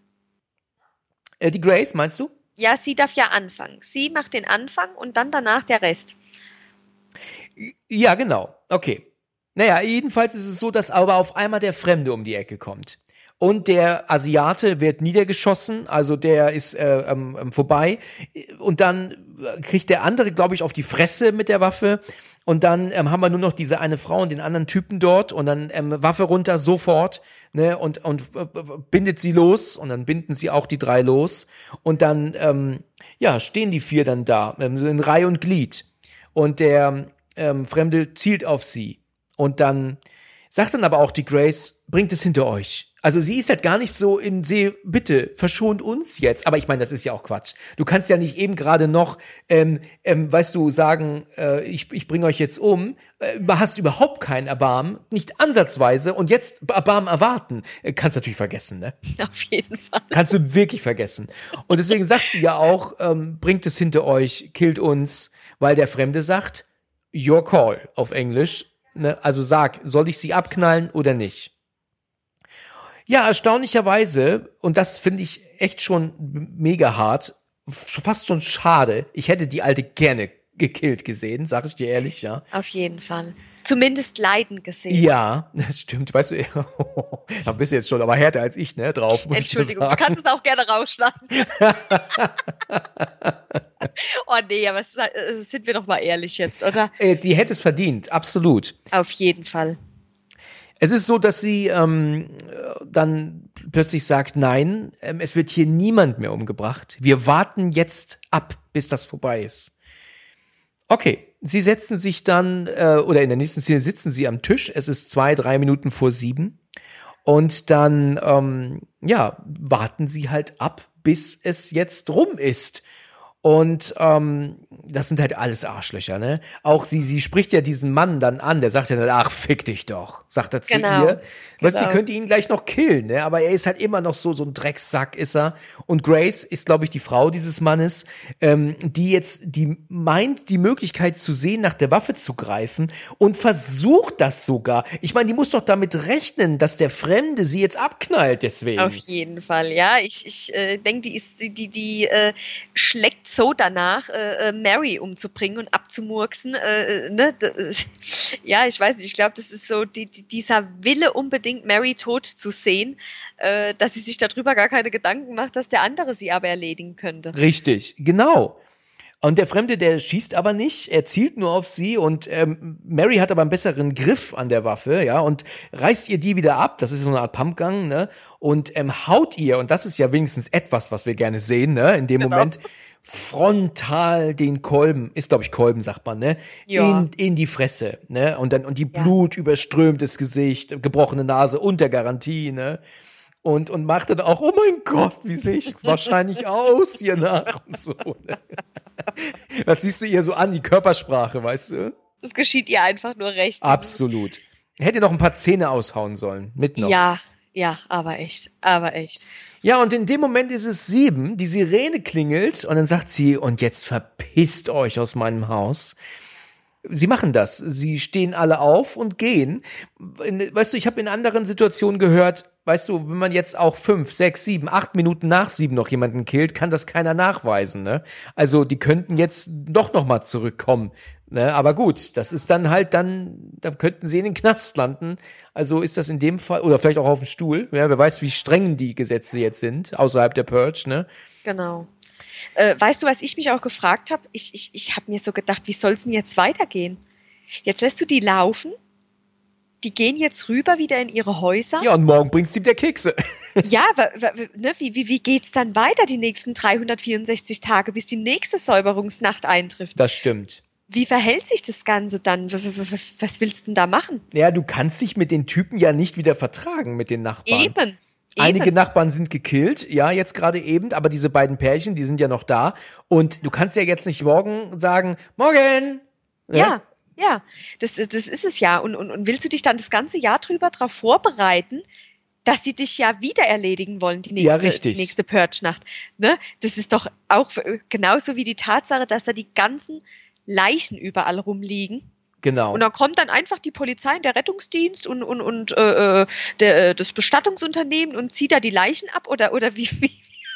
Äh, die Grace, meinst du? Ja, sie darf ja anfangen. Sie macht den Anfang und dann danach der Rest. Ja, genau. Okay. Naja, jedenfalls ist es so, dass aber auf einmal der Fremde um die Ecke kommt. Und der Asiate wird niedergeschossen, also der ist äh, ähm, vorbei. Und dann kriegt der andere, glaube ich, auf die Fresse mit der Waffe. Und dann ähm, haben wir nur noch diese eine Frau und den anderen Typen dort. Und dann ähm, Waffe runter sofort, ne, und, und äh, bindet sie los. Und dann binden sie auch die drei los. Und dann, ähm, ja, stehen die vier dann da, ähm, so in Reihe und Glied. Und der ähm, Fremde zielt auf sie. Und dann sagt dann aber auch die Grace, bringt es hinter euch. Also sie ist halt gar nicht so in See, bitte, verschont uns jetzt. Aber ich meine, das ist ja auch Quatsch. Du kannst ja nicht eben gerade noch, ähm, ähm, weißt du, sagen, äh, ich, ich bringe euch jetzt um, äh, hast überhaupt kein Erbarmen, nicht ansatzweise und jetzt Erbarmen erwarten. Äh, kannst natürlich vergessen, ne? Auf jeden Fall. Kannst du wirklich vergessen. Und deswegen sagt sie ja auch, ähm, bringt es hinter euch, killt uns, weil der Fremde sagt, your call auf Englisch. Ne? Also sag, soll ich sie abknallen oder nicht? Ja, erstaunlicherweise, und das finde ich echt schon mega hart, fast schon schade, ich hätte die Alte gerne gekillt gesehen, sag ich dir ehrlich, ja. Auf jeden Fall. Zumindest leiden gesehen. Ja, das stimmt. Weißt du, da bist du jetzt schon aber härter als ich, ne, drauf, muss Entschuldigung, ich dir sagen. du kannst es auch gerne rausschneiden. Oh nee, aber sind wir doch mal ehrlich jetzt, oder? Die hätte es verdient, absolut. Auf jeden Fall. Es ist so, dass sie ähm, dann plötzlich sagt, nein, ähm, es wird hier niemand mehr umgebracht. Wir warten jetzt ab, bis das vorbei ist. Okay, sie setzen sich dann, äh, oder in der nächsten Szene sitzen sie am Tisch. Es ist zwei, drei Minuten vor sieben. Und dann, ähm, ja, warten sie halt ab, bis es jetzt rum ist. Und ähm, das sind halt alles Arschlöcher, ne? Auch sie, sie spricht ja diesen Mann dann an, der sagt ja dann, ach, fick dich doch, sagt er zu genau, ihr. Weißt du, genau. sie könnte ihn gleich noch killen, ne? Aber er ist halt immer noch so, so ein Drecksack ist er. Und Grace ist, glaube ich, die Frau dieses Mannes, ähm, die jetzt, die meint, die Möglichkeit zu sehen, nach der Waffe zu greifen und versucht das sogar. Ich meine, die muss doch damit rechnen, dass der Fremde sie jetzt abknallt, deswegen. Auf jeden Fall, ja. Ich, ich äh, denke, die ist, die, die, die äh, schlägt so danach, äh, Mary umzubringen und abzumurksen. Äh, ne? Ja, ich weiß nicht, ich glaube, das ist so die, die, dieser Wille, unbedingt Mary tot zu sehen, äh, dass sie sich darüber gar keine Gedanken macht, dass der andere sie aber erledigen könnte. Richtig, genau. Und der Fremde, der schießt aber nicht, er zielt nur auf sie und ähm, Mary hat aber einen besseren Griff an der Waffe, ja, und reißt ihr die wieder ab, das ist so eine Art Pumpgun, ne, und ähm, haut ihr, und das ist ja wenigstens etwas, was wir gerne sehen, ne, in dem genau. Moment, frontal den Kolben, ist glaube ich Kolben, sagt man, ne, ja. in, in die Fresse, ne, und dann, und die Blut ja. überströmt das Gesicht, gebrochene Nase unter Garantie, ne. Und, und macht dann auch, oh mein Gott, wie sehe ich wahrscheinlich aus hier nach und so. Ne? Was siehst du ihr so an, die Körpersprache, weißt du? Das geschieht ihr einfach nur recht. Absolut. Hätte noch ein paar Zähne aushauen sollen, mit noch. Ja, ja, aber echt, aber echt. Ja, und in dem Moment ist es sieben, die Sirene klingelt und dann sagt sie, und jetzt verpisst euch aus meinem Haus. Sie machen das. Sie stehen alle auf und gehen. Weißt du, ich habe in anderen Situationen gehört, weißt du, wenn man jetzt auch fünf, sechs, sieben, acht Minuten nach sieben noch jemanden killt, kann das keiner nachweisen, ne? Also die könnten jetzt doch noch mal zurückkommen, ne? Aber gut, das ist dann halt dann, dann könnten sie in den Knast landen. Also ist das in dem Fall, oder vielleicht auch auf dem Stuhl, ja, wer weiß, wie streng die Gesetze jetzt sind, außerhalb der Purge, ne? Genau. Äh, weißt du, was ich mich auch gefragt habe? Ich, ich, ich habe mir so gedacht, wie soll es denn jetzt weitergehen? Jetzt lässt du die laufen, die gehen jetzt rüber wieder in ihre Häuser. Ja, und morgen bringt sie wieder Kekse. Ja, w- w- ne, wie, wie, wie geht's dann weiter die nächsten dreihundertvierundsechzig Tage, bis die nächste Säuberungsnacht eintrifft? Das stimmt. Wie verhält sich das Ganze dann? W- w- w- was willst du denn da machen? Ja, du kannst dich mit den Typen ja nicht wieder vertragen, mit den Nachbarn. Eben. Einige Eben. Nachbarn sind gekillt, ja, jetzt gerade eben, aber diese beiden Pärchen, die sind ja noch da. Und du kannst ja jetzt nicht morgen sagen, morgen! Ja, ja, ja. Das, das ist es ja. Und, und, und willst du dich dann das ganze Jahr drüber darauf vorbereiten, dass sie dich ja wieder erledigen wollen, die nächste, ja, richtig. die nächste Purge-Nacht? Ne? Das ist doch auch genauso wie die Tatsache, dass da die ganzen Leichen überall rumliegen. Genau. Und dann kommt dann einfach die Polizei und der Rettungsdienst und, und, und äh, der, das Bestattungsunternehmen und zieht da die Leichen ab? Oder, oder wie, wie,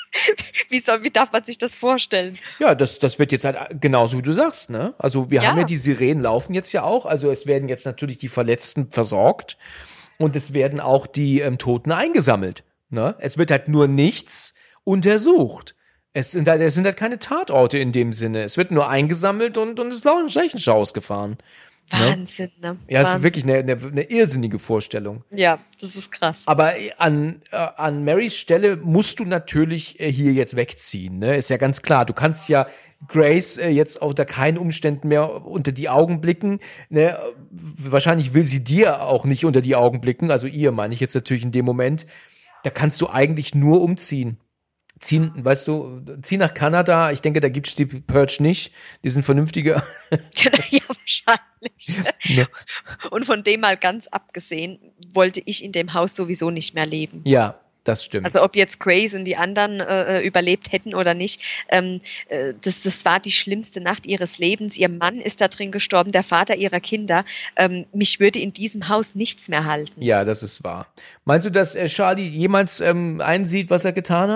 wie, soll, wie darf man sich das vorstellen? Ja, das, das wird jetzt halt genauso, wie du sagst, ne? Also wir Ja. haben ja die Sirenen laufen jetzt ja auch. Also es werden jetzt natürlich die Verletzten versorgt und es werden auch die ähm, Toten eingesammelt. Ne? Es wird halt nur nichts untersucht. Es sind, halt, es sind halt keine Tatorte in dem Sinne. Es wird nur eingesammelt und, und es ist laufen Leichenschau ausgefahren. Wahnsinn, ne? Ja, es Wahnsinn. ist wirklich eine, eine, eine irrsinnige Vorstellung. Ja, das ist krass. Aber an, äh, an Marys Stelle musst du natürlich äh, hier jetzt wegziehen, ne? Ist ja ganz klar. Du kannst ja Grace äh, jetzt unter keinen Umständen mehr unter die Augen blicken, ne? Wahrscheinlich will sie dir auch nicht unter die Augen blicken, also ihr meine ich jetzt natürlich in dem Moment. Da kannst du eigentlich nur umziehen. Ziehen, weißt du, zieh nach Kanada. Ich denke, da gibt's die Purge nicht. Die sind vernünftiger. Ja, wahrscheinlich. Ja. Und von dem mal ganz abgesehen, wollte ich in dem Haus sowieso nicht mehr leben. Ja, das stimmt. Also ob jetzt Grace und die anderen äh, überlebt hätten oder nicht, ähm, äh, das, das war die schlimmste Nacht ihres Lebens. Ihr Mann ist da drin gestorben, der Vater ihrer Kinder. Ähm, mich würde in diesem Haus nichts mehr halten. Ja, das ist wahr. Meinst du, dass äh, Charlie jemals ähm, einsieht, was er getan hat?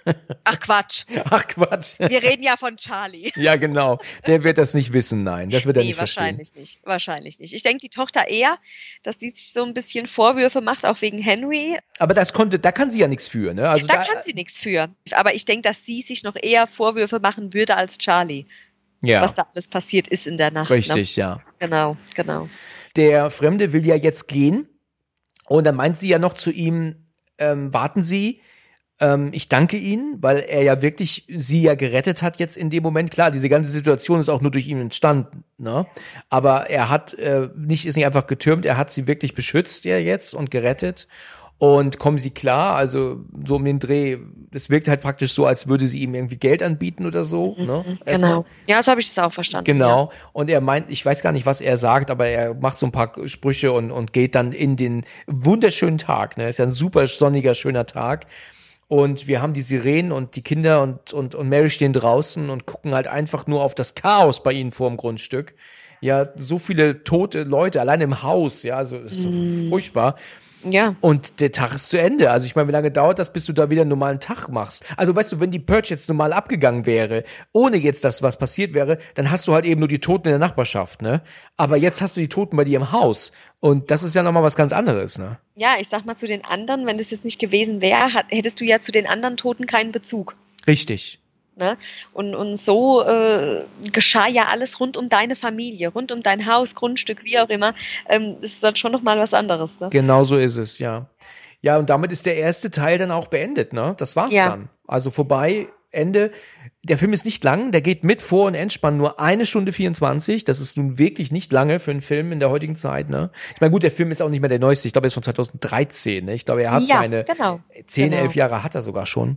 Ach Quatsch. Ach Quatsch. Wir reden ja von Charlie. Ja, genau. Der wird das nicht wissen, nein. Das wird er nee, nicht wahrscheinlich verstehen. nicht. Wahrscheinlich nicht. Ich denke, die Tochter eher, dass die sich so ein bisschen Vorwürfe macht, auch wegen Henry. Aber das konnte, da kann sie ja nichts für, ne? Also da, da kann sie nichts für. Aber ich denke, dass sie sich noch eher Vorwürfe machen würde als Charlie. Ja. Was da alles passiert ist in der Nacht. Richtig, ne? ja. Genau, genau. Der Fremde will ja jetzt gehen und dann meint sie ja noch zu ihm, ähm, warten Sie, ähm, ich danke Ihnen, weil er ja wirklich sie ja gerettet hat jetzt in dem Moment. Klar, diese ganze Situation ist auch nur durch ihn entstanden, ne? Aber er hat äh, nicht, ist nicht einfach getürmt, er hat sie wirklich beschützt ja jetzt und gerettet. Und kommen sie klar, also so um den Dreh, es wirkt halt praktisch so, als würde sie ihm irgendwie Geld anbieten oder so. Mhm, ne? Genau. Ja, so habe ich das auch verstanden. Genau. Ja. Und er meint, ich weiß gar nicht, was er sagt, aber er macht so ein paar Sprüche und, und geht dann in den wunderschönen Tag. Ne? Ist ja ein super sonniger, schöner Tag. Und wir haben die Sirenen und die Kinder und, und, und Mary stehen draußen und gucken halt einfach nur auf das Chaos bei ihnen vor dem Grundstück. Ja, so viele tote Leute, allein im Haus, ja, also ist so mm. furchtbar. Ja. Und der Tag ist zu Ende. Also ich meine, wie lange dauert das, bis du da wieder einen normalen Tag machst? Also weißt du, wenn die Purge jetzt normal abgegangen wäre, ohne jetzt, dass was passiert wäre, dann hast du halt eben nur die Toten in der Nachbarschaft, ne? Aber jetzt hast du die Toten bei dir im Haus. Und das ist ja nochmal was ganz anderes, ne? Ja, ich sag mal zu den anderen, wenn das jetzt nicht gewesen wäre, hättest du ja zu den anderen Toten keinen Bezug. Richtig. Ne? Und, und so äh, geschah ja alles rund um deine Familie, rund um dein Haus, Grundstück, wie auch immer. Ähm, das ist dann schon nochmal was anderes. Ne? Genau so ist es, ja. Ja, und damit ist der erste Teil dann auch beendet, ne? Das war's ja. dann. Also vorbei, Ende. Der Film ist nicht lang, der geht mit Vor- und Endspann nur eine Stunde vierundzwanzig. Das ist nun wirklich nicht lange für einen Film in der heutigen Zeit, ne? Ich meine, gut, der Film ist auch nicht mehr der neueste. Ich glaube, er ist von zweitausenddreizehn, ne? Ich glaube, er hat ja, seine genau. zehn, genau. elf Jahre hat er sogar schon.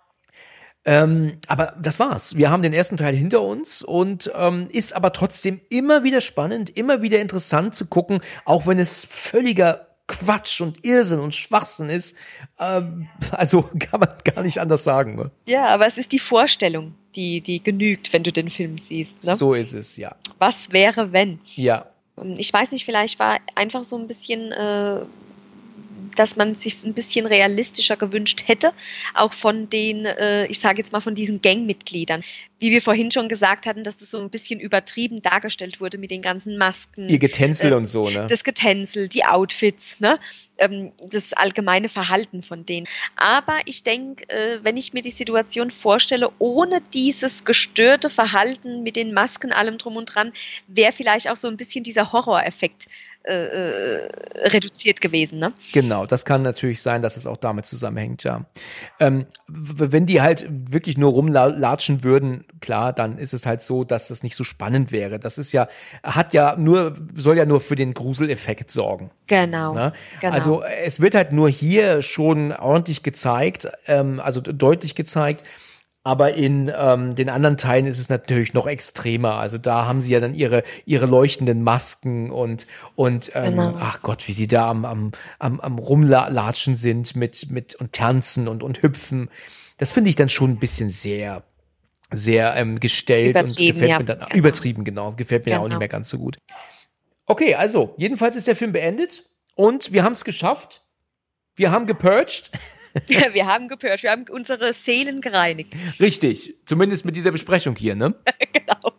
Ähm, aber das war's. Wir haben den ersten Teil hinter uns und ähm, ist aber trotzdem immer wieder spannend, immer wieder interessant zu gucken, auch wenn es völliger Quatsch und Irrsinn und Schwachsinn ist. Ähm, also kann man gar nicht anders sagen. Ne? Ja, aber es ist die Vorstellung, die, die genügt, wenn du den Film siehst. Ne? So ist es, ja. Was wäre, wenn? Ja. Ich weiß nicht, vielleicht war einfach so ein bisschen... Äh, dass man es sich ein bisschen realistischer gewünscht hätte, auch von den, äh, ich sage jetzt mal von diesen Gangmitgliedern. Wie wir vorhin schon gesagt hatten, dass das so ein bisschen übertrieben dargestellt wurde mit den ganzen Masken. Ihr Getänzel äh, und so, ne? Das Getänzel, die Outfits, ne? Ähm, das allgemeine Verhalten von denen. Aber ich denke, äh, wenn ich mir die Situation vorstelle, ohne dieses gestörte Verhalten mit den Masken, allem drum und dran, wäre vielleicht auch so ein bisschen dieser Horroreffekt Äh, reduziert gewesen, ne? Genau, das kann natürlich sein, dass es auch damit zusammenhängt, ja. Ähm, w- wenn die halt wirklich nur rumlatschen würden, klar, dann ist es halt so, dass es nicht so spannend wäre. Das ist ja, hat ja nur, soll ja nur für den Gruseleffekt sorgen. Genau, ne? genau. Also es wird halt nur hier schon ordentlich gezeigt, ähm, also deutlich gezeigt. Aber in ähm, den anderen Teilen ist es natürlich noch extremer. Also da haben sie ja dann ihre ihre leuchtenden Masken und und ähm, genau. ach Gott, wie sie da am am am, am rumlatschen sind mit mit und tanzen und und hüpfen. Das finde ich dann schon ein bisschen sehr sehr ähm, gestellt und gefällt ja. mir dann genau. übertrieben genau. Gefällt mir genau. ja auch nicht mehr ganz so gut. Okay, also jedenfalls ist der Film beendet und wir haben es geschafft. Wir haben gepurged. Wir haben gepurged, wir haben unsere Seelen gereinigt. Richtig, zumindest mit dieser Besprechung hier, ne? Genau.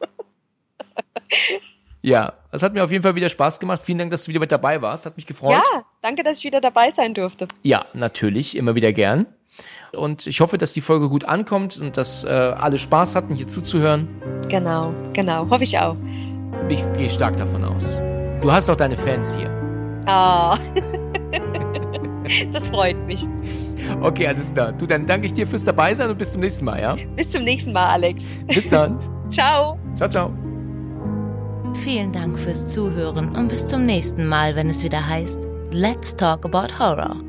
Ja, das hat mir auf jeden Fall wieder Spaß gemacht. Vielen Dank, dass du wieder mit dabei warst. Hat mich gefreut. Ja, danke, dass ich wieder dabei sein durfte. Ja, natürlich, immer wieder gern. Und ich hoffe, dass die Folge gut ankommt und dass äh, alle Spaß hatten, hier zuzuhören. Genau, genau, hoffe ich auch. Ich gehe stark davon aus. Du hast auch deine Fans hier. Ah, das freut mich. Okay, alles klar. Du, dann danke ich dir fürs Dabeisein und bis zum nächsten Mal, ja? Bis zum nächsten Mal, Alex. Bis dann. Ciao. Ciao, ciao. Vielen Dank fürs Zuhören und bis zum nächsten Mal, wenn es wieder heißt Let's Talk About Horror.